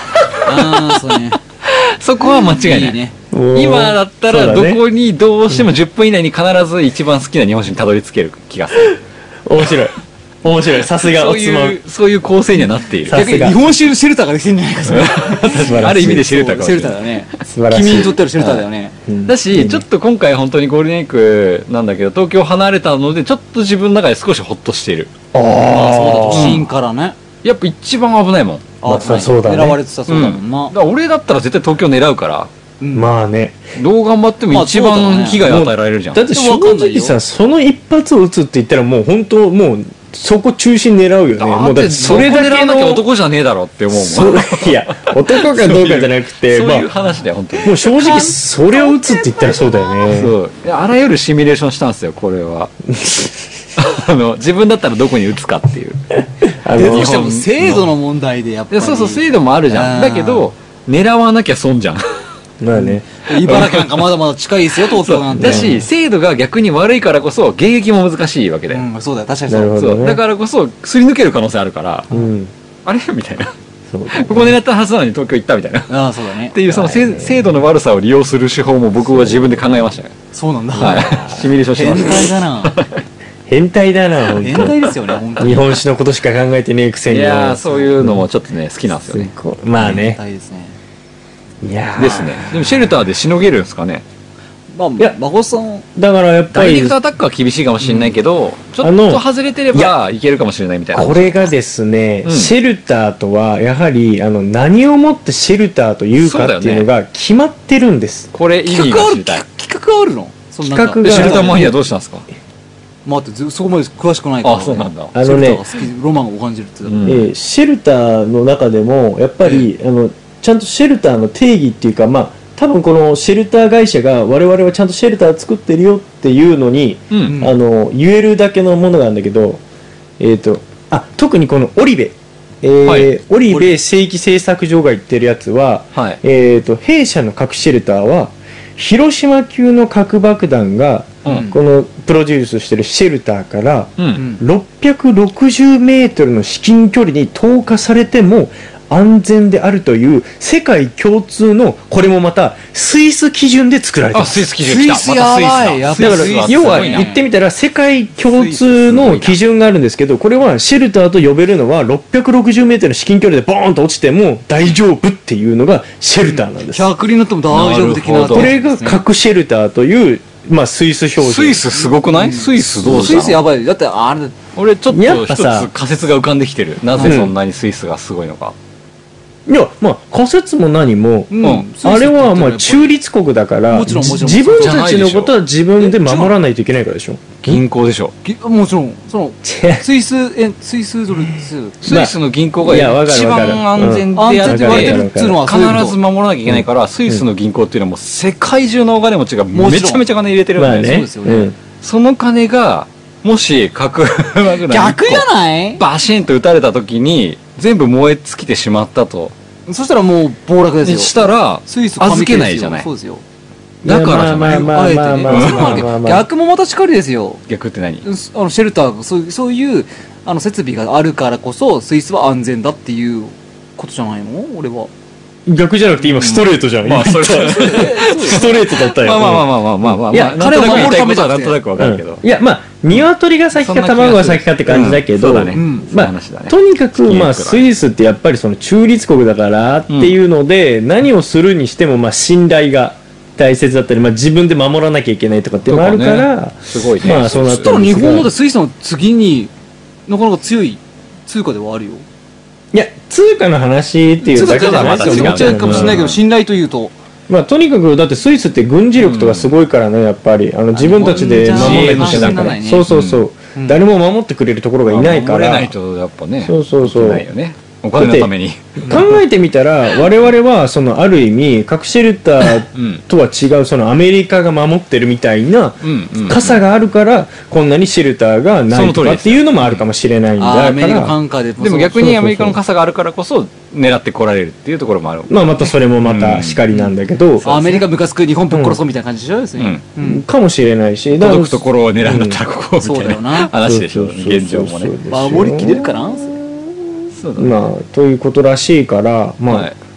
ああ、そうね。 そこは間違いない。 いいね。 今だったらどそうだねこにどうしてもじゅっぷん以内に必ず一番好きな日本酒にたどり着ける気がする。 面白い面白い、さすがそうおつまみいう、そういう構成にはなっている。 さすが逆に日本酒シェルターができてんじゃないか、それ。 素晴らしいある意味でシェルターかもしシェれない。 ルターだね。 素晴らしい君にとってのシェルターだよね。 うんだし、ちょっと今回本当にゴールデンウィークなんだけど、東京離れたので、ちょっと自分の中で少しホッとしている。 あまあ、そうだ、都あ心からね。 やっぱ一番危ないもん。 まあそうだね狙われてたそうだもんなだ。から俺だったら絶対東京狙うから、 まあね、 どう頑張っても一まあそうだね番被害与えられるじゃん。 だって正でもわかんないよ直さ、その一発を撃つって言ったらもう本当もうそこ中心狙うよね。もうだってそれだけ狙わなきゃの男じゃねえだろって思うもん。 それいや男かどうかじゃなくてそういうまあ話だよ、本当に。 もう正直それを撃つって言ったらそうだよね。 そういやあらゆるシミュレーションしたんですよ、これは。あの自分だったらどこに打つかっていう。 あのでどうしても制度の問題でやっぱり。 いやそうそう、制度もあるじゃん。 あーだけど狙わなきゃ損じゃん。 まあね、 茨城なんかまだまだ近いですよ、東京なんて。 だし、制度が逆に悪いからこそ迎撃も難しいわけだよ。 うん、そうだよ、確かにそう。 なるほどねそうだからこそすり抜ける可能性あるから、 うん、 あれみたいな。 そうだねここ狙ったはずなのに東京行ったみたいな。っああ、そうだね。 ていうそのせ制度の悪さを利用する手法も僕は自分で考えましたよ。 そうなんだ。 はい。シミュレーションしま変した。 態だな。 変態だな本変当態ですよね、本当に。 日本酒のことしか考えてねえくせに。 いやーそういうのもちょっとね好きなんですよね。 こうまあ変ね、 態ですね。 いやーですね。でもシェルターでしのげるんですかね。 まあ、 いや孫さん、 だからやっぱりダイレクトアタックは厳しいかもしれないけど、ちょあのっと外れてればいけるかもしれないみたいな。 これがですね、 うんシェルターとはやはりあの何をもってシェルターというかっていうのが決まってるんです。 これ意味企画あるが知りたい。 企画あるのそんな企画がでシェルターマニアどうしたんですか。 待って、ずそこまで詳しくないから。 あ、そうなんだ。 あのねシェルターが好き、ロマンを感じるって言ってうんえーシェルターの中でもやっぱり、あのちゃんとシェルターの定義っていうか、まあ多分このシェルター会社が我々はちゃんとシェルター作ってるよっていうのに、 うん。 あの言えるだけのものがあるんだけど、えっ、とあ特にこのオリベ、えーはいオリベ正規製作所が言ってるやつは、 はい。 えー、と弊社の核シェルターは広島級の核爆弾がうん。 このプロデュースしてるシェルターからう。 うんん。 ろっぴゃくろくじゅうメートルの至近距離に投下されても安全であるという世界共通のこれもまたスイス基準で作られてあ、 ます。 スイス基準来た。 スイスまたスイスやばいやだ。 ばいだからスイス要はすごいな言ってみたら世界共通の基準があるんですけど、これはシェルターと呼べるのはろっぴゃくろくじゅうメートルの至近距離でボーンと落ちても大丈夫っていうのがシェルターなんです。 ひゃくになっても大丈夫的な。 なるほどこれが核シェルターという、まあ、スイス標準。 スイスすごくない？スイスどうしたの？ スイスやばい。だって、あれ、 俺ちょっと一やっぱさつ仮説が浮かんできてる。なぜそんなにスイスがすごいのか。 いや、まあ、仮説も何も、 うんあれはまあ中立国だから、 もちろんもちろん自分たちのことは自分で守らないといけないからでしょ。 銀行でしょ。 ぎもちろん、その、 違うスイス円、スイスドル、ススイスの銀行がいやわかる一わかる番安全で安あって全って言われてるっていうのはそういうこと必ず守らなきゃいけないから、スイスの銀行っていうのはもう世界中のお金持ちがもちろんめちゃめちゃ金入れてるんまあだよね。 ねそうですよねうんその金がもし核爆弾逆じゃないバシンと撃たれた時に全部燃え尽きてしまったとそしたらもう暴落ですよ。 したらスイス預けないじゃない。 そうですよ。 だからじゃない。 まあまあまあまあまあまあまあ逆もまたしかりですよ。 逆って何？ あのシェルターそういうそういうあの設備があるからこそスイスは安全だっていうことじゃないの？俺は。 逆じゃなくて今ストレートじゃん。 まあそれストレートだったよ。 まあまあまあまあまあまあまあ。 いやなんとなく彼を守るため言いたいことはだってなんとなくわかるけど。 いやまあ鶏が先か卵が先かって感じだけど、 うんそうだね。 うんまあそういう話だね。 とにかくまあ月スイスってやっぱりその中立国だからっていうので、何をするにしてもまあ信頼が大切だったり、まあ自分で守らなきゃいけないとかっていうのもあるから、 すごいね。 まあそうなっそしたたら日んですが本のでスイスの次になかなか強い通貨ではあるよ。 いや通貨の話っていうだけじゃないですよ。 通貨とはまた違うめっちゃかもしれないけどうん信頼というと。 まあとにかくだってスイスって軍事力とかすごいからね、やっぱりあの自分たちで守らないといけないか自衛ら、 隊そうそうそう、 うん誰も守ってくれるところがいないから、 守れないとやっぱね。 そうそうそういけないよね。お金のために。 考えてみたら我々はそのある意味核シェルターうん。 とは違うそのアメリカが守ってるみたいなうんうん。 傘があるからこんなにシェルターがないとかっていうのもあるかもしれないんだあーアメリカから、 感化で。 でも逆にアメリカの傘があるからこそ狙ってこられるっていうところもある。 まあまたそれもまたしかりなんだけど、 アメリカムカつく日本ぶっ殺そうみたいな感じでしょですね。うん。 かもしれないし、だから届くところを狙うんだったらここみそうたいなだよな話でしょ。 そうそうそう現状もね。 そう守りきれるかな？ そうだね。 まあということらしいから、まあ、 はい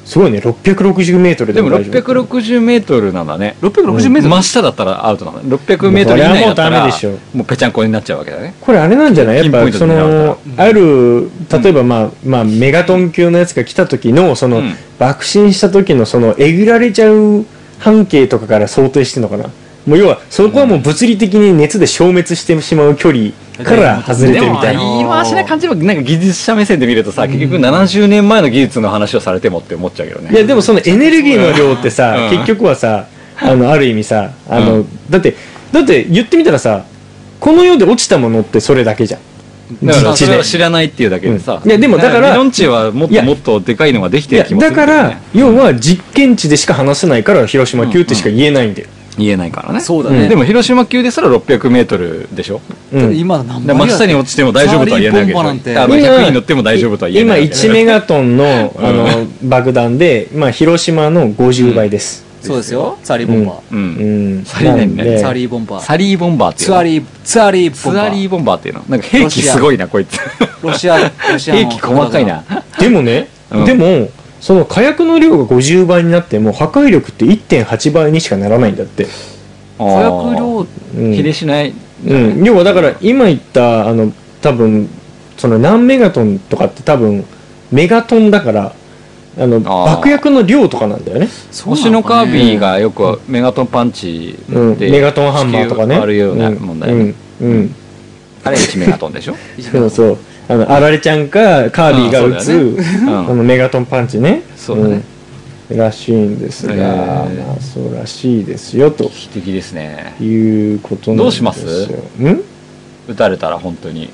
すごいねろっぴゃくろくじゅうメートルでもでも大丈夫ろっぴゃくろくじゅうメートルなんだね。 ろっぴゃくろくじゅうメートル、 真下だったらアウトなの。ろっぴゃくメートル以内だったらそれはもうダメでしょもうぺちゃんこになっちゃうわけだね。 これあれなんじゃないやっピンポイントぱそで狙うのある例えばまあまあメガトン級のやつが来た時のそのうん爆心した時のそのえぐられちゃう半径とかから想定してんのかな。もう要はそこはもう物理的に熱で消滅してしまう距離から外れてでもるみたいな。 言い回しな感じはなんか技術者目線で見るとさ、結局ななじゅうねんまえの技術の話をされてもって思っちゃうけどね。 いやでもそのエネルギーの量ってさ、 うん結局はさあのある意味さあの、 うだってだって言ってみたらさこの世で落ちたものってそれだけじゃん。 だからそれ実地でを知らないっていうだけでさ、 うんいやでもだから理論値はもっいやともっとでかいのができていやる気もするけどね。 だから要は実験地でしか話せないから広島級ってしか言えないんだよ。 言えないからね。 そうだね、 でも広島級ですらろっぴゃくメートルでしょ。 うん今何で真下に落ちても大丈夫とは言えないわけでしょ。 チャーリーボンバなんてあのひゃくに乗っても大丈夫とは言えない今わけでいちメガトンのあの爆弾で、まあ、広島のごじゅうばいです。 そうですよ、ツァリーボンバー、 う。 うんん。 サリーねなんでツァリーボンバー、 サリーボンバーっていうの。 ツァリーツァリーボンバー、 ツアリーボンバーっていうの。なんか兵器すごいなこいつ。 ロシアロシアの兵器細かいな。 でもね、 うんでもその火薬の量がごじゅうばいになっても破壊力って いってんはちばいにしかならないんだって。 火火薬量うん比例しない。 うん、要はだから今言ったあの多分その何メガトンとかって多分メガトンだからあのあー爆薬の量とかなんだよね。 星のカービィがよくメガトンパンチうん、 でメガトンハンマーとかね。 地球割るようなもんだよね。 うん、うんあれいちメガトンでしょ。 そうそう。あのあられちゃんかカービィが打つ、 うんそうだよねうんあのメガトンパンチね。 そうだねうんらしいんですが、 へーまあそうらしいですよと危機的ですね。 いうことなんですよ。 どうしますん？ 撃たれたら本当に。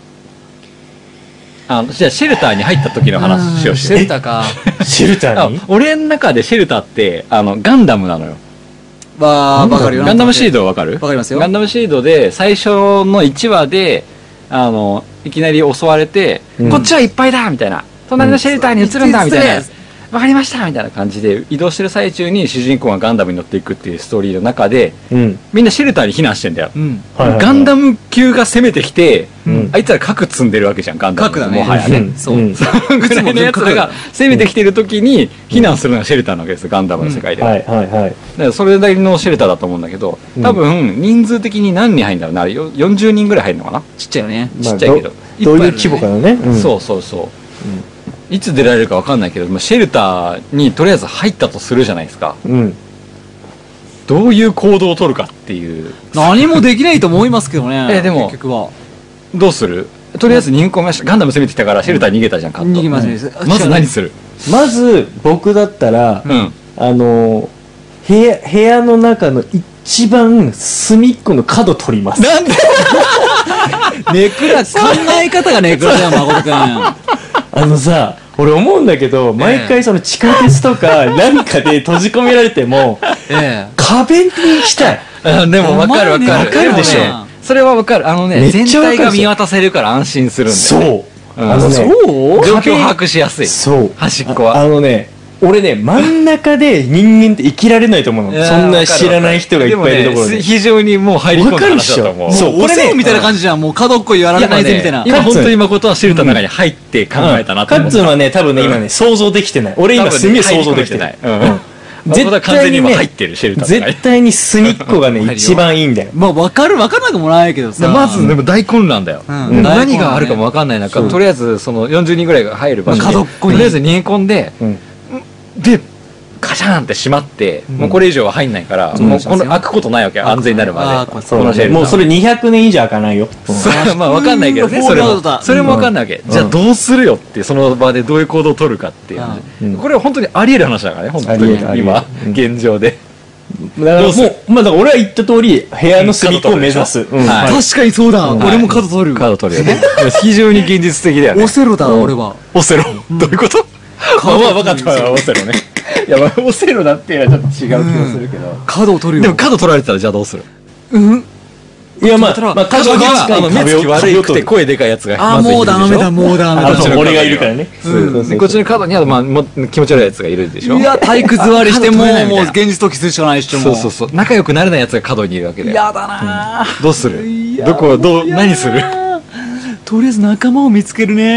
あじゃあシェルターに入った時の話しようしシェルターかシェルタあーに？ 俺の中でシェルターってあのガンダムなのよ。 わーわかるよガンダムシードドわかる？ わかりますよガンダムシードで最初のいちわであのいきなり襲われて、 うんこっちはいっぱいだみたいな、隣のシェルターに移るんだみたいな、わかりましたみたいな感じで移動してる最中に主人公がガンダムに乗っていくっていうストーリーの中でうん。 みんなシェルターに避難してんだよ。 うんはいはいはいガンダム級が攻めてきて、 うんあいつら核積んでるわけじゃん、ガンダム核だねもはやね。 うんそう、 うんそのぐらいのやつらが攻めてきてる時に避難するのがシェルターなわけですよ、ガンダムの世界では。 はいはいはい。 だからそれなりのシェルターだと思うんだけど、 うん多分人数的に何人入るんだろうな、よよんじゅうにんぐらい入るのかな、 ちっちゃいよね、 まあちっちゃいけどどどういう規模かだね。うんそうそうそう、いつ出られるか分かんないけど、まあ、シェルターにとりあえず入ったとするじゃないですか。 うん。 どういう行動を取るかっていう。 何もできないと思いますけどねえでも結局はどうする？とりあえず逃げ込みました。ガンダム攻めてきたからシェルター逃げたじゃん、カット。 逃げますね、 まず何する？ まず僕だったら、 うん。 あの部屋部屋の中の一番隅っこの角取ります。 なんで？ ネクラ考え方がネクラだよ誠くんあのさ、俺思うんだけど、毎回その地下鉄とか何かで閉じ込められても、 ええ壁に行きたい。 あでも分かる分かる。 わかるでしょもねそれは分かる。あのね、 めっ全ちゃ分かる体が見渡せるから安心するんだよそね。 う。 うんあのね、 そう状況を把握しやすい。 そう。 端っこはああのね、俺ね、真ん中で人間って生きられないと思うの。そんな知らない人がいっぱいいるところで。 でもね非常にもう入り込んだ話だと思う。 わかるっしょもうオセロみたいな感じじゃん、もう角っこやられないぜみたいな。 今本当に誠はシェルターの中に入って考えたなとカ思った。 ッツンはね、多分ね、今ね、想像できてない。俺今すげえ想像できてない。 多分ね入り込めてない。うん。誠は完全に今入ってるシェルターの中に絶対に隅っこがね、一番いいんだよ。 まあ分かる分かんなくもないけどさ、 でまずでも大混乱だよ、 うんで大混乱ね何があるかも分かんない中、とりあえずそのよんじゅうにんぐらいが入る場所に角っこにとりあえず逃げ込んで、 うんでカシャーンって閉まって、 んもうこれ以上は入んないから、 うんもうこの開くことないわけ、安全になるまで、 あーこれそうこのシェルターもうそれにひゃくねん以上開かないよ。 それはまあ分かんないけどね、 うんそれもフォールアウトだそれも分かんないわけ、じゃあどうするよってその場でどういう行動を取るかっていう話、 うんこれは本当にあり得る話だからね、本当ありに得るあり得る今現状で。 だからもどうするう、まあだから俺は言った通り、部屋の隅っこを目指す。うんはい確かにそうだ、俺も角取る、 カード取るよね。非常に現実的だよねオ。セロだ、俺はオセロ、どういうこと？まあまあ分かったわ、オセロね。いや、まあオセロだっていうのはちょっと違う気もするけど。 角を取るよ。 でも角取られてたらじゃあどうする？ うんいや、まあ、 だったらまあ、角に角はあの目つき悪くて壁を声でかいやつがあーもうダメだもうダメだあの俺がいるからね。 うんでこっちの角にはまあもう気持ち悪いやつがいるでしょ。 いや体育座りしてもう角取れないみたいなもう現実逃避するしかないっしょもそうそうそう、仲良くなれないやつが角にいるわけで。 やだなどうする？ いやどこどう何する？ とりあえず仲間を見つけるね。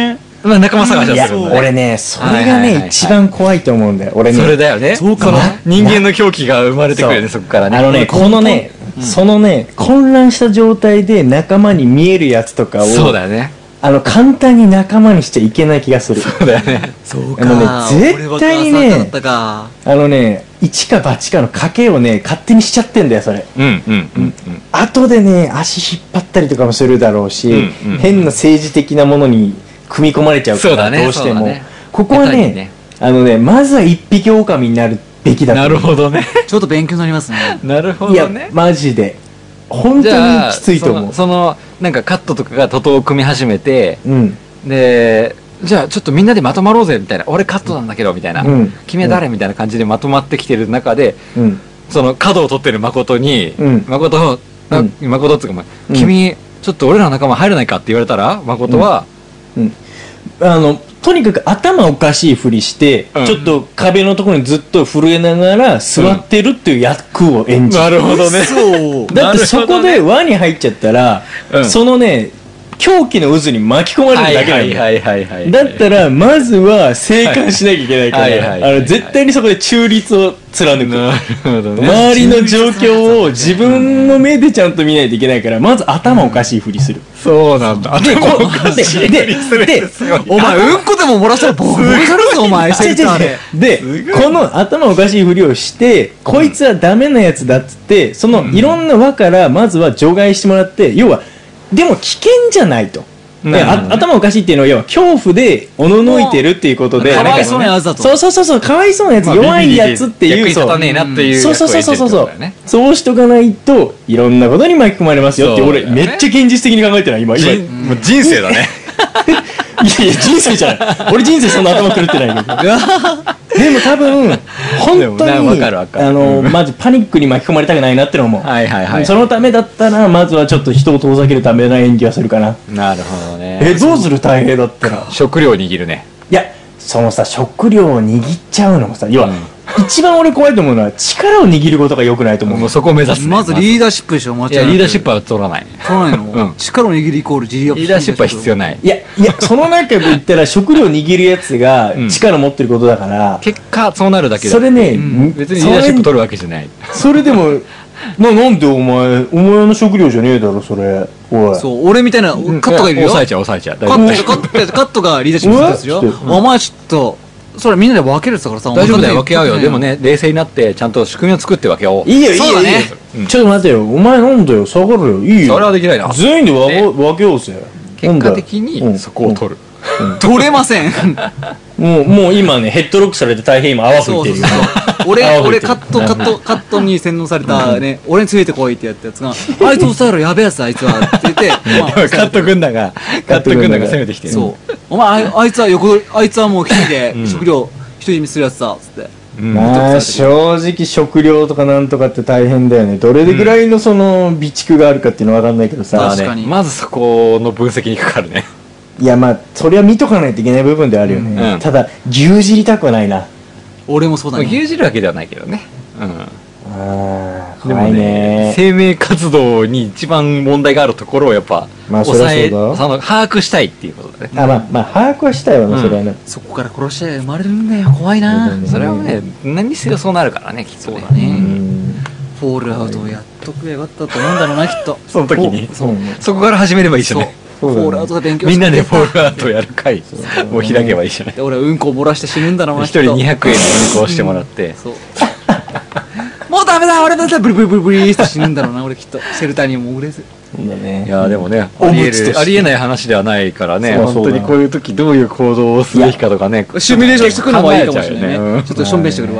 まあ仲間探しいやはするんだね。 俺ねそれがはいはいはいはいね一番怖いと思うんだよ俺ね。 それだよね。 そうかなその人間の狂気が生まれてくるよね、そこからね。 あのねこのねそのね混乱した状態で仲間に見えるやつとかをそうだよね。 あの簡単に仲間にしちゃいけない気がする。 そうだよね。 そうあのね絶対にね俺は母さんだったか。 あのね一か八かの賭けをね勝手にしちゃってんだよそれ。 うんうんうんうん。 後でね足引っ張ったりとかもするだろうし、 うんうん変な政治的なものに組み込まれちゃうからそうだねどうしても、 そうだねここはね下手にねあのねまずは一匹狼になるべきだとなるほどね。 ちょっと勉強になりますね。 なるほいやどね。 マジで本当じゃあにきついと思う。 そのそのなんかカットとかが徒党を組み始めて、 うんでじゃあちょっとみんなでまとまろうぜみたいな、俺カットなんだけどみたいな、 うん君は誰みたいな感じでまとまってきてる中で、 うんその角を取ってる誠に、 うん誠を、なうん誠っつうか、お前うん君ちょっと俺らの仲間入れないかって言われたら誠は、 あのとにかく頭おかしいふりして、 うんちょっと壁のところにずっと震えながら座ってるっていう役を演じる、 なるほどね。 そう。 だってそこで輪に入っちゃったら、 うんそのね狂気の渦に巻き込まれるだけなんだよ、 はいはいはいはいはい。 だったらまずは生還しなきゃいけないから、 はいはいはいはいあの絶対にそこで中立を貫く、 なるほどね。 周りの状況を自分の目でちゃんと見ないといけないからまず頭おかしいふりする、 そうなんだ。 でこでででお前うんこでも漏らしたらボコボコにされるぞお前。センターで。 でこの頭おかしいふりをしてこいつはダメなやつだっつってそのいろんな輪からまずは除外してもらって要はでも危険じゃないと、であ頭おかしいっていうのは要は恐怖でおののいてるっていうことでかわいそうなやつだと。 そうそうそうそうかわいそうなやつ、弱いやつっていう役に立たねえなっていうそうそうそうそうそうそう役を演じるってことだよね。 そうしとかないといろんなことに巻き込まれますよって俺そうだよねめっちゃ現実的に考えてない今今い人もう人生だね。 やいや人生じゃない俺人生そんな頭狂ってないけどでも多分本でもな当にわかるわかるあのまずパニックに巻き込まれたくないなってのも、 はいはいはい。 そのためだったらまずはちょっと人を遠ざけるためな演技はするかな。 なるほどね。 えどうする大平だったら食料握るね。 いやそのさ食料を握っちゃうのもさ要は、一番俺怖いと思うのは力を握ることが良くないと思う。 もうそこを目指すね。 まずリーダーシップでしょ、間違いなく。 いやリーダーシップは取らない。 取らないの、 うん力を握るイコールリリーダーシップは必要い。 ない。 いやいやその中で言ったら食料握るやつがうん力持ってることだから、 結果そうなるだけだ。 それね、 うん別にリーダーシップ取るわけじゃない。 それでもななんでお前お前の食料じゃねえだろそれおいそう、俺みたいなカットがいるよ。 抑えちゃう抑えちゃう。 カット、カット、カットがリーダーシップですようわちょっ。とお前ちょっと、それみんなで分けるって言ったからさ、 大丈夫だよ分け合うよ。 分でも。ね冷静になってちゃんと仕組みを作って分け合おう。 いいよいいよそうだねいいよ、ちょっと待てよお前なんだよ下がるよいいよそれはできないな。 全員で分,、 ね分けようぜ結果的うんにそこを取る。 取れません。 もうもう今ねヘッドロックされて大変今泡吹いそうてるよそうそう。俺、 あ俺、カット、カット、カットに洗脳されたね、俺についてこいってやったやつが、あいつ抑えろ、やべえやつ、あいつは。って言って、まあカット軍団がカット軍団が攻めてきてる。 そう。お前、あいあいつは横取り、あいつはもう一人で食料、独り占めするやつさ、つって。 うんまあ正直食料とかなんとかって大変だよねどれぐらいのその備蓄があるかっていうのは分かんないけどさ、 まあ確かにねまずそこの分析にかかるね。 いやまあそれは見とかないといけない部分ではあるよね、 うんただ牛耳りたくはないな俺もそうだね。 牛耳るわけではないけどね。うん。 あーでも怖いね、 ね生命活動に一番問題があるところをやっぱ、 まあそりゃ抑え、 そうだその、把握したいっていうことだね。 あまあまあ把握はしたいわね、 うんそれはねそこから殺し合い生まれるんだよ。怖いな。 そうだねそれはね、何にせよそうなるからね、きっとね。 そうだねうんフォールアウトをやっとくばよかったと思うんだろうな、きっと。 その時に。 そうそこから始めればいいじゃない。 フそうだねォールアウトで勉強してみんなでフォールアウトやる会を開けばいいじゃない。 で俺はうんこを漏らして死ぬんだろうな、 一人にひゃくくえんの運行してもらって。 そうもうダメだ俺だったらブリブリブリブリって死ぬんだろうな俺きっとシェルターに潜れずそうだねいやでもね、 おありえる、 物としてありえない話ではないからね、 そうそう本当にこういう時どういう行動をすべきかとかね、 シミュレーションしてくるのもいいかもしれないね考えちゃうよねちょっとしょんべんしてくるわ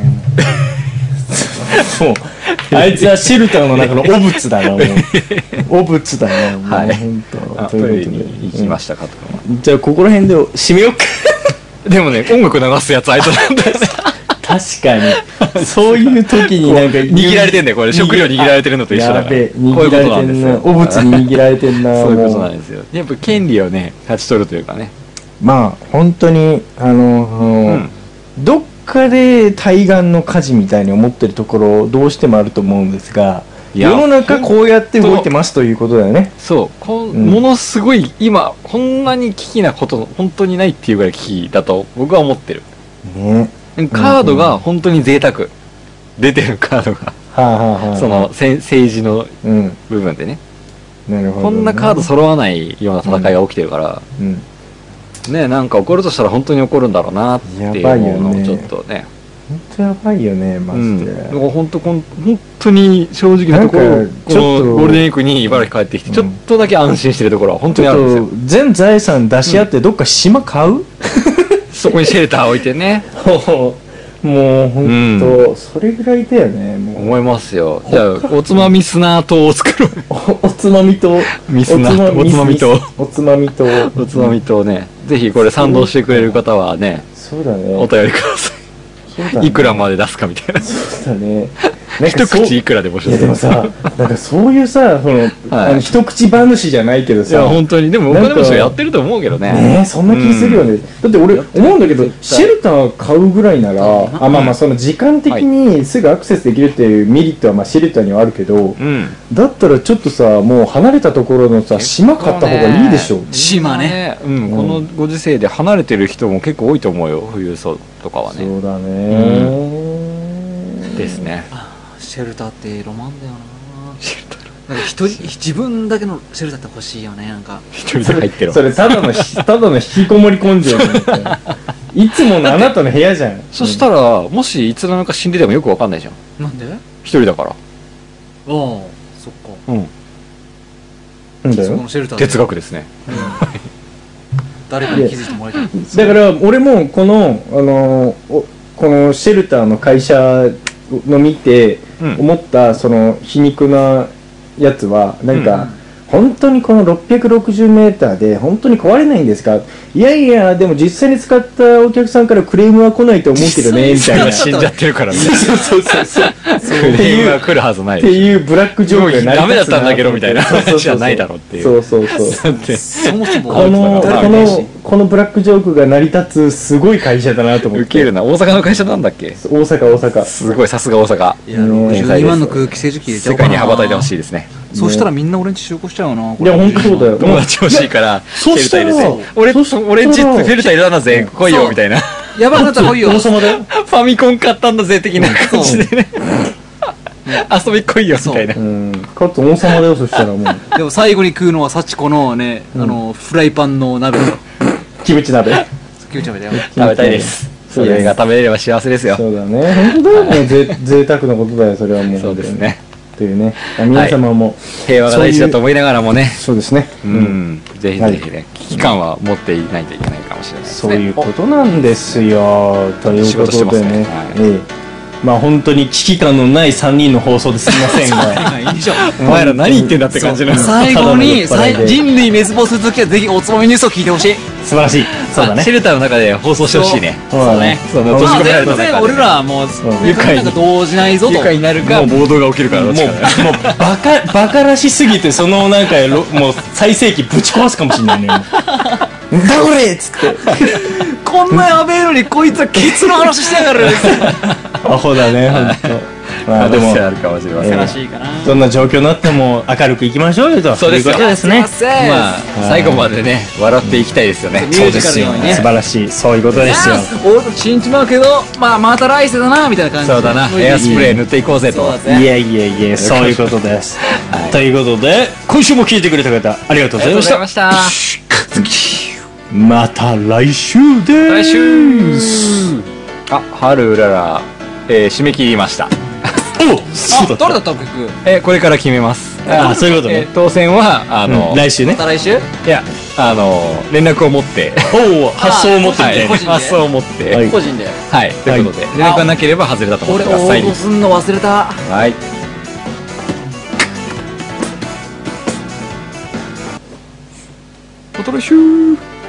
もうあいつはシェルターの中の汚物だなもう汚物だなもうはい本当あトイレに行きましたかとか、 うんじゃあここら辺で締めようかでもね、音楽流すやつあいつなんだよね。 確かにそういう時になんか握られてんだよ、これ。食料握られてるのと一緒だから。 やべえこういうこと握られてなんですよ。 んな汚物に握られてんなそういうこともなんですよ。やっぱ権利をね、勝ち取るというかね。 まあ本当にあの、 うんどっかで対岸の火事みたいに思ってるところどうしてもあると思うんですがいや世の中こうやって動いてますということだよね。 そうこん、 うんものすごい今こんなに危機なこと本当にないっていうぐらい危機だと僕は思ってる。 ね。 カードが本当に贅沢出てるカードがはあ、はあはあ、 そのせ政治のうん。 部分でねなるほど、ね。 こんなカード揃わないような戦いが起きてるから、 うん。 ねなんか起こるとしたら本当に起こるんだろうなっていうやばいよねのをちょっとねほんとやばいよね、マうん、 ジで。 だから本当こん本当に正直なところなんかこちょっとのゴールデンウィークに茨城帰ってきてうんちょっとだけ安心してるところは本当ちにあるんですよょっと全財産出し合ってどっか島買う、 そこにシェルター置いてねもうほんと、それぐらいだよね。もう思いますよじゃあおつまみ砂糖を作ろうおおつまみとミスナおつまおつまみとおつまみとおつまみとねぜひこれ賛同してくれる方はねそうだね。 お便りくださそうだねいいくらまで出すかみたいなそうだね。なんか一そう口いくらで募集いやしてますでもさ、なんかそういうさ、その、あの一口話じゃないけどさ、 いや本当にでもおなんか金持ちはやってると思うけどねねえ、そんな気するよね。だって俺思うんだけど、 絶対シェルター買うぐらいなら、あ、まあまあその時間的にすぐアクセスできるっていうメリットはまあシェルターにはあるけど、 うんだったらちょっとさ、もう離れたところのさ、島買った方がいいでしょ。 島ねうん、このご時世で離れてる人も結構多いと思うよ富裕層とかはねそうだね。 ですねシェルターってロマンだよななんか一人自分だけのシェルターって欲しいよねなんか一人で入ってるそれただのひ、ただの引きこもり根性じゃんみたいな。いつものあなたの部屋じゃん。 そしたらもしいつの間にか死んでてもよくわかんないじゃんなんであ一人だからあそっかうんうんだよそこの。シェルターで哲学ですね誰かに気づいてもらいたいだから俺もこの、あのおこのシェルターの会社の見てうん思ったその皮肉なやつはなんか、本当にこのろっぴゃくろくじゅうメーターで本当に壊れないんですか、いやいやでも実際に使ったお客さんからクレームは来ないと思うけどねみたいな。 死んじゃってるからねそうそうそうそうクレームが来るはずないっていうブラックジョークが成り立つなダメだったんだけどみたいな話じゃないだろうっていうそうそうそうだってそもそもこのこ誰もいないしのこのブラックジョークが成り立つすごい会社だなと思って。 ウケるな大阪の会社なんだっけ大阪大阪すごいさすが大阪いやねろくじゅうにまんの空気清浄機入れちゃお世うかな界に羽ばたいてほしいですねそしたらみんな俺んち集合しちゃうなこいや本当そうだよ。 友達欲しいからそしたらフェルター入れて俺そしたら俺んちフェルター入れたんだぜ来いよみたいなやばくなったら来いよ王様だよ。 ファミコン買ったんだぜ的な感じでね遊び来いよみたいなうん。かつ王様だよ、そしたらもう。 でも最後に食うのは幸子のねあのフライパンの鍋よキムチ鍋。 キムチ鍋だよ食べたいですそですそうれが食べれれば幸せですよそうだね。本当だよ。もうぜ贅沢なことだよ、それはもう。 そうですねというね。皆様も、 平和が大事だと思いながらもねそうですね。 う。んぜひぜひね危機感は持っていないといけないかもしれないですねそういうことなんですよ。ということ仕事してますでねねはい。 ええ。まあ本当に危機感のないさんにんの放送ですみませんが。 いいでしょお前ら何言ってんだって感じの最後にただの酔っ払いで最人類滅亡するときはぜひおつまみニュースを聞いてほしい素晴らしい。そうだねシェ。ルターの中で放送してほしいねそうだね。 そのまあまあ閉じ込められた全然中で俺らもう愉快になんか動じないぞと愉快になるか暴動が起きるからどっもう、もうちかだねバカ、バカらしすぎて、そのなんか、ろもう最盛期ぶち壊すかもしれないね。なんだこれっつって。 こんなやべえのにこいつはケツの話してやがるアホだね、ほんと。まあでも、 あるかもしれませんええ悲しいかなどんな状況になっても明るくいきましょうよと。 そうですよいうことですね。 まあ最後までね笑っていきたいですよねミュージカルのようにね素晴らしい。そういうことですよ。 お死んじまうけどまあまた来世だなみたいな感じでそうだなエアスプレー塗っていこうぜとそうだぜいやいやいや、そういうことです。ということで、今週も聞いてくれた方、ありがとうございました。 ましたまた来週で来す。 週あ春うららえー締め切りましたおそうだあ誰だったの結局えーこれから決めますあそういうことねえー当選はあのうん来週ねまた。来週いやあの連絡を持っておお、発想を持ってみはいたい個人で発想を持ってはい個人ではいということで連絡がなければ外れだと思っ俺てください応募すんの忘れたはいまた来週